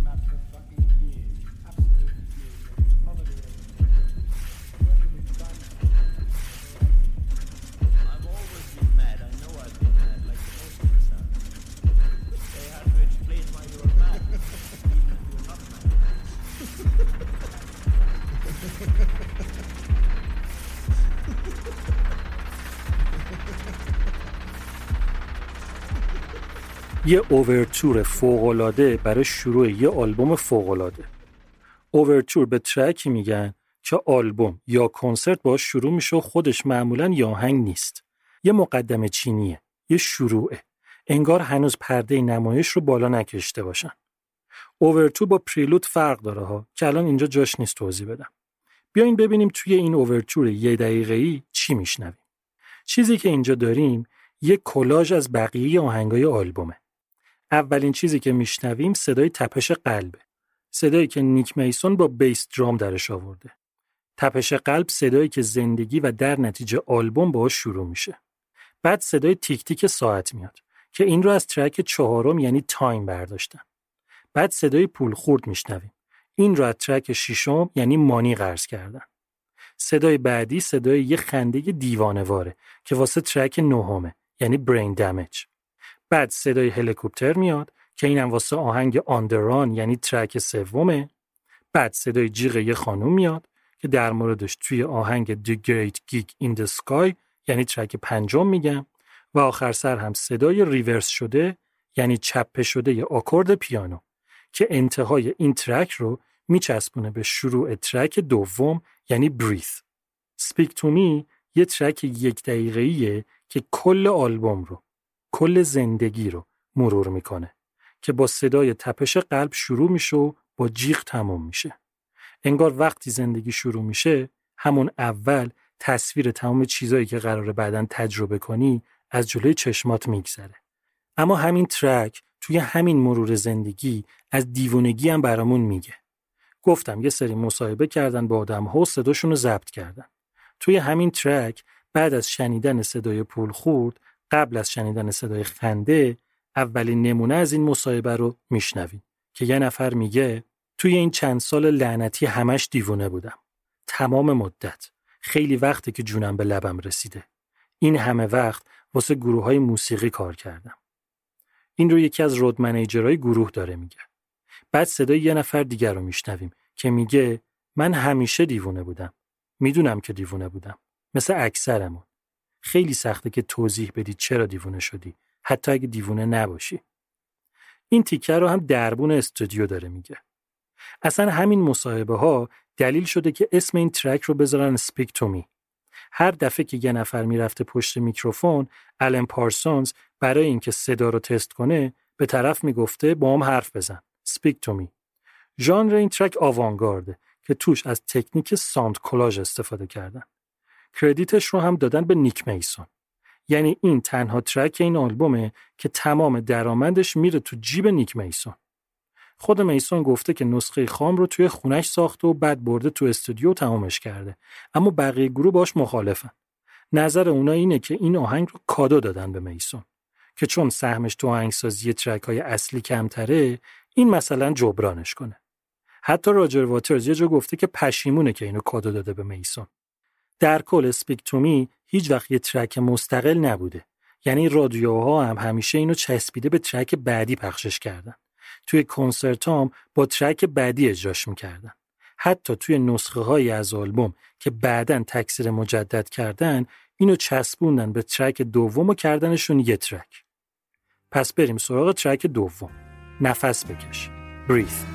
یه اوورتور فوق‌العاده برای شروع یه آلبوم فوق‌العاده. اوورتور به ترکی میگن که آلبوم یا کنسرت باش شروع میشه و خودش معمولاً یه آهنگ نیست. یه مقدمه چینیه، یه شروعه. انگار هنوز پرده نمایش رو بالا نکشته باشن. اوورتور با پریلود فرق داره ها که الان اینجا جاش نیست توضیح بدم. بیاین ببینیم توی این اوورتور 1 دقیقه‌ای چی میشنویم. چیزی که اینجا داریم یه کلاژ از بقیه آهنگای آلبومه. اولین چیزی که میشنویم صدای تپش قلبه. صدایی که نیک میسون با بیس درام درش آورده. تپش قلب صدایی که زندگی و در نتیجه آلبوم باهاش شروع میشه. بعد صدای تیک تیک ساعت میاد که این رو از ترک 4 یعنی تایم برداشتن. بعد صدای پول خورد میشنویم. این رو از ترک 6 یعنی مانی قرض کردن. صدای بعدی صدای یه خنده دیوانه‌واره که واسه ترک 9 یعنی برین دمیج. بعد صدای هلیکوپتر میاد که اینم واسه آهنگ آندران یعنی ترک 3. بعد صدای جیغ یه خانوم میاد که در موردش توی آهنگ The Great Gig in the Sky یعنی ترک 5 میگم. و آخر سر هم صدای ریورس شده یعنی چپه شده ی آکورد پیانو که انتهای این ترک رو میچسبونه به شروع ترک 2 یعنی Breathe. Speak to Me یه ترک 1 دقیقه‌ایه که کل آلبوم رو، کل زندگی رو مرور میکنه که با صدای تپش قلب شروع میشه و با جیغ تموم میشه. انگار وقتی زندگی شروع میشه همون اول تصویر تمام چیزایی که قراره بعداً تجربه کنی از جلوی چشمات میگذره. اما همین ترک توی همین مرور زندگی از دیوونگی هم برامون میگه. گفتم یه سری مصاحبه کردن با آدم‌ها و صداشون رو ضبط کردن. توی همین ترک بعد از شنیدن صدای پول خورد، قبل از شنیدن صدای خنده، اولین نمونه از این مصاحبه رو میشنویم که یه نفر میگه توی این چند سال لعنتی همش دیوونه بودم. تمام مدت. خیلی وقته که جونم به لبم رسیده. این همه وقت واسه گروه‌های موسیقی کار کردم. این رو یکی از رود منیجرهای گروه داره میگه. بعد صدای یه نفر دیگر رو میشنویم که میگه من همیشه دیوونه بودم. میدونم که دیوونه بودم. مثل اکثرمون. خیلی سخته که توضیح بدی چرا دیوونه شدی. حتی اگه دیوونه نباشی. این تیکه رو هم دربون استودیو داره میگه. اصلا همین مصاحبه ها دلیل شده که اسم این ترک رو بذارن Speak to Me. هر دفعه که یه نفر میرفته پشت میکروفون، آلن پارسونز برای اینکه صدا رو تست کنه به طرف میگفته با هم حرف بزن. Speak to me. ژانر این ترک آوانگارده که توش از تکنیک ساوند کلاژ استفاده کردن. کردیتش رو هم دادن به نیک میسون. یعنی این تنها ترک این آلبومه که تمام درآمدش میره تو جیب نیک میسون. خود میسون گفته که نسخه خام رو توی خونش ساخته و بعد برده تو استودیو تمامش کرده. اما بقیه گروه باش مخالفن. نظر اونا اینه که این آهنگ رو کادو دادن به میسون که چون سهمش تو آهنگسازی ترک‌های اصلی کمتره، این مثلا جبرانش کنه. حتی راجر واترز یه جا گفته که پشیمونه که اینو کادو داده به میسون. در کل اسپیک تو می هیچ وقت یه ترک مستقل نبوده. یعنی رادیوها هم همیشه اینو چسبیده به ترک بعدی پخشش کردن. توی کنسرتام با ترک بعدی اجراش میکردن. حتی توی نسخه های از آلبوم که بعداً تکثیر مجدد کردن، اینو چسبوندن به ترک دوم و کردنشون یه ترک. پس بریم سراغ ترک دوم. نفس بکش. Breathe.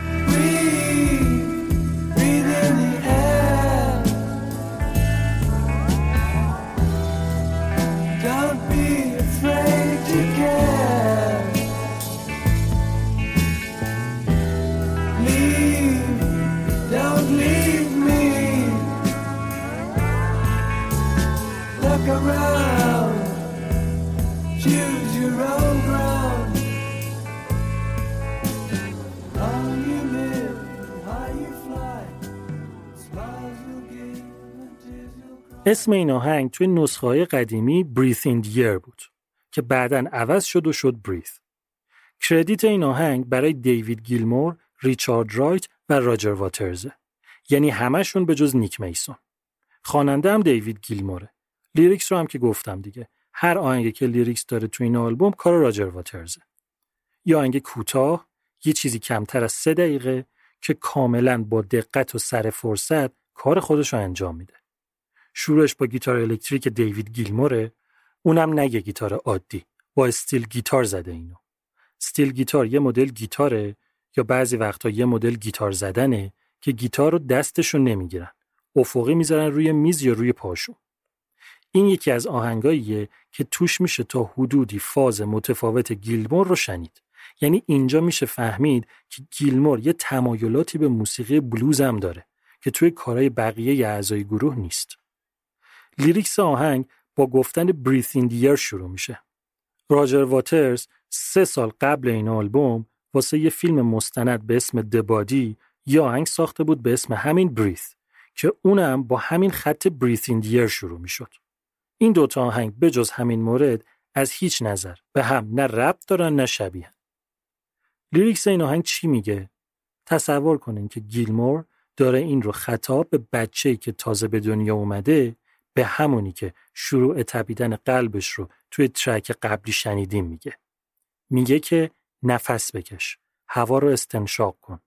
اسم این آهنگ توی نسخه‌های قدیمی Breathe in the Air بود که بعداً عوض شد و شد Breathe. کردیت این آهنگ برای دیوید گیلمور، ریچارد رایت و راجر واترزه. یعنی همشون به جز نیک میسون. خواننده هم دیوید گیلموره. لیریکس رو هم که گفتم دیگه. هر آهنگی که لیریکس داره توی این آلبوم کار راجر واترزه. یه آهنگ کوتاه، یه چیزی کمتر از 3 دقیقه که کاملاً با دقت و سر فرصت کار خودش رو انجام میده. شروعش با گیتار الکتریک دیوید گیلموره، اونم نه یه گیتار عادی، با استیل گیتار زده اینو. استیل گیتار یه مدل گیتاره یا بعضی وقتا یه مدل گیتار زدنه که گیتار رو دستشون نمیگیرن. افقی میذارن روی میز یا روی پاشون. این یکی از آهنگاییه که توش میشه تا حدودی فاز متفاوت گیلمور رو شنید. یعنی اینجا میشه فهمید که گیلمور یه تمایلاتی به موسیقی بلوز هم داره که توی کارهای بقیه اعضای گروه نیست. لیریکس آهنگ با گفتن Breathe in the Air شروع میشه. راجر واترز 3 سال قبل این آلبوم واسه یه فیلم مستند به اسم دبادی یه آهنگ ساخته بود به اسم همین Breathe که اونم با همین خط Breathe in the Air شروع میشد. این دوتا آهنگ به جز همین مورد از هیچ نظر به هم نه ربط دارن نه شبیه. لیریکس این آهنگ چی میگه؟ تصور کنین که گیلمور داره این رو خطاب به بچه‌ای که تازه به دنیا اومده، به همونی که شروع تپیدن قلبش رو توی ترک قبلی شنیدیم میگه که نفس بکش، هوا رو استنشاق کن،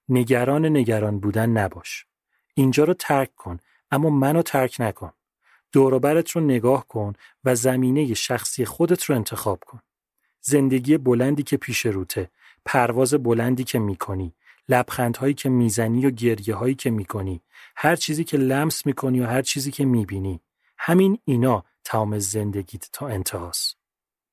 نگران بودن نباش، اینجا رو ترک کن اما منو ترک نکن، دور و برت رو نگاه کن و زمینه شخصی خودت رو انتخاب کن، زندگی بلندی که پیش روته، پرواز بلندی که میکنی، لبخندهایی که میزنی و گریه‌هایی که میکنی، هر چیزی که لمس میکنی و هر چیزی که میبینی، همین اینا تمام زندگیت تا انتهاست.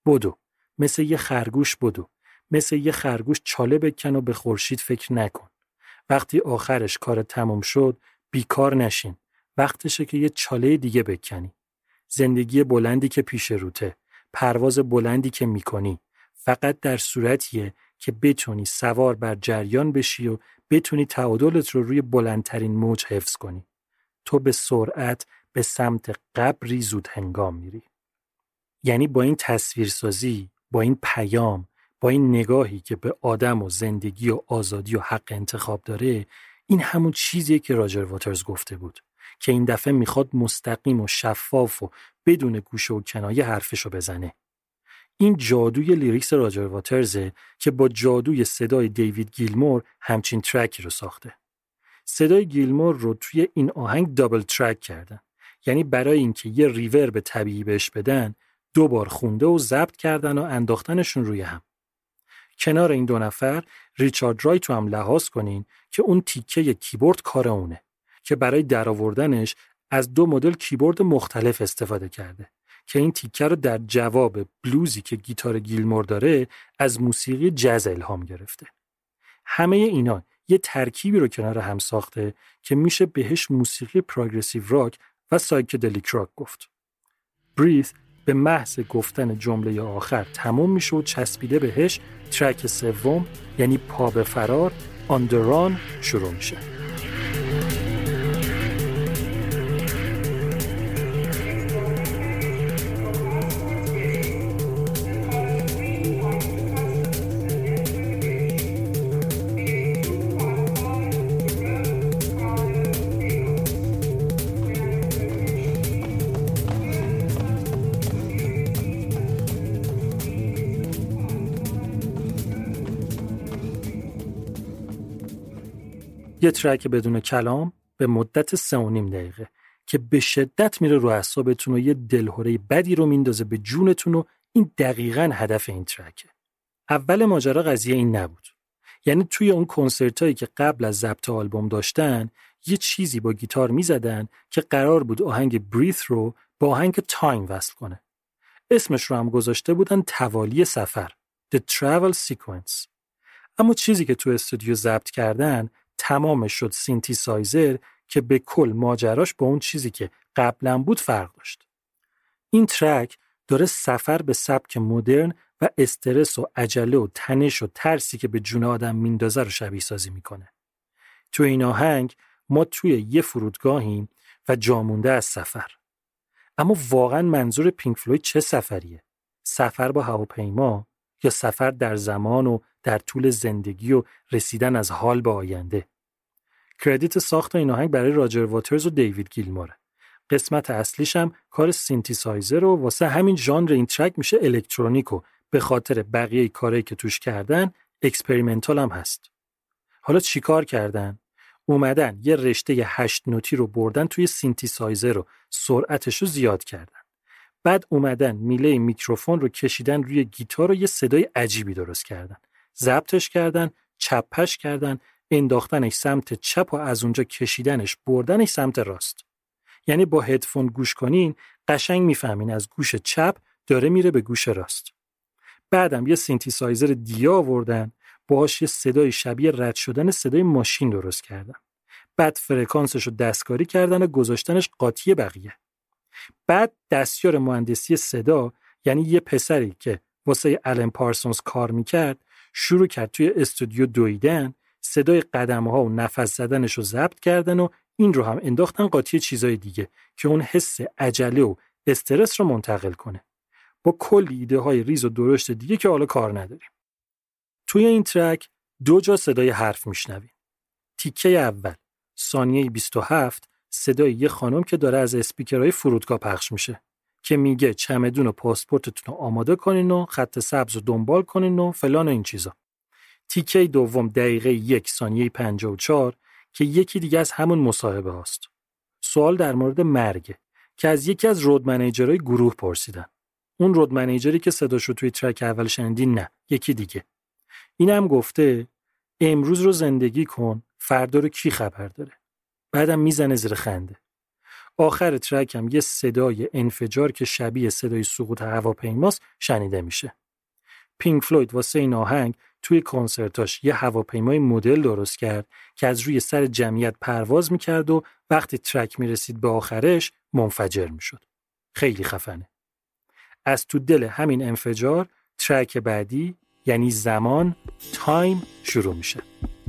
بدو، مثل یه خرگوش بدو، مثل یه خرگوش چاله بکن و به خورشید فکر نکن. وقتی آخرش کار تموم شد بیکار نشین، وقتشه که یه چاله دیگه بکنی. زندگی بلندی که پیش روته، پرواز بلندی که میکنی، فقط در صورتیه که بتونی سوار بر جریان بشی و بتونی تعادلت رو روی بلندترین موج حفظ کنی. تو به سرعت به سمت قبری زود هنگام میری. یعنی با این تصویرسازی، با این پیام، با این نگاهی که به آدم و زندگی و آزادی و حق انتخاب داره، این همون چیزیه که راجر واترز گفته بود که این دفعه میخواد مستقیم و شفاف و بدون گوشه و کنایه حرفشو بزنه. این جادوی لیریکس راجر واترزه که با جادوی صدای دیوید گیلمور همچین ترکی رو ساخته. صدای گیلمور رو توی این آهنگ دابل ترک کردن. یعنی برای اینکه یه ریورب طبیعی بهش بدن، 2 بار خونده و ضبط کردن و انداختنشون روی هم. کنار این 2 نفر ریچارد رایت رو هم لحاظ کنین که اون تیکه کیبورد کار اونه که برای درآوردنش از 2 مدل کیبورد مختلف استفاده کرده که این تیکه رو در جواب بلوزی که گیتار گیلمور داره از موسیقی جاز الهام گرفته. همه اینا یه ترکیبی رو کنار هم ساخته که میشه بهش موسیقی پروگرسیو راک و سایکدلیک راک گفت. بریث به محض گفتن جمله آخر تموم میشه و چسبیده بهش ترک سوم یعنی پا به فرار On the Run شروع میشه. یه ترک بدون کلام به مدت 3.5 دقیقه که به شدت میره رو اعصابتون و یه دلهوره بدی رو میندازه به جونتون و این دقیقاً هدف این ترکه. اول ماجرا قضیه این نبود. یعنی توی اون کنسرتایی که قبل از ضبط آلبوم داشتن یه چیزی با گیتار میزدن که قرار بود آهنگ بریث رو با آهنگ تایم وصل کنه. اسمش رو هم گذاشته بودن توالی سفر The Travel Sequence. اما چیزی که تو استودیو ضبط کردن تمامش شد سینتیسایزر که به کل ماجراش با اون چیزی که قبلا بود فرق داشت. این ترک داره سفر به سبک مدرن و استرس و عجله و تنش و ترسی که به جون آدم میندازه رو شبیه سازی میکنه. تو این آهنگ ما توی یه فرودگاهیم و جامونده از سفر. اما واقعا منظور پینک فلوید چه سفریه؟ سفر با هواپیما یا سفر در زمان و در طول زندگی و رسیدن از حال به آینده؟ کردیت ساخت این آهنگ برای راجر واترز و دیوید گیلموره. قسمت اصلیش هم کار سینتیسایزر و واسه همین ژانر این ترک میشه الکترونیک و به خاطر بقیه کارهایی که توش کردن اکسپریمنتال هم هست. حالا چی کار کردن؟ اومدن یه رشته 8 نوتی رو بردن توی سینتیسایزر رو سرعتش رو زیاد کردن. بعد اومدن میله میکروفون رو کشیدن روی گیتار و یه صدای عجیبی درست کردن. ضبطش کردن، چپش کردن، انداختنش سمت چپ و از اونجا کشیدنش بردنش سمت راست. یعنی با هدفون گوش کنین قشنگ میفهمین از گوش چپ داره میره به گوش راست. بعدم یه سینتیسایزر دیگه آوردن، باهاش یه صدای شبیه رد شدن صدای ماشین درست کردن. بعد فرکانسش رو دستکاری کردن و گذاشتنش قاطی بقیه. بعد دستیار مهندسی صدا، یعنی یه پسری که واسه آلن پارسونز کار میکرد، شروع کرد توی استودیو دویدن، صدای قدم‌ها و نفس زدنش رو ضبط کردن و این رو هم انداختن قاطی چیزای دیگه که اون حس عجله و استرس رو منتقل کنه. با کلی ایده های ریز و درشت دیگه که حالا کار نداریم. توی این ترک 2 جا صدای حرف میشنویم. تیکه اول ثانیه 27 صدای یه خانم که داره از اسپیکرهای فرودگاه پخش میشه که میگه چمدون و پاسپورتتون رو آماده کنین و خط سبز رو دنبال کنین و فلان و این چیزا. تیکه دوم دقیقه 1 ثانیه 54 که یکی دیگه از همون مصاحبه هاست. سوال در مورد مرگه که از یکی از رود منیجرهای گروه پرسیدن. اون رود منیجری که صداشو توی ترک اول شنیدین نه، یکی دیگه. این هم گفته امروز رو زندگی کن، فردا رو کی خبر داره. بعدم میزنه زیر خنده. آخر ترک هم یه صدای انفجار که شبیه صدای سقوط هواپیماست شنیده میشه. پینک فلوید واسه این آهنگ توی کنسرتاش یه هواپیمای مدل درست کرد که از روی سر جمعیت پرواز میکرد و وقتی ترک میرسید به آخرش منفجر میشد. خیلی خفنه. از تو دل همین انفجار ترک بعدی یعنی زمان، تایم شروع میشه.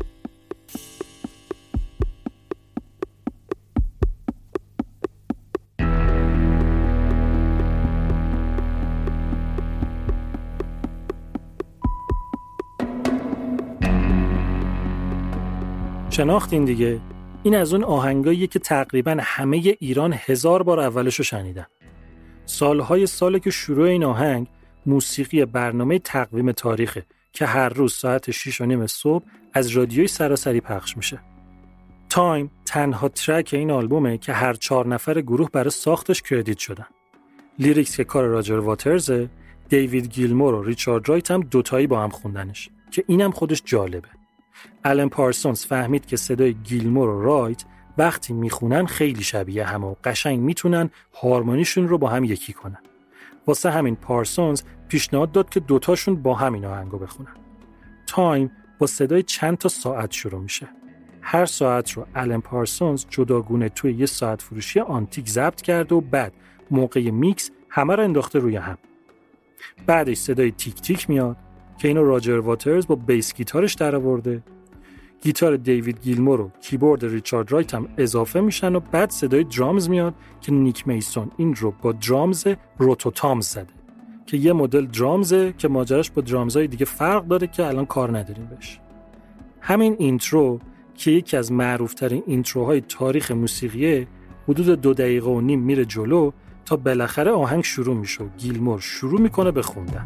شناختین دیگه؟ این از اون آهنگاییه که تقریباً همه ایران 1000 بار اولشو شنیدن. سالهای ساله که شروع این آهنگ موسیقی برنامه تقویم تاریخه که هر روز ساعت 6:30 صبح از رادیوی سراسری پخش میشه. تایم تنها ترک این آلبومه که هر 4 نفر گروه برای ساختش کردیت شدن. لیریکس که کار راجر واترزه، دیوید گیلمور و ریچارد رایت هم دوتایی با هم خوندنش که اینم خودش جالبه. آلن پارسونز فهمید که صدای گیلمور و رایت وقتی میخونن خیلی شبیه هم و قشنگ میتونن هارمونیشون رو با هم یکی کنن. واسه همین پارسونز پیشنهاد داد که دوتاشون با همین آهنگو بخونن. تایم با صدای چند تا ساعت شروع میشه. هر ساعت رو آلن پارسونز جداگونه توی یه ساعت فروشی آنتیک ضبط کرده و بعد موقع میکس همه رو انداخته روی هم. بعدش صدای تیک تیک میاد که اینو راجر واترز با بیس گیتارش درآورده. گیتار دیوید گیلمور و کیبورد ریچارد رایت هم اضافه میشن و بعد صدای درامز میاد که نیک میسون این رو با درامز روتوتامز زده که یه مدل درامزه که ماجراش با درامزهای دیگه فرق داره که الان کار نداریم بهش. همین اینترو که یکی از معروفترین اینتروهای تاریخ موسیقیه حدود 2.5 دقیقه میره جلو تا بالاخره آهنگ شروع میشه و گیلمور شروع میکنه به خوندن.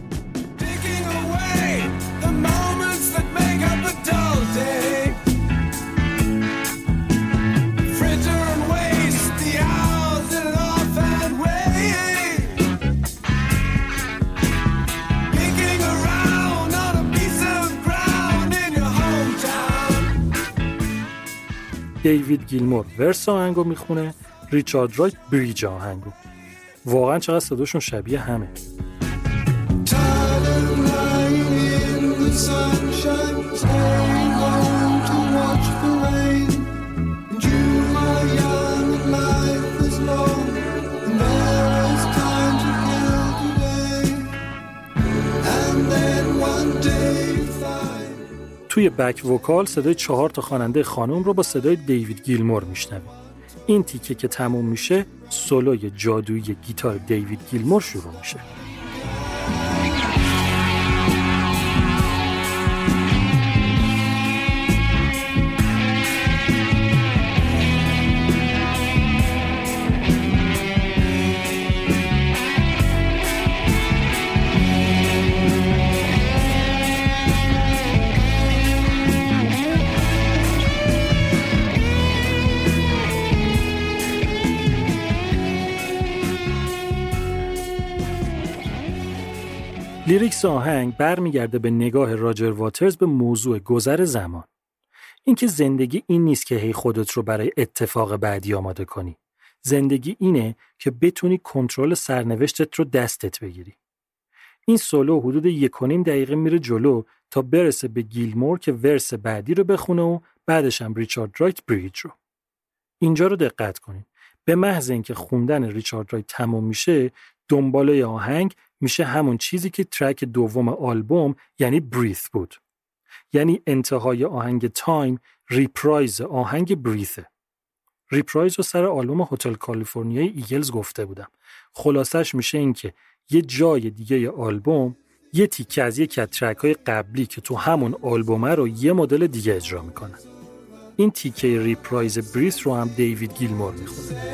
دیوید گیلمور ورس آهنگو میخونه، ریچارد رایت بریج آهنگو. واقعا چقدر صداشون شبیه همه. توی بک وکال صدای 4 تا خواننده خانم رو با صدای دیوید گیلمور میشنویم. این تیکه که تموم میشه سولوی جادویی گیتار دیوید گیلمور شروع میشه. لیریکس آهنگ برمیگرده به نگاه راجر واترز به موضوع گذر زمان. اینکه زندگی این نیست که هی خودت رو برای اتفاق بعدی آماده کنی. زندگی اینه که بتونی کنترل سرنوشتت رو دستت بگیری. این سولو حدود 1.5 دقیقه میره جلو تا برسه به گیلمور که ورس بعدی رو بخونه و بعدش هم ریچارد رایت بریج رو. اینجا رو دقت کنین. به محض اینکه خوندن ریچارد رایت تموم میشه، دنباله آهنگ میشه همون چیزی که ترک دوم آلبوم یعنی بریث بود. یعنی انتهای آهنگ تایم ریپرایز آهنگ بریثه. ریپرایز رو سر آلبوم هتل کالیفرنیای ایگلز گفته بودم. خلاصش میشه این که یه جای دیگه آلبوم یه تیکه از یک از ترک‌های قبلی که تو همون آلبومه رو یه مدل دیگه اجرا میکنن. این تیکه ریپرایز بریث رو هم دیوید گیلمور میخونه.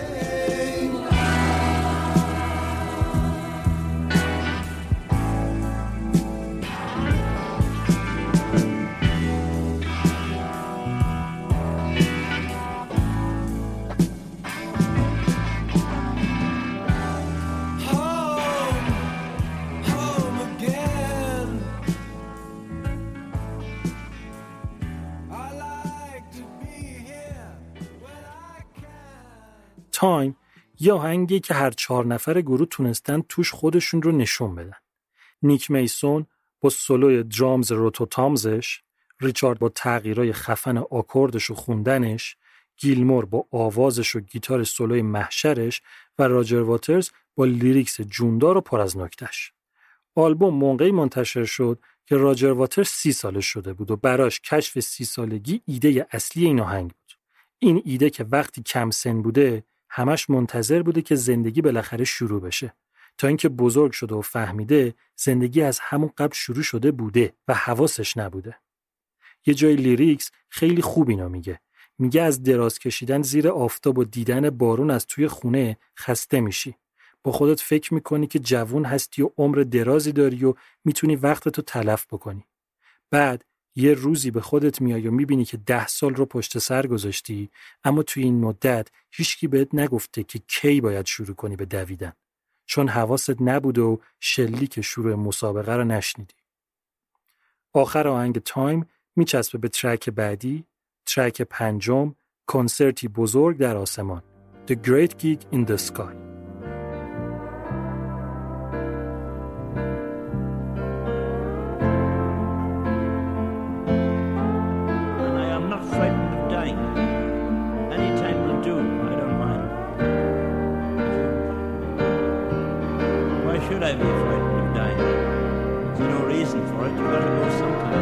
تایم یه آهنگی که هر 4 نفر گروه تونستن توش خودشون رو نشون بدن. نیک میسون با سولوی درامز روتوتامزش، ریچارد با تغییرای خفن آکوردش و خوندنش، گیلمور با آوازش و گیتار سولوی محشرش و راجر واترز با لیریکس جوندار و پر از نکتهش. آلبوم موقعی منتشر شد که راجر واترز 30 سالش شده بود و براش کشف 30 سالگی ایده اصلی این آهنگ بود. این ایده که وقتی کم سن بوده همش منتظر بوده که زندگی بالاخره شروع بشه، تا اینکه بزرگ شده و فهمیده زندگی از همون قبل شروع شده بوده و حواسش نبوده. یه جای لیریکس خیلی خوب اینو میگه از دراز کشیدن زیر آفتاب و دیدن بارون از توی خونه خسته میشی. با خودت فکر میکنی که جوون هستی و عمر درازی داری و میتونی وقتتو تلف بکنی. بعد یه روزی به خودت میای و میبینی که 10 سال رو پشت سر گذاشتی، اما توی این مدت هیچکی بهت نگفته که کی باید شروع کنی به دویدن، چون حواست نبود و شلیک شروع مسابقه رو نشنیدی. آخر آهنگ تایم میچسبه به ترک بعدی، ترک 5، کنسرتی بزرگ در آسمان، The Great Gig in the Sky. Should I be frightened of dying? There's no reason for it. You've got to go sometime.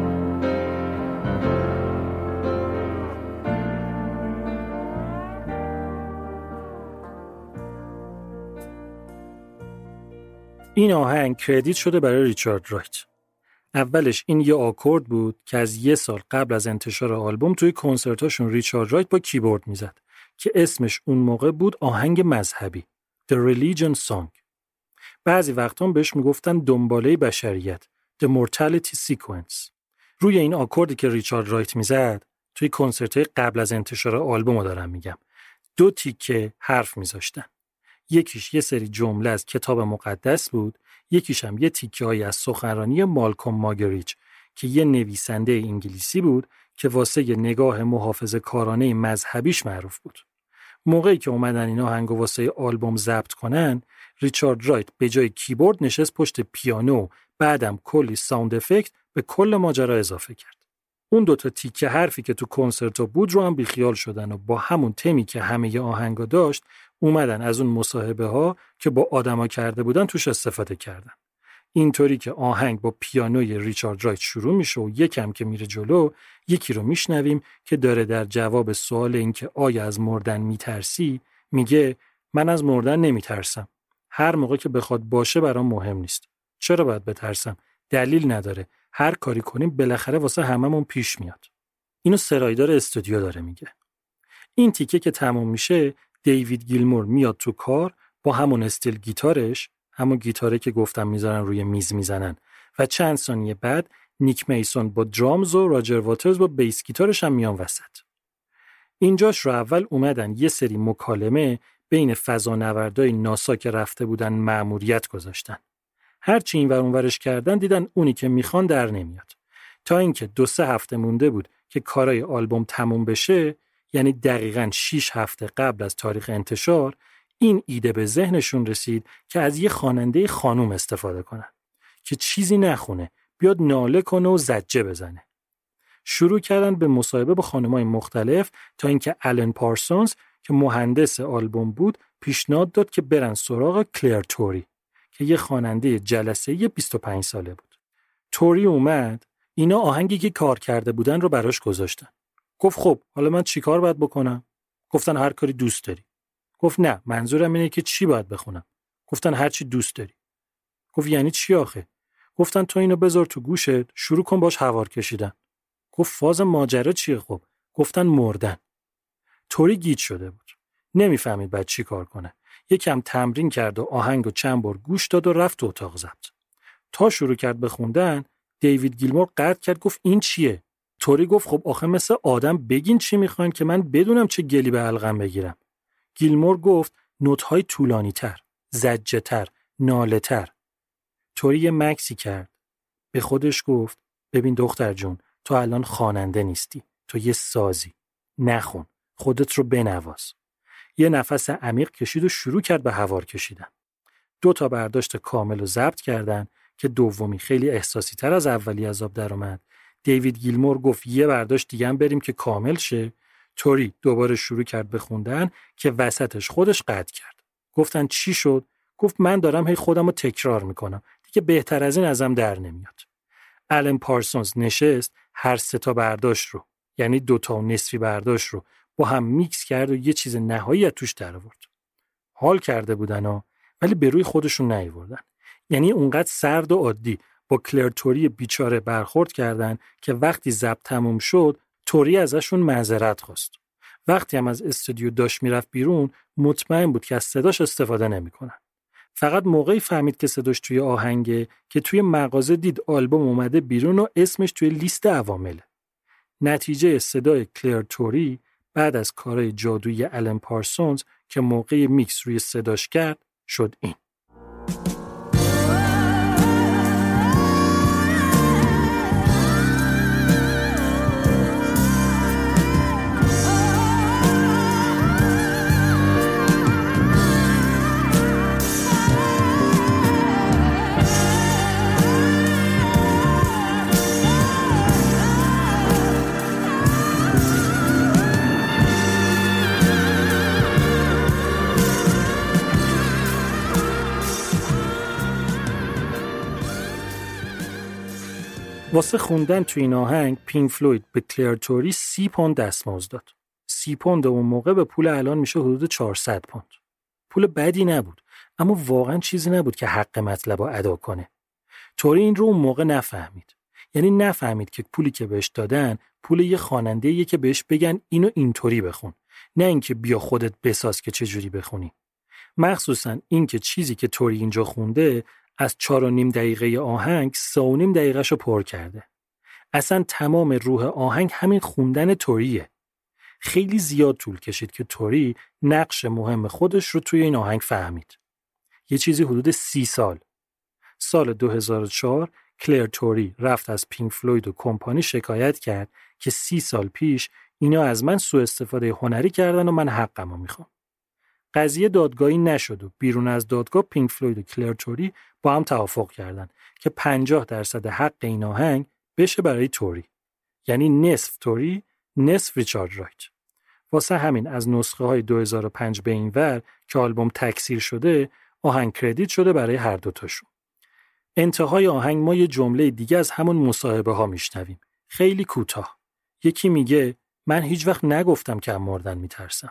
این آهنگ کردیت شده برای ریچارد رایت. اولش این یه آکورد بود که از 1 سال قبل از انتشار آلبوم توی کنسرتاشون ریچارد رایت با کیبورد میزد که اسمش اون موقع بود آهنگ مذهبی، The Religion Song. بعضی وقتا هم بهش میگفتن دنباله بشریت، The Mortality Sequence. روی این آکوردی که ریچارد رایت میزد توی کنسرت‌های قبل از انتشار آلبومو دارم میگم، 2 تیکه حرف میذاشتن. یکیش یه سری جمله از کتاب مقدس بود، یکیش هم یه تیکه‌ای از سخنرانی مالکوم ماگریچ که یه نویسنده انگلیسی بود که واسه نگاه محافظه‌کارانه مذهبیش معروف بود. موقعی که اومدن این آهنگو واسه آلبوم ضبط کنن، ریچارد رایت به جای کیبورد نشست پشت پیانو، بعدم کلی ساوند افکت به کل ماجرا اضافه کرد. اون 2 تیکه حرفی که تو کنسرتو بود رو هم بیخیال شدن و با همون تمی که همه آهنگا داشت اومدن از اون مصاحبه ها که با آدما کرده بودن توش استفاده کردن. اینطوری که آهنگ با پیانوی ریچارد رایت شروع میشه و یکم که میره جلو یکی رو میشنویم که داره در جواب سوال این که آیا از مردن میترسی میگه من از مردن نمیترسم. هر موقع که بخواد باشه برام مهم نیست. چرا باید بترسم؟ دلیل نداره. هر کاری کنیم بالاخره واسه هممون پیش میاد. اینو سرایدار استودیو داره میگه. این تیکه که تموم میشه دیوید گیلمور میاد تو کار با همون استیل گیتارش، همون گیتاره که گفتم میذارن روی میز میزنن، و چند ثانیه بعد نیک میسون با درامز و راجر واترز با بیس گیتارش هم میان وسط. اینجاش رو اول اومدن یه سری مکالمه بین فضانوردای ناسا که رفته بودن مأموریت گذاشتن. هرچی این ور اون ورش کردن دیدن اونی که میخوان در نمیاد. تا اینکه 2-3 هفته مونده بود که کارای آلبوم تموم بشه، یعنی دقیقاً 6 هفته قبل از تاریخ انتشار، این ایده به ذهنشون رسید که از یه خواننده خانوم استفاده کنن که چیزی نخونه، بیاد ناله کنه و زجه بزنه. شروع کردن به مصاحبه با خانم‌های مختلف تا اینکه آلن پارسونز که مهندس آلبوم بود پیشنهاد داد که برن سراغ کلر توری که یه خواننده جلسه‌ای 25 ساله بود. توری اومد، اینا آهنگی که کار کرده بودن رو براش گذاشتن. گفت خب حالا من چی کار باید بکنم؟ گفتن هر کاری دوست داری. گفت نه، منظورم اینه که چی باید بخونم. گفتن هر چی دوست داری. گفت یعنی چی آخه؟ گفتن تو اینو بذار تو گوشت، شروع کن باش هوار کشیدن. گفت فاز ماجرا چیه خب؟ گفتن مردن. توری گیج شده بود. نمیفهمید بعد چی کار کنه. یکم تمرین کرد و آهنگو چند بار گوش داد و رفت تو اتاق ضبط. تا شروع کرد به خوندن، دیوید گیلمور قطع کرد، گفت این چیه؟ توری گفت خب آخه مثل آدم بگین چی میخواین که من بدونم چه گلی به حلقم بگیرم. گیلمور گفت نوت‌های طولانی‌تر، زجه‌تر، ناله‌تر. توری یه مکسی کرد. به خودش گفت ببین دختر جون، تو الان خواننده نیستی، تو یه سازی. نخون، خودت رو بنواز. یه نفس عمیق کشید و شروع کرد به هوار کشیدن. 2 تا برداشت کامل رو ضبط کردن که دومی خیلی احساسی تر از اولی از آب در اومد. دیوید گیلمور گفت یه برداشت دیگه هم بریم که کامل شه. توری دوباره شروع کرد به خوندن که وسطش خودش قطع کرد. گفتن چی شد؟ گفت من دارم هی خودم رو تکرار میکنم. دیگه بهتر از این ازم در نمیاد. آلن پارسونز نشست هر 3 تا برداشت رو، یعنی 2 تا و نصفی برداشت رو با هم میکس کرد و یه چیز نهایی از توش در آورد. حال کرده بودن ها، ولی به روی خودشون نیاوردن. یعنی اونقدر سرد و عادی با کلر توری بیچاره برخورد کردن که وقتی ضبط تموم شد توری ازشون معذرت خواست. وقتی هم از استودیو داشت میرفت بیرون مطمئن بود که از صداش استفاده نمیکنن. فقط موقعی فهمید که صداش توی آهنگه که توی مغازه دید آلبوم اومده بیرون و اسمش توی لیست عوامله. نتیجه صدای کلر توری بعد از کارهای جادویی آلن پارسونز که موقع میکس روی صداش کرد شد این. واسه خوندن توی این آهنگ پینک فلوید به کلر توری 30 پوند دستمزد داد. 30 پوند اون موقع به پول الان میشه حدود 400 پوند. پول بدی نبود، اما واقعا چیزی نبود که حق مطلب رو ادا کنه. توری این رو اون موقع نفهمید. یعنی نفهمید که پولی که بهش دادن پول یه خواننده‌ایه که بهش بگن اینو اینطوری بخون، نه اینکه بیا خودت بساز که چه جوری بخونی. مخصوصا اینکه چیزی که توری اینجا خونده از 4.5 دقیقه آهنگ 3.5 دقیقه‌شو پر کرده. اصلا تمام روح آهنگ همین خوندن توریه. خیلی زیاد طول کشید که توری نقش مهم خودش رو توی این آهنگ فهمید. یه چیزی حدود 30 سال. سال 2004 کلر توری رفت از پینک فلوید و کمپانی شکایت کرد که 30 سال پیش اینا از من سوء استفاده هنری کردن و من حقمو میخوام. قضیه دادگاهی نشد و بیرون از دادگاه پینک فلوید و کلر توری با هم توافق کردن که 50% حق این آهنگ بشه برای توری. یعنی نصف توری، نصف ریچارد رایت. واسه همین از نسخه های 2005 به این ور که آلبوم تکثیر شده آهنگ کردیت شده برای هر دوتاشون. انتهای آهنگ ما یه جمله دیگه از همون مصاحبه ها میشنویم. خیلی کوتاه. یکی میگه من هیچ وقت نگفتم که از مردن میترسم.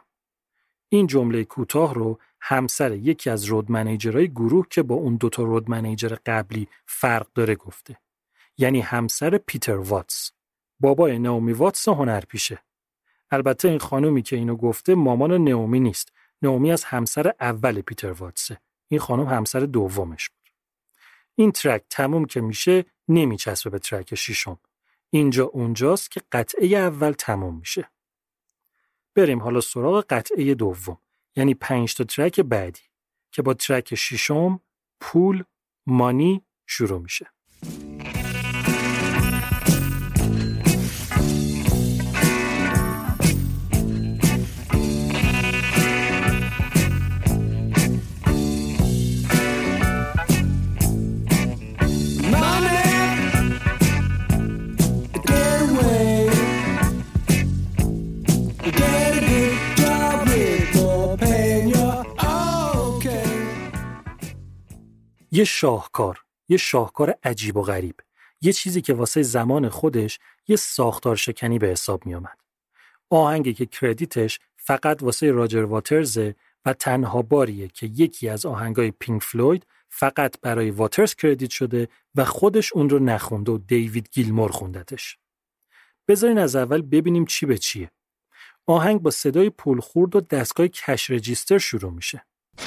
این جمله کوتاه رو همسر یکی از رود منیجرهای گروه که با اون 2 تا رود منیجر قبلی فرق داره گفته. یعنی همسر پیتر واتس، بابای نئومی واتس هنرپیشه. البته این خانومی که اینو گفته مامان نئومی نیست. نئومی از همسر اول پیتر واتسه. این خانم همسر دومش بود. این ترک تموم که میشه نمیچسبه به ترک 6. اینجا اونجاست که قطعه اول تموم میشه. بریم حالا سراغ قطعه 2، یعنی 5 تا ترک بعدی که با ترک 6 پول مانی شروع میشه. یه شاهکار عجیب و غریب. یه چیزی که واسه زمان خودش یه ساختار شکنی به حساب می آمد. آهنگی که کردیتش فقط واسه راجر واترزه و تنها باریه که یکی از آهنگای پینک فلوید فقط برای واترز کردیت شده و خودش اون رو نخونده و دیوید گیلمور خوندتش. بذارین از اول ببینیم چی به چیه. آهنگ با صدای پولخورد و دستگاه کش رجیستر شروع میشه.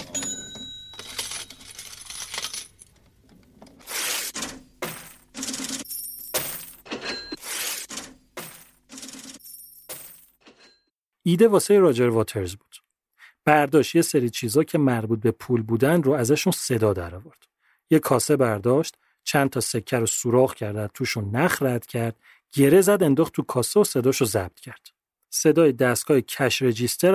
ایده واسه راجر واترز بود. برداشت یه سری چیزا که مربوط به پول بودن رو ازشون صدا در آورد. یه کاسه برداشت، چند تا سکه رو سوراخ کرد، توشون نخ رد کرد، گره زد انداخت تو کاسه و صداشو ضبط کرد. صدای دستگاه کش رجیستر هم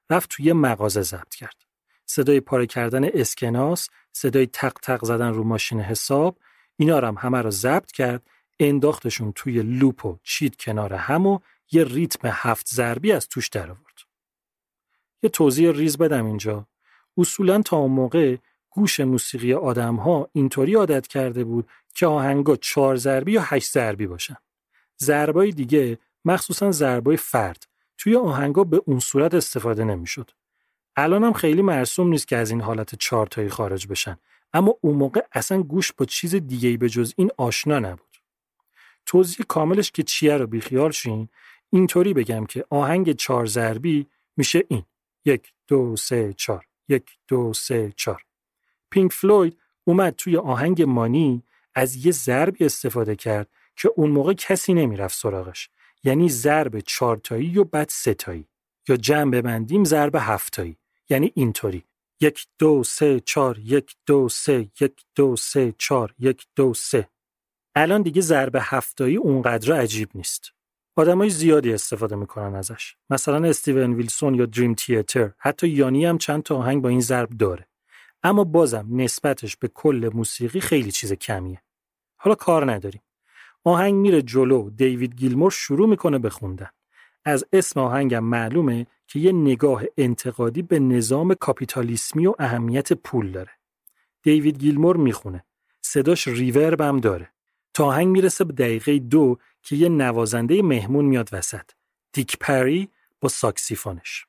رفت توی مغازه ضبط کرد. صدای پاره کردن اسکناس، صدای تق تق زدن رو ماشین حساب، اینا رو همه رو ضبط کرد، انداختشون توی لوپ و چید کنار هم و یه ریتم 7 ضربی از توش در آورد. یه توضیح ریز بدم اینجا. اصولاً تا اون موقع گوش موسیقی آدم‌ها اینطوری عادت کرده بود که آهنگا 4 ضربی یا 8 ضربی باشن. ضربای دیگه، مخصوصاً ضربای فرد، توی آهنگا به اون صورت استفاده نمی‌شد. الان هم خیلی مرسوم نیست که از این حالت 4 تایی خارج بشن، اما اون موقع اصلا گوش با چیز دیگه‌ای به جز این آشنا نبود. توضیح کاملش که چیه رو بیخیال شین، اینطوری بگم که آهنگ 4 ضربی میشه این: 1 2 3 4 1 2 3 4. پینک فلوید اومد توی آهنگ مانی از یه ضربی استفاده کرد که اون موقع کسی نمیرفت سراغش، یعنی ضرب 4 تایی و بعد 3 تایی، یا جمع ببندیم ضرب 7 تایی، یعنی اینطوری: 1 2 3 4 1 2 3 1 2 3 4 1 2 3. الان دیگه ضرب 7 تایی اونقدر عجیب نیست. آدمای زیادی استفاده میکنن ازش. مثلا استیون ویلسون یا دریم تیاتر، حتی یانی هم چند تا آهنگ با این ضرب داره. اما بازم نسبتش به کل موسیقی خیلی چیز کمیه. حالا کار نداریم. آهنگ میره جلو، دیوید گیلمور شروع میکنه به خوندن. از اسم آهنگم معلومه که یه نگاه انتقادی به نظام کاپیتالیسمی و اهمیت پول داره. دیوید گیلمور میخونه. صداش ریورب هم داره. تا آهنگ میرسه به دقیقه 2 که یه نوازنده مهمون میاد وسط. دیک پری با ساکسیفونش.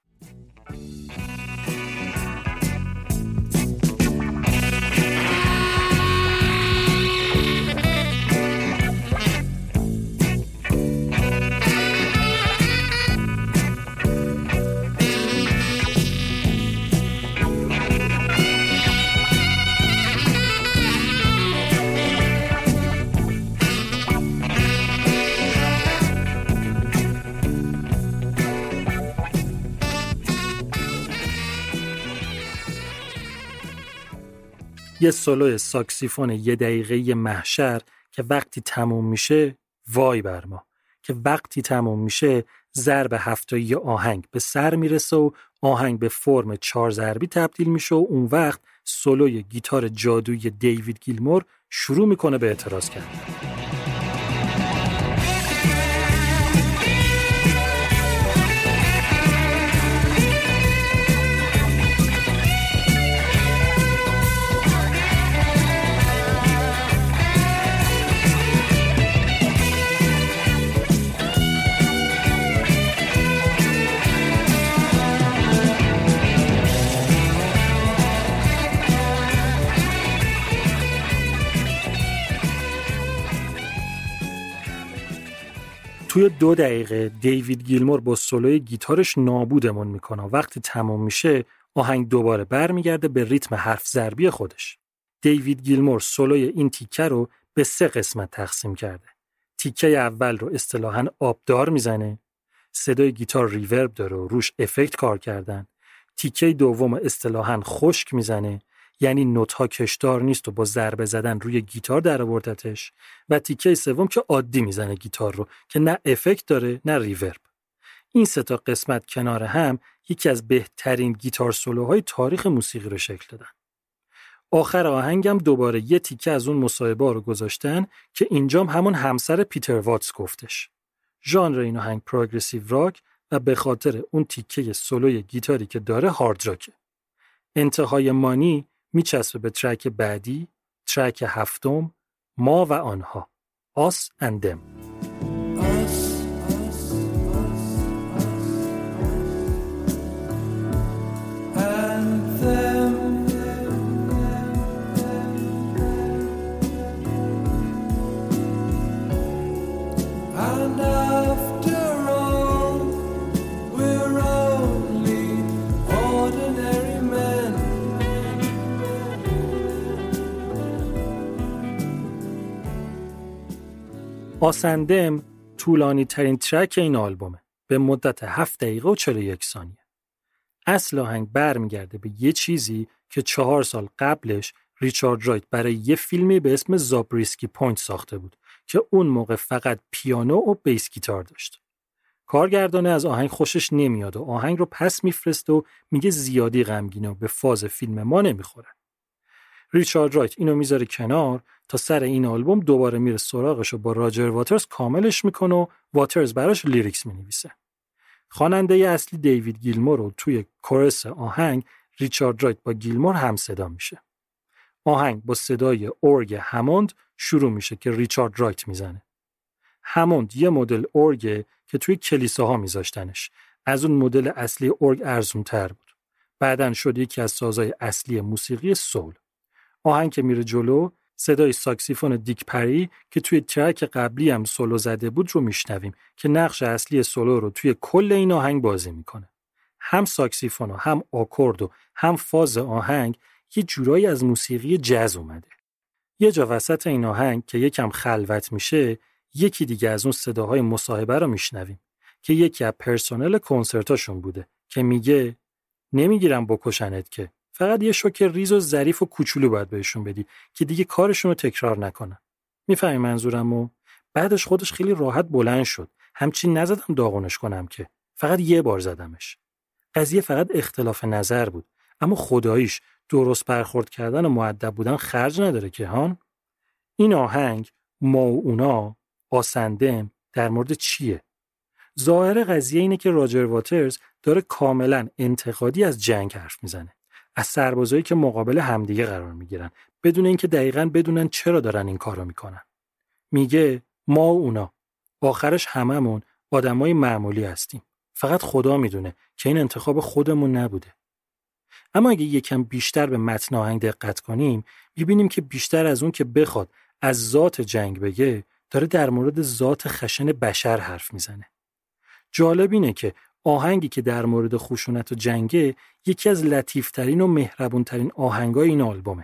یه سولو ساکسیفون 1 دقیقه محشر که وقتی تموم میشه وای بر ما، که وقتی تموم میشه ضرب 7 تایی آهنگ به سر میرسه و آهنگ به فرم 4 ضربی تبدیل میشه و اون وقت سولوی گیتار جادویی دیوید گیلمور شروع میکنه به اعتراض کردن. توی 2 دقیقه دیوید گیلمور با سولوی گیتارش نابودمون میکنه. وقتی تمام میشه آهنگ دوباره برمیگرده به ریتم حرف ضربی خودش. دیوید گیلمور سولوی این تیکه رو به 3 قسمت تقسیم کرده. تیکه اول رو اصطلاحاً آبدار میزنه، صدای گیتار ریورب داره و روش افکت کار کردن. تیکه دوم اصطلاحاً خشک میزنه، یعنی نوت‌ها کشدار نیست و با ضربه زدن روی گیتار در آوردتش. و تیکه سوم که عادی میزنه گیتار رو، که نه افکت داره نه ریورب. این 3 تا قسمت کنار هم یکی از بهترین گیتار سولوهای تاریخ موسیقی رو شکل دادن. آخر آهنگم دوباره یه تیکه از اون مصاحبه رو گذاشتن که اینجام همون همسر پیتر واتس گفتش. ژانر این آهنگ پروگرسیو راک و به خاطر اون تیکه سولوی گیتاری که داره هارد راکه. انتهای مانی میچسبه به ترک بعدی، ترک 7، ما و آنها، Us and Them. آسندم طولانی ترین ترک این آلبومه، به مدت 7 دقیقه و 41 ثانیه. اصل آهنگ برمیگرده به یه چیزی که 4 سال قبلش ریچارد رایت برای یه فیلمی به اسم زابریسکی پوینت ساخته بود که اون موقع فقط پیانو و بیس گیتار داشت. کارگردانه از آهنگ خوشش نمیاد و آهنگ رو پس میفرسته و میگه زیادی غمگینه و به فاز فیلم ما نمیخوره. ریچارد رایت اینو میذاره کنار تا سر این آلبوم دوباره میره سراغش و با راجر واترز کاملش میکنه و واترز براش لیریکس مینویسه. خواننده اصلی دیوید گیلمور رو توی کورس آهنگ ریچارد رایت با گیلمور هم صدا میشه. آهنگ با صدای ارگ هموند شروع میشه که ریچارد رایت میزنه. هموند یه مدل ارگ که توی کلیساها میذاشتنش. از اون مدل اصلی ارگ ارزونتر بود. بعدن شد یکی از سازهای اصلی موسیقی سول. آهنگ که میره جلو صدای ساکسیفون دیک پری که توی ترک قبلی هم سولو زده بود رو میشنویم که نقش اصلی سولو رو توی کل این آهنگ بازی میکنه. هم ساکسیفون و هم آکورد و هم فاز آهنگ یه جورایی از موسیقی جاز اومده. یه جا وسط این آهنگ که یکم خلوت میشه یکی دیگه از اون صداهای مصاحبه رو میشنویم که یکی از پرسنل کنسرتاشون بوده که میگه نمیگیرم بکشنت که فقط یه شوک ریز و ظریف و کوچولو باید بهشون بدی که دیگه کارشون رو تکرار نکنن. میفهمی منظورمو؟ بعدش خودش خیلی راحت بلند شد. همچین نزدم داغونش کنم که فقط یه بار زدمش. قضیه فقط اختلاف نظر بود. اما خداییش درست برخورد کردن و مؤدب بودن خرج نداره که هان. این آهنگ ما و اونا آسندم در مورد چیه؟ ظاهر قضیه اینه که راجر واترز داره کاملا انتقادی از جنگ حرف میزنه. از سربازایی که مقابل همدیگه قرار میگیرن بدون اینکه دقیقاً بدونن چرا دارن این کارو میکنن. میگه ما و اونا آخرش هممون آدمای معمولی هستیم. فقط خدا میدونه که این انتخاب خودمون نبوده. اما اگه یکم بیشتر به متن آهنگ دقت کنیم میبینیم که بیشتر از اون که بخواد از ذات جنگ بگه داره در مورد ذات خشن بشر حرف میزنه. جالب اینه که آهنگی که در مورد خشونت و جنگه یکی از لطیفترین و مهربونترین آهنگای این آلبومه.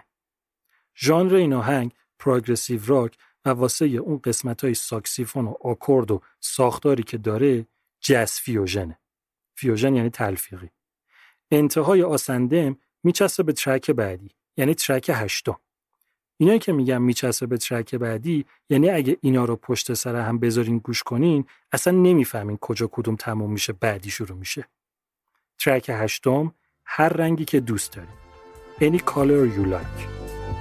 ژانر این آهنگ پروگرسیو راک و واسه اون قسمت‌های ساکسیفون و آکورد و ساختاری که داره جاز فیوژنه. فیوژن یعنی تلفیقی. انتهای آسندم میچسبه به ترک بعدی یعنی ترک 8. اینایی که میگم میچسبه به ترک بعدی یعنی اگه اینا رو پشت سر هم بذارین گوش کنین اصلا نمیفهمین کجا کدوم تموم میشه بعدی شروع میشه. ترک 8 هر رنگی که دوست داری. Any color you like.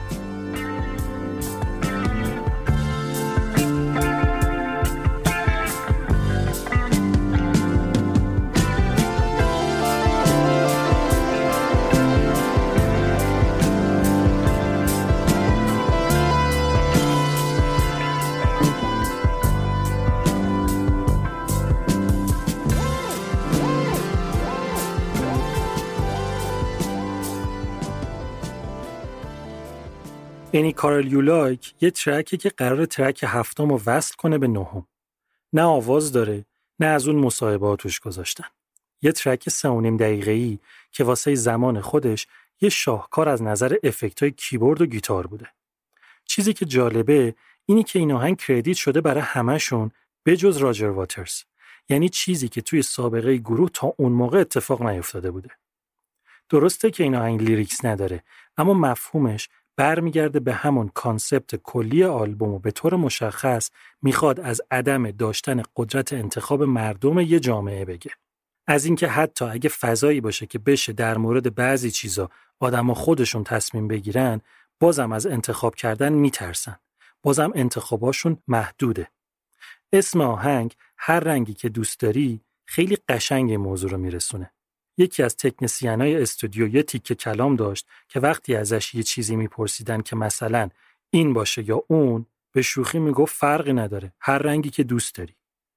Any color you like یه ترکی که قرار ترک 7 رو وصل کنه به 9. نه آواز داره نه از اون مصاحبه‌ها توش گذاشتن. یه ترک 3.5 دقیقه‌ای که واسه زمان خودش یه شاهکار از نظر افکت‌های کیبورد و گیتار بوده. چیزی که جالبه اینی که این آهنگ کردیت شده برای همه‌شون به جز راجر واترز. یعنی چیزی که توی سابقه گروه تا اون موقع اتفاق نیفتاده بوده. درسته که این آهنگ لیریکس نداره اما مفهومش برمیگرده به همون کانسپت کلی آلبوم و به طور مشخص میخواد از عدم داشتن قدرت انتخاب مردم یه جامعه بگه. از اینکه حتی اگه فضایی باشه که بشه در مورد بعضی چیزا آدما خودشون تصمیم بگیرن بازم از انتخاب کردن میترسن. بازم انتخاباشون محدوده. اسم آهنگ هر رنگی که دوست داری خیلی قشنگ موضوع رو میرسونه. یکی از تکنسینای استودیو یه تیکه کلام داشت که وقتی ازش یه چیزی میپرسیدن که مثلا این باشه یا اون به شوخی میگفت فرقی نداره هر رنگی که دوست داری.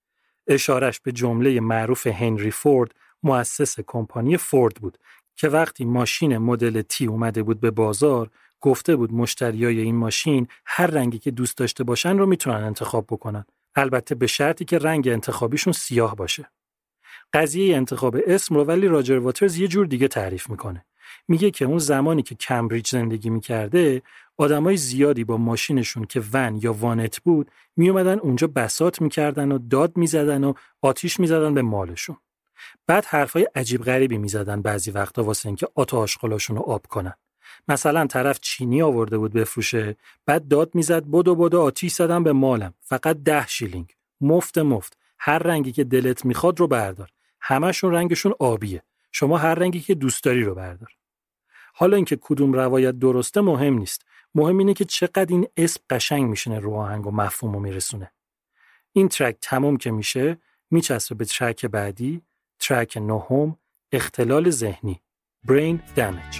اشارش به جمله معروف هنری فورد مؤسس کمپانی فورد بود که وقتی ماشین مدل تی اومده بود به بازار گفته بود مشتریای این ماشین هر رنگی که دوست داشته باشن رو میتونن انتخاب بکنن. البته به شرطی که رنگ انتخابیشون سیاه باشه. قضیه انتخاب اسم رو ولی راجر واترز یه جور دیگه تعریف میکنه. میگه که اون زمانی که کمبریج زندگی میکرده آدمای زیادی با ماشینشون که ون یا وانت بود میومدن اونجا بساط میکردن و داد میزدن و آتیش میزدن به مالشون. بعد حرفای عجیب غریبی میزدن بعضی وقتا واسه اینکه آتو آشغالاشون رو آب کنن. مثلا طرف چینی آورده بود بفروشه بعد داد میزد بدو آتیش زدن به مالم فقط 10 شیلینگ مفت هر رنگی که دلت میخواد رو بردار. همشون رنگشون آبیه. شما هر رنگی که دوست داری رو بردار. حالا اینکه کدوم روایت درسته مهم نیست. مهم اینه که چقدر این اسم قشنگ میشینه رو آهنگ و مفهومو میرسونه. این ترک تموم که میشه میچسبه به ترک بعدی، ترک نهم، اختلال ذهنی، Brain Damage.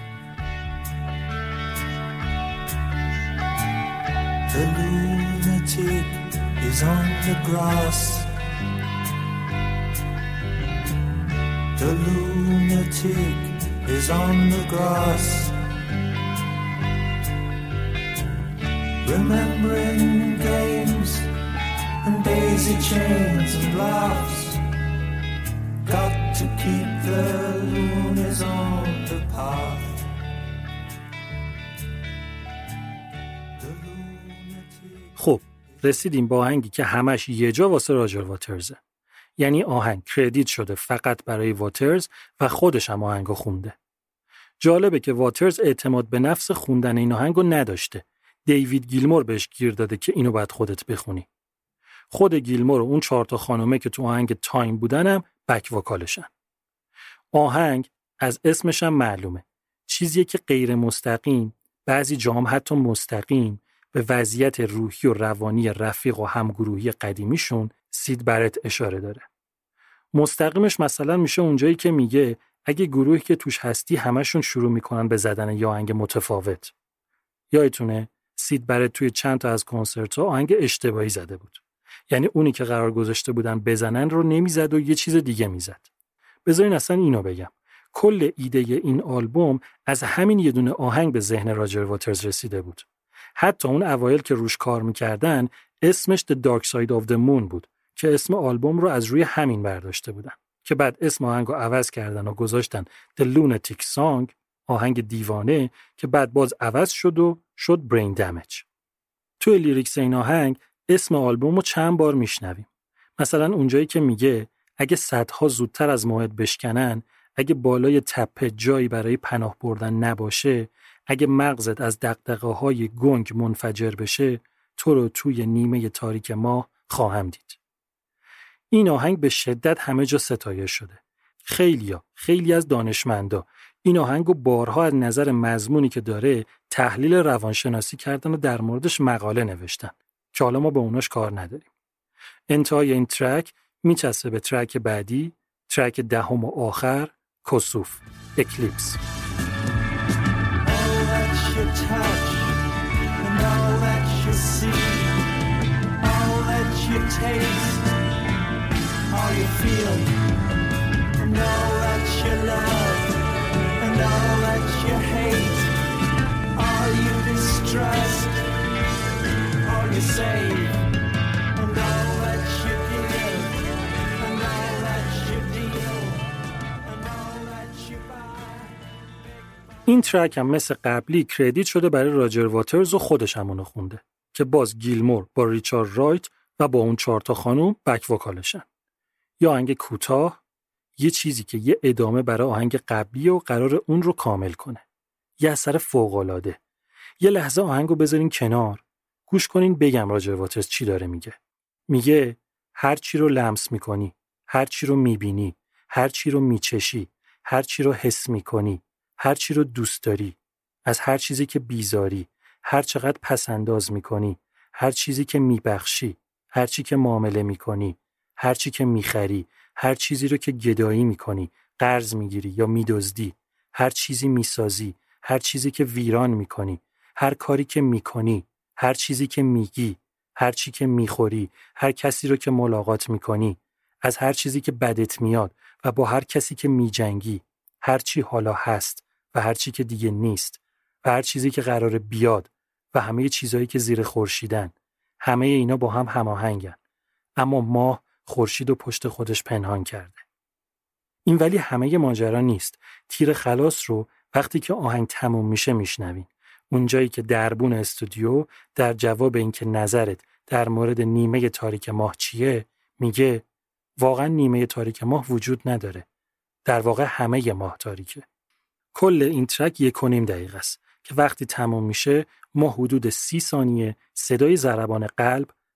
The lunatic is on the grass. The lunatic is on the grass. Remembering games and daisy chains and laughs. Got to keep the loonies on the path. خب رسیدیم با آهنگی که همش یه جا واسه راجر واترزه. یعنی آهنگ کردیت شده فقط برای واترز و خودش هم آهنگو خونده. جالبه که واترز اعتماد به نفس خوندن این آهنگو نداشته. دیوید گیلمور بهش گیر داده که اینو باید خودت بخونی. خود گیلمور و اون 4 تا خانومه که تو آهنگ تایم بودنم بک وکالشن. آهنگ از اسمش هم معلومه. چیزیه که غیر مستقیم، بعضی جاهم حتی مستقیم به وضعیت روحی و روانی رفیق و همگروهی قدیمیشون سید برت اشاره داره. مستقیمش مثلا میشه اونجایی که میگه اگه گروهی که توش هستی همشون شروع میکنن به زدن یه آهنگ متفاوت. یادتونه سید برت توی چند تا از کنسرت‌ها آهنگ اشتباهی زده بود. یعنی اونی که قرار گذاشته بودن بزنن رو نمیزد و یه چیز دیگه میزد. بذارین اصلا اینو بگم. کل ایده این آلبوم از همین یه دونه آهنگ به ذهن راجر واترز رسیده بود. حتی اون اوایل که روش کار میکردن اسمش The Dark Side of the Moon بود که اسم آلبوم رو از روی همین برداشته بودن که بعد اسم آهنگ رو عوض کردن و گذاشتن The Lunatic Song، آهنگ دیوانه، که بعد باز عوض شد و شد Brain Damage. توی لیریکس این آهنگ اسم آلبوم رو چند بار میشنویم. مثلا اونجایی که میگه اگه صدها زودتر از موعد بشکنن، اگه بالای تپه جایی برای پناه بردن نباشه، اگه مغزت از دغدغه‌های گنگ منفجر بشه، تو رو توی نیمه تاریک ماه خواهم دید. این آهنگ به شدت همه جا ستایش شده. خیلی از دانشمندا این آهنگو بارها از نظر مضمونی که داره تحلیل روانشناسی کردن و در موردش مقاله نوشتن که حالا ما به اوناش کار نداریم. انتهای این ترک میچسبه به ترک بعدی، ترک 10 و آخر، کسوف، اکلیپس. Touch and all that you see, all that you taste, all you feel, and all that you love, and all that you hate, all you distrust, all you save, and all that you give, and all that you deal, and all that you buy. این ترک هم مثل قبلی کردیت شده برای راجر واترز و خودش همونو خونده که باز گیلمور با ریچارد رایت و با اون 4 تا خانوم بک وکالشن. یا آهنگ کوتاه، یه چیزی که یه ادامه برای آهنگ قبلی و قرار اون رو کامل کنه. یه اثر فوق‌العاده. یه لحظه آهنگو بذارین کنار، گوش کنین بگم راجر واترز چی داره میگه. میگه هر چی رو لمس میکنی، هر چی رو میبینی، هر چی رو میچشی، هر چی رو حس میکنی، هر چی رو دوست داری، از هر چیزی که بیزاری، هر چقدر پسنداز میکنی، هر چیزی که میبخشی، هر چی که معامله میکنی، هر چی که میخری، هر چیزی رو که گدایی میکنی، قرض میگیری یا میدزدی، هر چیزی میسازی، هر چیزی که ویران میکنی، هر کاری که میکنی، هر چیزی که میگی، هر چی که میخوری، هر کسی رو که ملاقات میکنی، از هر چیزی که بدت میاد و با هر کسی که میجنگی، هر چی حالا هست و هر چی که دیگه نیست و هر چیزی که قراره بیاد و همه چیزایی که زیر خورشیدن، همه اینا با هم هماهنگن، اما ماه خورشید و پشت خودش پنهان کرده. این ولی همه ماجرا نیست. تیر خلاص رو وقتی که آهنگ تموم میشه میشنوین. اونجایی که دربون استودیو در جواب اینکه نظرت در مورد نیمه تاریک ماه چیه میگه واقعا نیمه تاریک ماه وجود نداره. در واقع همه ماه تاریکه. کل این ترک 1.5 دقیقه است که وقتی تموم میشه ما حدود 30 ثانیه صدای ضربان قلب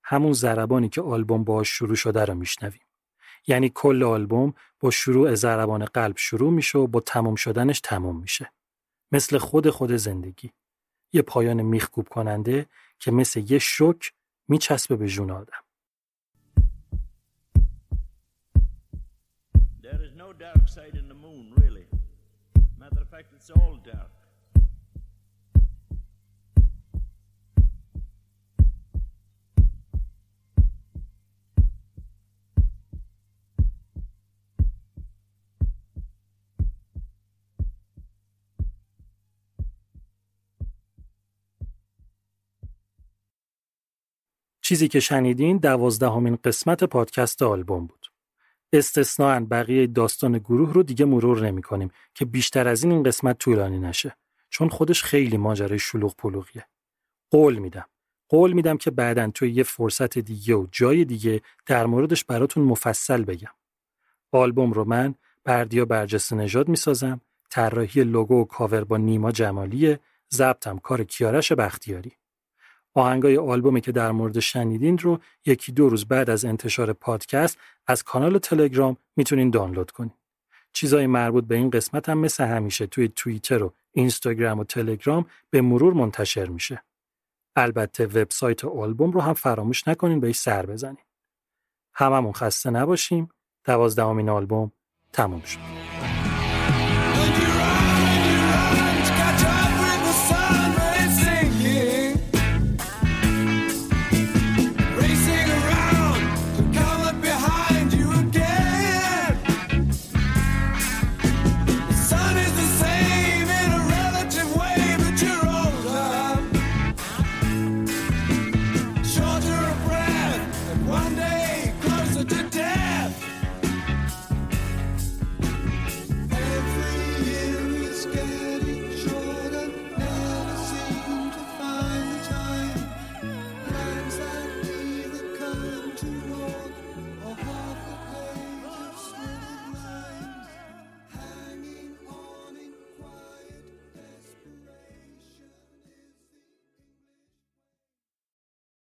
همون ضربانی که آلبوم باهاش شروع شده رو میشنویم. یعنی کل آلبوم با شروع ضربان قلب شروع میشه و با تمام شدنش تمام میشه. مثل خود زندگی. یه پایان میخکوب کننده که مثل یه شوک میچسبه به جون آدم. There is no dark side in the moon, really. Matter of fact, it's all dark. چیزی که شنیدین 12مین قسمت پادکست آلبوم بود. استثناءً بقیه داستان گروه رو دیگه مرور نمی کنیم که بیشتر از این قسمت طولانی نشه، چون خودش خیلی ماجرای شلوغ پلوغیه. قول میدم که بعداً توی یه فرصت دیگه و جای دیگه در موردش براتون مفصل بگم. آلبوم رو من بردیا برجسته نژاد میسازم، طراحی لوگو و کاور با نیما جمالیه، ضبطم کار کیارش بختیاری. آهنگای آلبومی که در مورد شنیدین رو 1-2 روز بعد از انتشار پادکست از کانال تلگرام میتونین دانلود کنین. چیزای مربوط به این قسمت هم مثل همیشه توی توییتر و اینستاگرام و تلگرام به مرور منتشر میشه. البته وبسایت آلبوم رو هم فراموش نکنین بهش سر بزنین. هممون خسته نباشیم. 12مین آلبوم تموم شد.